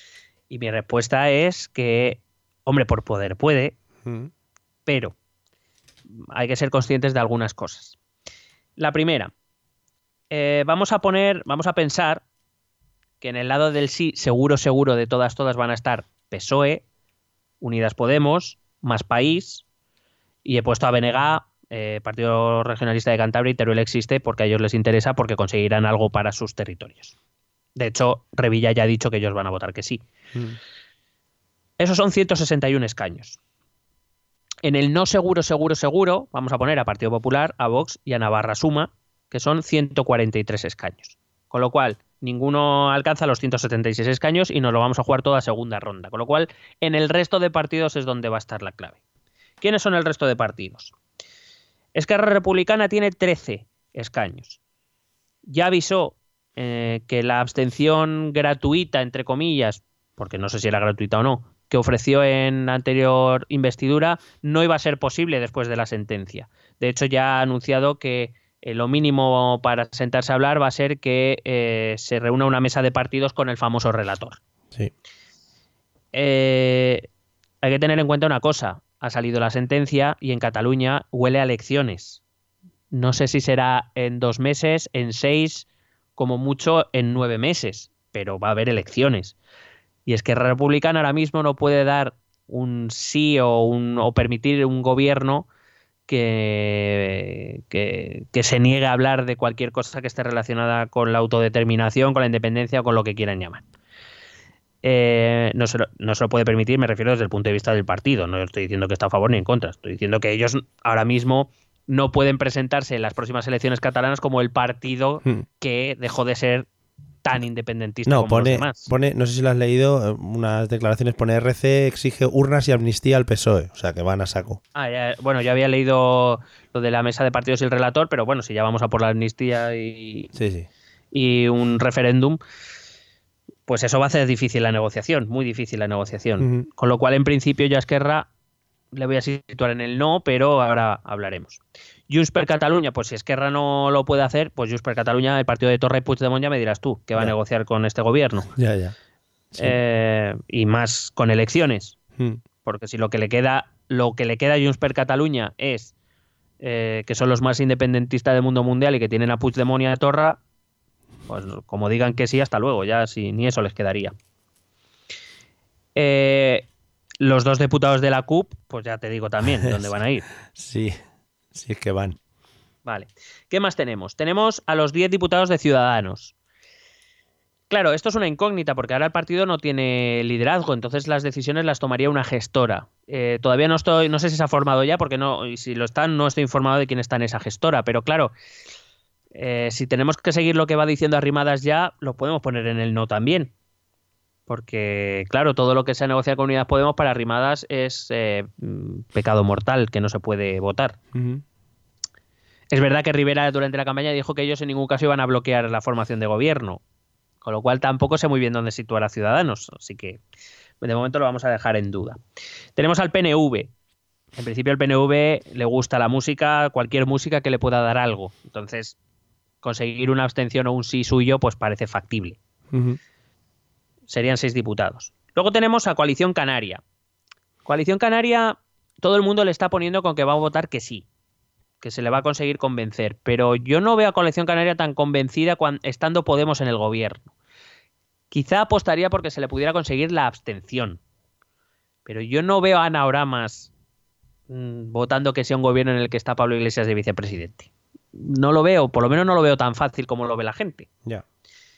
Y mi respuesta es que, hombre, por poder puede... Mm. Pero hay que ser conscientes de algunas cosas. La primera, eh, vamos a poner, vamos a pensar que en el lado del sí, seguro, seguro, de todas, todas van a estar P S O E, Unidas Podemos, Más País, y he puesto a B N G, eh, Partido Regionalista de Cantabria, y Teruel existe porque a ellos les interesa porque conseguirán algo para sus territorios. De hecho, Revilla ya ha dicho que ellos van a votar que sí. Mm. Esos son ciento sesenta y uno escaños. En el no seguro, seguro, seguro, vamos a poner a Partido Popular, a Vox y a Navarra Suma, que son ciento cuarenta y tres escaños. Con lo cual, ninguno alcanza los ciento setenta y seis escaños y nos lo vamos a jugar toda segunda ronda. Con lo cual, en el resto de partidos es donde va a estar la clave. ¿Quiénes son el resto de partidos? Esquerra Republicana tiene trece escaños. ya avisó eh, que la abstención gratuita, entre comillas, porque no sé si era gratuita o no, que ofreció en la anterior investidura, no iba a ser posible después de la sentencia. De hecho, ya ha anunciado que eh, lo mínimo para sentarse a hablar va a ser que eh, se reúna una mesa de partidos con el famoso relator. Sí. Eh, hay que tener en cuenta una cosa. Ha salido la sentencia y en Cataluña huele a elecciones. No sé si será en dos meses, en seis, como mucho en nueve meses, pero va a haber elecciones. Y es que Republicana ahora mismo no puede dar un sí o, un, o permitir un gobierno que, que, que se niegue a hablar de cualquier cosa que esté relacionada con la autodeterminación, con la independencia o con lo que quieran llamar. Eh, no, se lo, no se lo puede permitir, me refiero desde el punto de vista del partido. No estoy diciendo que está a favor ni en contra. Estoy diciendo que ellos ahora mismo no pueden presentarse en las próximas elecciones catalanas como el partido hmm. que dejó de ser tan independentista no, como pone, los demás. Pone, no sé si lo has leído, unas declaraciones, pone R C exige urnas y amnistía al P S O E, o sea que van a saco. Ah, ya, bueno, yo había leído lo de la mesa de partidos y el relator, pero bueno, si ya vamos a por la amnistía y, sí, sí. y un referéndum, pues eso va a hacer difícil la negociación, muy difícil la negociación. Uh-huh. Con lo cual, en principio, yo a Esquerra le voy a situar en el no, pero ahora hablaremos. Junts per Catalunya, pues si Esquerra no lo puede hacer, pues Junts per Catalunya, el partido de Torra y Puigdemont, ya me dirás tú, que va ya. a negociar con este gobierno. Ya, ya. Sí. Eh, y más con elecciones. Hmm. Porque si lo que le queda, lo que le queda a Junts per Catalunya es eh, que son los más independentistas del mundo mundial y que tienen a Puigdemont y a Torra, pues como digan que sí, hasta luego, ya si ni eso les quedaría. Eh, los dos diputados de la C U P, pues ya te digo también dónde van a ir. Sí. Sí, es que van. Vale. ¿Qué más tenemos? Tenemos a los diez diputados de Ciudadanos. Claro, esto es una incógnita porque ahora el partido no tiene liderazgo, entonces las decisiones las tomaría una gestora. Eh, todavía no estoy, no sé si se ha formado ya, porque no, y si lo están, no estoy informado de quién está en esa gestora, pero claro, eh, si tenemos que seguir lo que va diciendo Arrimadas ya, lo podemos poner en el no también. Porque, claro, todo lo que se ha negociado con Unidas Podemos para Arrimadas es eh, pecado mortal, que no se puede votar. Uh-huh. Es verdad que Rivera durante la campaña dijo que ellos en ningún caso iban a bloquear la formación de gobierno, con lo cual tampoco sé muy bien dónde situar a Ciudadanos, así que de momento lo vamos a dejar en duda. Tenemos al P N V. En principio al P N V le gusta la música, cualquier música que le pueda dar algo. Entonces, conseguir una abstención o un sí suyo pues parece factible. Uh-huh. Serían seis diputados. Luego tenemos a Coalición Canaria. Coalición Canaria, todo el mundo le está poniendo con que va a votar que sí, que se le va a conseguir convencer, pero yo no veo a Coalición Canaria tan convencida cuando, estando Podemos en el gobierno. Quizá apostaría porque se le pudiera conseguir la abstención, pero yo no veo a Ana Oramas mmm, votando que sea un gobierno en el que está Pablo Iglesias de vicepresidente. No lo veo, por lo menos no lo veo tan fácil como lo ve la gente. Ya. Yeah.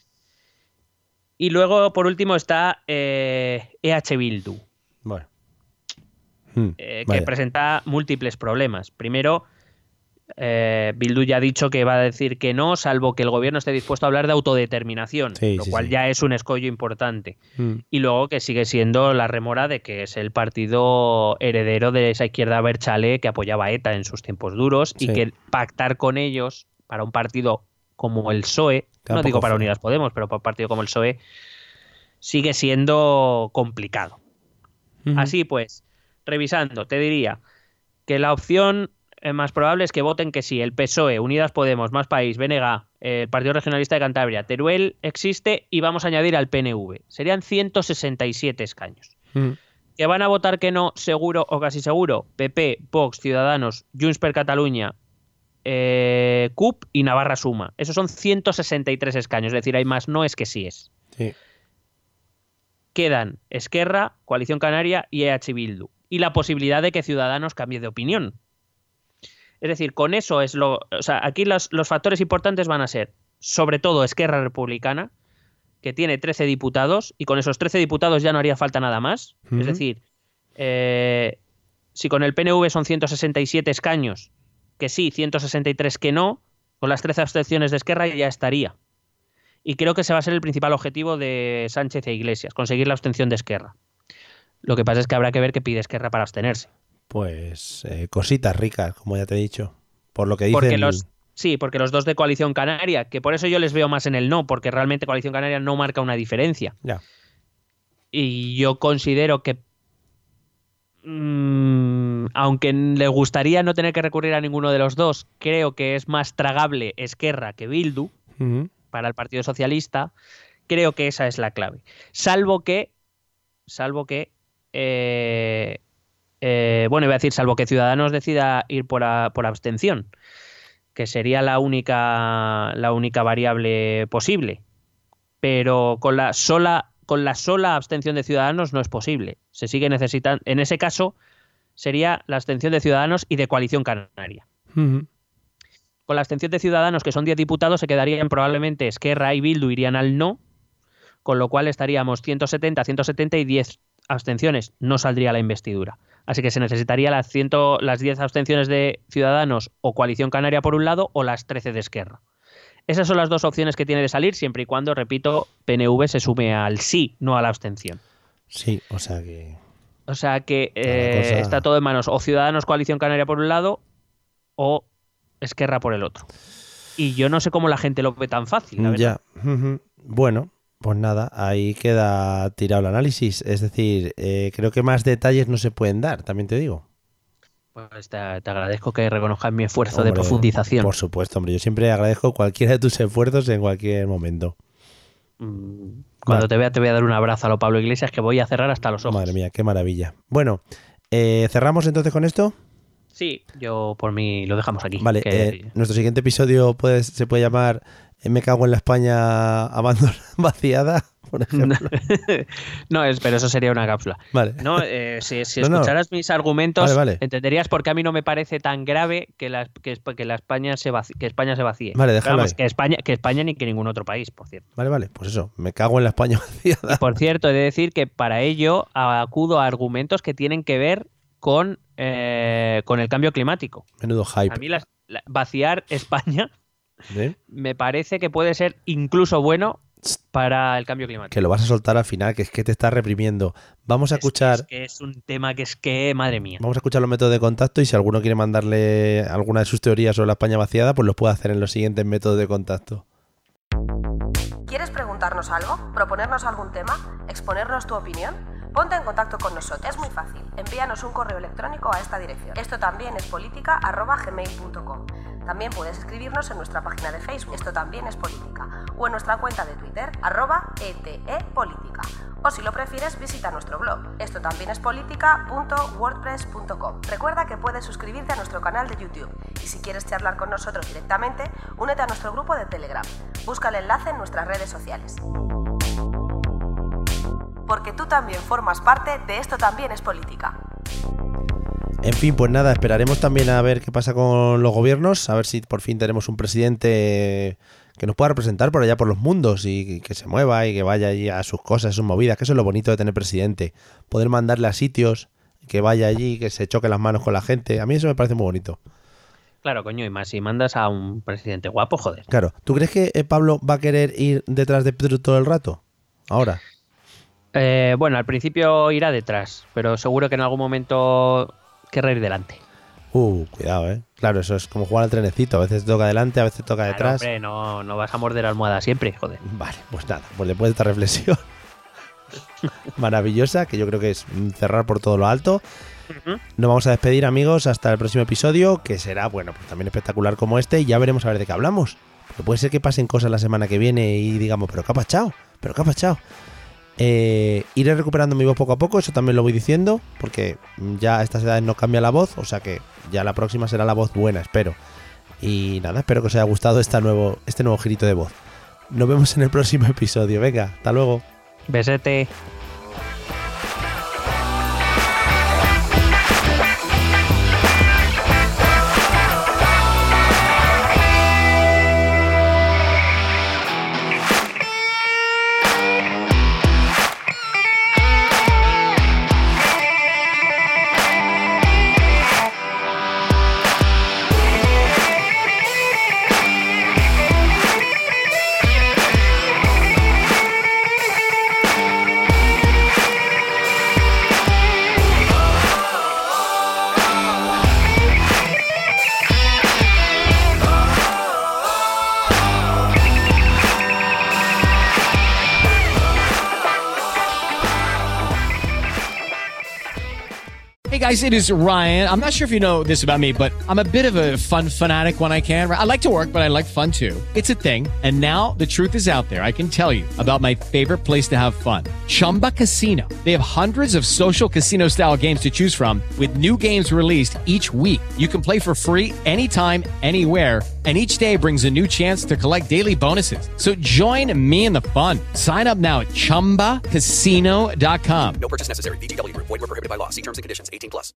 Y luego, por último, está eh, E H Bildu, bueno. hmm, eh, que presenta múltiples problemas. Primero, eh, Bildu ya ha dicho que va a decir que no, salvo que el gobierno esté dispuesto a hablar de autodeterminación, sí, lo sí, cual sí. ya es un escollo importante. Hmm. Y luego que sigue siendo la rémora de que es el partido heredero de esa izquierda berchale que apoyaba a ETA en sus tiempos duros sí. y que pactar con ellos para un partido como el P S O E, Tampoco no digo para fue. Unidas Podemos, pero para un partido como el P S O E, sigue siendo complicado. Uh-huh. Así pues, revisando, te diría que la opción más probable es que voten que sí, el P S O E, Unidas Podemos, Más País, B N G, el Partido Regionalista de Cantabria, Teruel existe y vamos a añadir al P N V. Serían ciento sesenta y siete escaños. Uh-huh. ¿Que van a votar que no, seguro o casi seguro? P P, Vox, Ciudadanos, Junts per Catalunya, eh, C U P y Navarra Suma. Esos son ciento sesenta y tres escaños, es decir, hay más no es que sí es. Sí. Quedan Esquerra, Coalición Canaria y E H Bildu. Y la posibilidad de que Ciudadanos cambie de opinión. Es decir, con eso es lo... O sea, aquí los, los factores importantes van a ser, sobre todo, Esquerra Republicana, que tiene trece diputados, y con esos trece diputados ya no haría falta nada más. Uh-huh. Es decir, eh, si con el P N V son ciento sesenta y siete escaños, que sí, ciento sesenta y tres que no, con las trece abstenciones de Esquerra ya estaría. Y creo que ese va a ser el principal objetivo de Sánchez e Iglesias, conseguir la abstención de Esquerra. Lo que pasa es que habrá que ver qué pide Esquerra para abstenerse. Pues eh, cositas ricas, como ya te he dicho. Por lo que dicen... Porque los, Sí, porque los dos de Coalición Canaria, que por eso yo les veo más en el no, porque realmente Coalición Canaria no marca una diferencia. Ya. Y yo considero que, mmm, aunque le gustaría no tener que recurrir a ninguno de los dos, creo que es más tragable Esquerra que Bildu uh-huh. para el Partido Socialista. Creo que esa es la clave. Salvo que, salvo que, eh, eh, bueno, iba a decir, salvo que Ciudadanos decida ir por, a, por abstención, que sería la única, la única variable posible. Pero con la sola con la sola abstención de Ciudadanos no es posible. Se sigue necesitando. En ese caso, sería la abstención de Ciudadanos y de Coalición Canaria. Uh-huh. Con la abstención de Ciudadanos, que son diez diputados, se quedarían probablemente Esquerra y Bildu irían al no, con lo cual estaríamos ciento setenta, ciento setenta y diez abstenciones. No saldría la investidura. Así que se necesitaría las, cien, las diez abstenciones de Ciudadanos o Coalición Canaria por un lado, o las trece de Esquerra. Esas son las dos opciones que tiene de salir, siempre y cuando, repito, P N V se sume al sí, no a la abstención. Sí, o sea que... O sea que eh, cosa... está todo en manos. O Ciudadanos, Coalición Canaria por un lado, o Esquerra por el otro. Y yo no sé cómo la gente lo ve tan fácil, la verdad. Ya. Uh-huh. Bueno, pues nada, ahí queda tirado el análisis. Es decir, eh, creo que más detalles no se pueden dar, también te digo. Pues te, te agradezco que reconozcas mi esfuerzo hombre, de profundización. Por supuesto, hombre. Yo siempre agradezco cualquiera de tus esfuerzos en cualquier momento. Cuando vale. te vea te voy a dar un abrazo a lo Pablo Iglesias, que voy a cerrar hasta los ojos. Madre mía, qué maravilla. Bueno, eh, ¿cerramos entonces con esto? Sí, yo por mí lo dejamos aquí. Vale, que... eh, nuestro siguiente episodio puede, se puede llamar Me cago en la España abandonada, vaciada, por ejemplo. No, es, pero eso sería una cápsula. Vale. No, eh, si si no, escucharas no. mis argumentos, vale, vale. entenderías por qué a mí no me parece tan grave que la, que, que la España se vacíe, que España se vacíe. Vale, déjalo Vamos, ahí. que España, que España ni que ningún otro país, por cierto. Vale, vale, pues eso, me cago en la España vaciada. Y por cierto, he de decir que para ello acudo a argumentos que tienen que ver con, eh, con el cambio climático. Menudo hype. A mí la, la, vaciar España ¿Eh? me parece que puede ser incluso bueno para el cambio climático. Que lo vas a soltar al final, que es que te está reprimiendo. Vamos a es escuchar... Que es, que es un tema que es que, madre mía. Vamos a escuchar los métodos de contacto y si alguno quiere mandarle alguna de sus teorías sobre la España vaciada, pues lo puede hacer en los siguientes métodos de contacto. ¿Quieres preguntarnos algo? ¿Proponernos algún tema? ¿Exponernos tu opinión? Ponte en contacto con nosotros. Es muy fácil. Envíanos un correo electrónico a esta dirección. Esto también es política arroba gmail punto com. También puedes escribirnos en nuestra página de Facebook, Esto también es política, o en nuestra cuenta de Twitter, arroba etepolítica. O si lo prefieres, visita nuestro blog, esto también es política punto wordpress punto com. Recuerda que puedes suscribirte a nuestro canal de YouTube. Y si quieres charlar con nosotros directamente, únete a nuestro grupo de Telegram. Busca el enlace en nuestras redes sociales. Porque tú también formas parte de Esto también es política. En fin, pues nada, esperaremos también a ver qué pasa con los gobiernos, a ver si por fin tenemos un presidente que nos pueda representar por allá por los mundos y que se mueva y que vaya allí a sus cosas, a sus movidas, que eso es lo bonito de tener presidente, poder mandarle a sitios, que vaya allí, que se choque las manos con la gente, a mí eso me parece muy bonito. Claro, coño, y más si mandas a un presidente guapo, joder. Claro, ¿tú crees que eh, Pablo va a querer ir detrás de Pedro todo el rato? Ahora. Eh, bueno, al principio irá detrás, pero seguro que en algún momento... querrá ir delante. Uh, cuidado, eh. Claro, eso es como jugar al trenecito. A veces toca delante, a veces toca claro, detrás. Hombre, no, no vas a morder almohada siempre, joder. Vale, pues nada, pues después de esta reflexión maravillosa, que yo creo que es cerrar por todo lo alto, uh-huh. nos vamos a despedir, amigos, hasta el próximo episodio, que será, bueno, pues también espectacular como este, y ya veremos a ver de qué hablamos. Porque puede ser que pasen cosas la semana que viene y digamos, pero qué ha pasado, pero qué ha pasado. Eh, iré recuperando mi voz poco a poco, eso también lo voy diciendo, porque ya a estas edades no cambia la voz, o sea que ya la próxima será la voz buena, espero. Y nada, espero que os haya gustado esta nuevo, este nuevo girito de voz. Nos vemos en el próximo episodio, venga, hasta luego. Besete. guys, it is Ryan. I'm not sure if you know this about me, but I'm a bit of a fun fanatic when I can. I like to work, but I like fun too. It's a thing. And now the truth is out there. I can tell you about my favorite place to have fun. Chumba Casino. They have hundreds of social casino style games to choose from with new games released each week. You can play for free anytime, anywhere. And each day brings a new chance to collect daily bonuses. So join me in the fun. Sign up now at chumba casino dot com. No purchase necessary. V G W Group. Void where prohibited by law. See terms and conditions. eighteen plus.